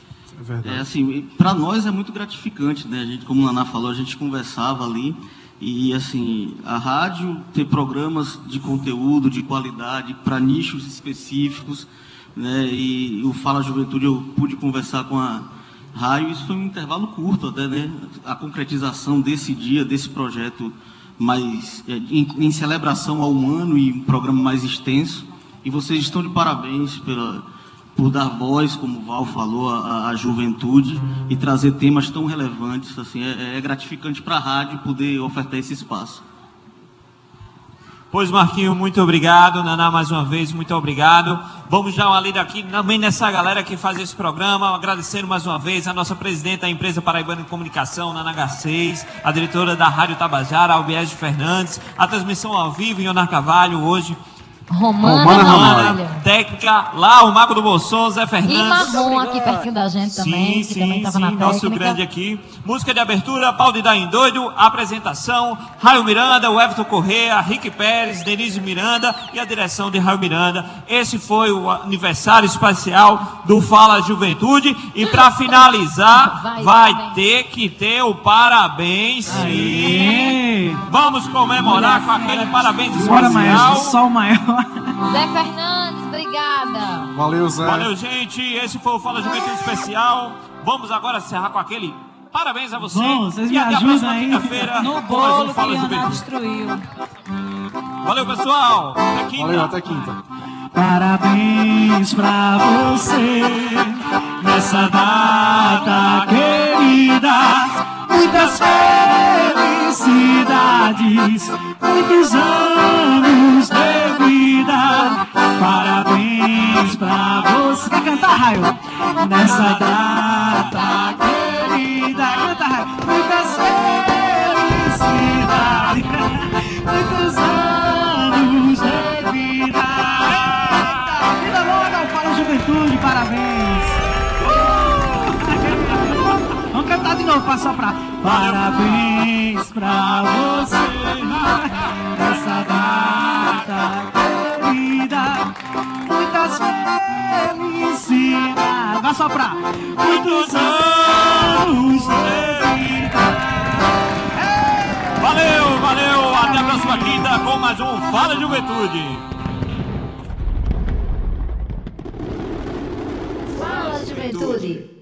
É assim, para nós é muito gratificante, né? A gente, como a Naná falou, a gente conversava ali e assim, a rádio ter programas de conteúdo, de qualidade, para nichos específicos, né? E o Fala Juventude eu pude conversar com a Raio, isso foi um intervalo curto até, né? A concretização desse dia, desse projeto mais é, em, em celebração ao um ano e um programa mais extenso. E vocês estão de parabéns pela por dar voz, como o Val falou, à, à juventude e trazer temas tão relevantes. Assim, é, é gratificante para a rádio poder ofertar esse espaço. Pois, Marquinho, muito obrigado. Naná, mais uma vez, muito obrigado. Vamos dar uma lida aqui também nessa galera que faz esse programa. Agradecendo mais uma vez a nossa presidente da Empresa Paraibana de Comunicação, na N H seis, a diretora da Rádio Tabajara, Albiege Fernandes, a transmissão ao vivo, Ionar Carvalho, hoje. Romana, Romana Ramalho. técnica, lá o Mago do Bolson, Zé E Fernandes. Marrom aqui pertinho da gente também, Sim, que também sim, estava na sim, nosso técnica. grande aqui. Música de abertura, Pau de Dar em Doido, apresentação, Raio Miranda, o Everton Corrêa, Rick Pérez, Denise Miranda e a direção de Raio Miranda. Esse foi o aniversário especial do Fala Juventude. E para finalizar, vai, vai ter que ter o parabéns, sim. Vamos comemorar com aquele parabéns especial. Bora, maestro, sol maior. Zé Fernandes, obrigada. Valeu, Zé. Valeu, gente. Esse foi o Fala Juventude Especial. Vamos agora encerrar com aquele parabéns a você. Bom, vocês e me até a ajudam próxima aí. quinta-feira. No com mais um bolo que Fala Ana Juventude. destruiu. Valeu, pessoal. Até quinta. Valeu, até quinta. Parabéns pra você nessa data querida. Muitas felicidades, muitos anos de vida. Parabéns pra você. Quer cantar, Raio? Nessa data querida. Canta, Raio. Muitas felicidades, muitos anos de vida. Eita, vida longa, Fala Juventude, parabéns. Vamos cantar de novo pra soprar. Parabéns pra você nessa data querida. Muitas felicidades. Vai soprar. Muitos anos de vida. Valeu, valeu. Até a próxima quinta com mais um Fala Juventude. Fala Juventude.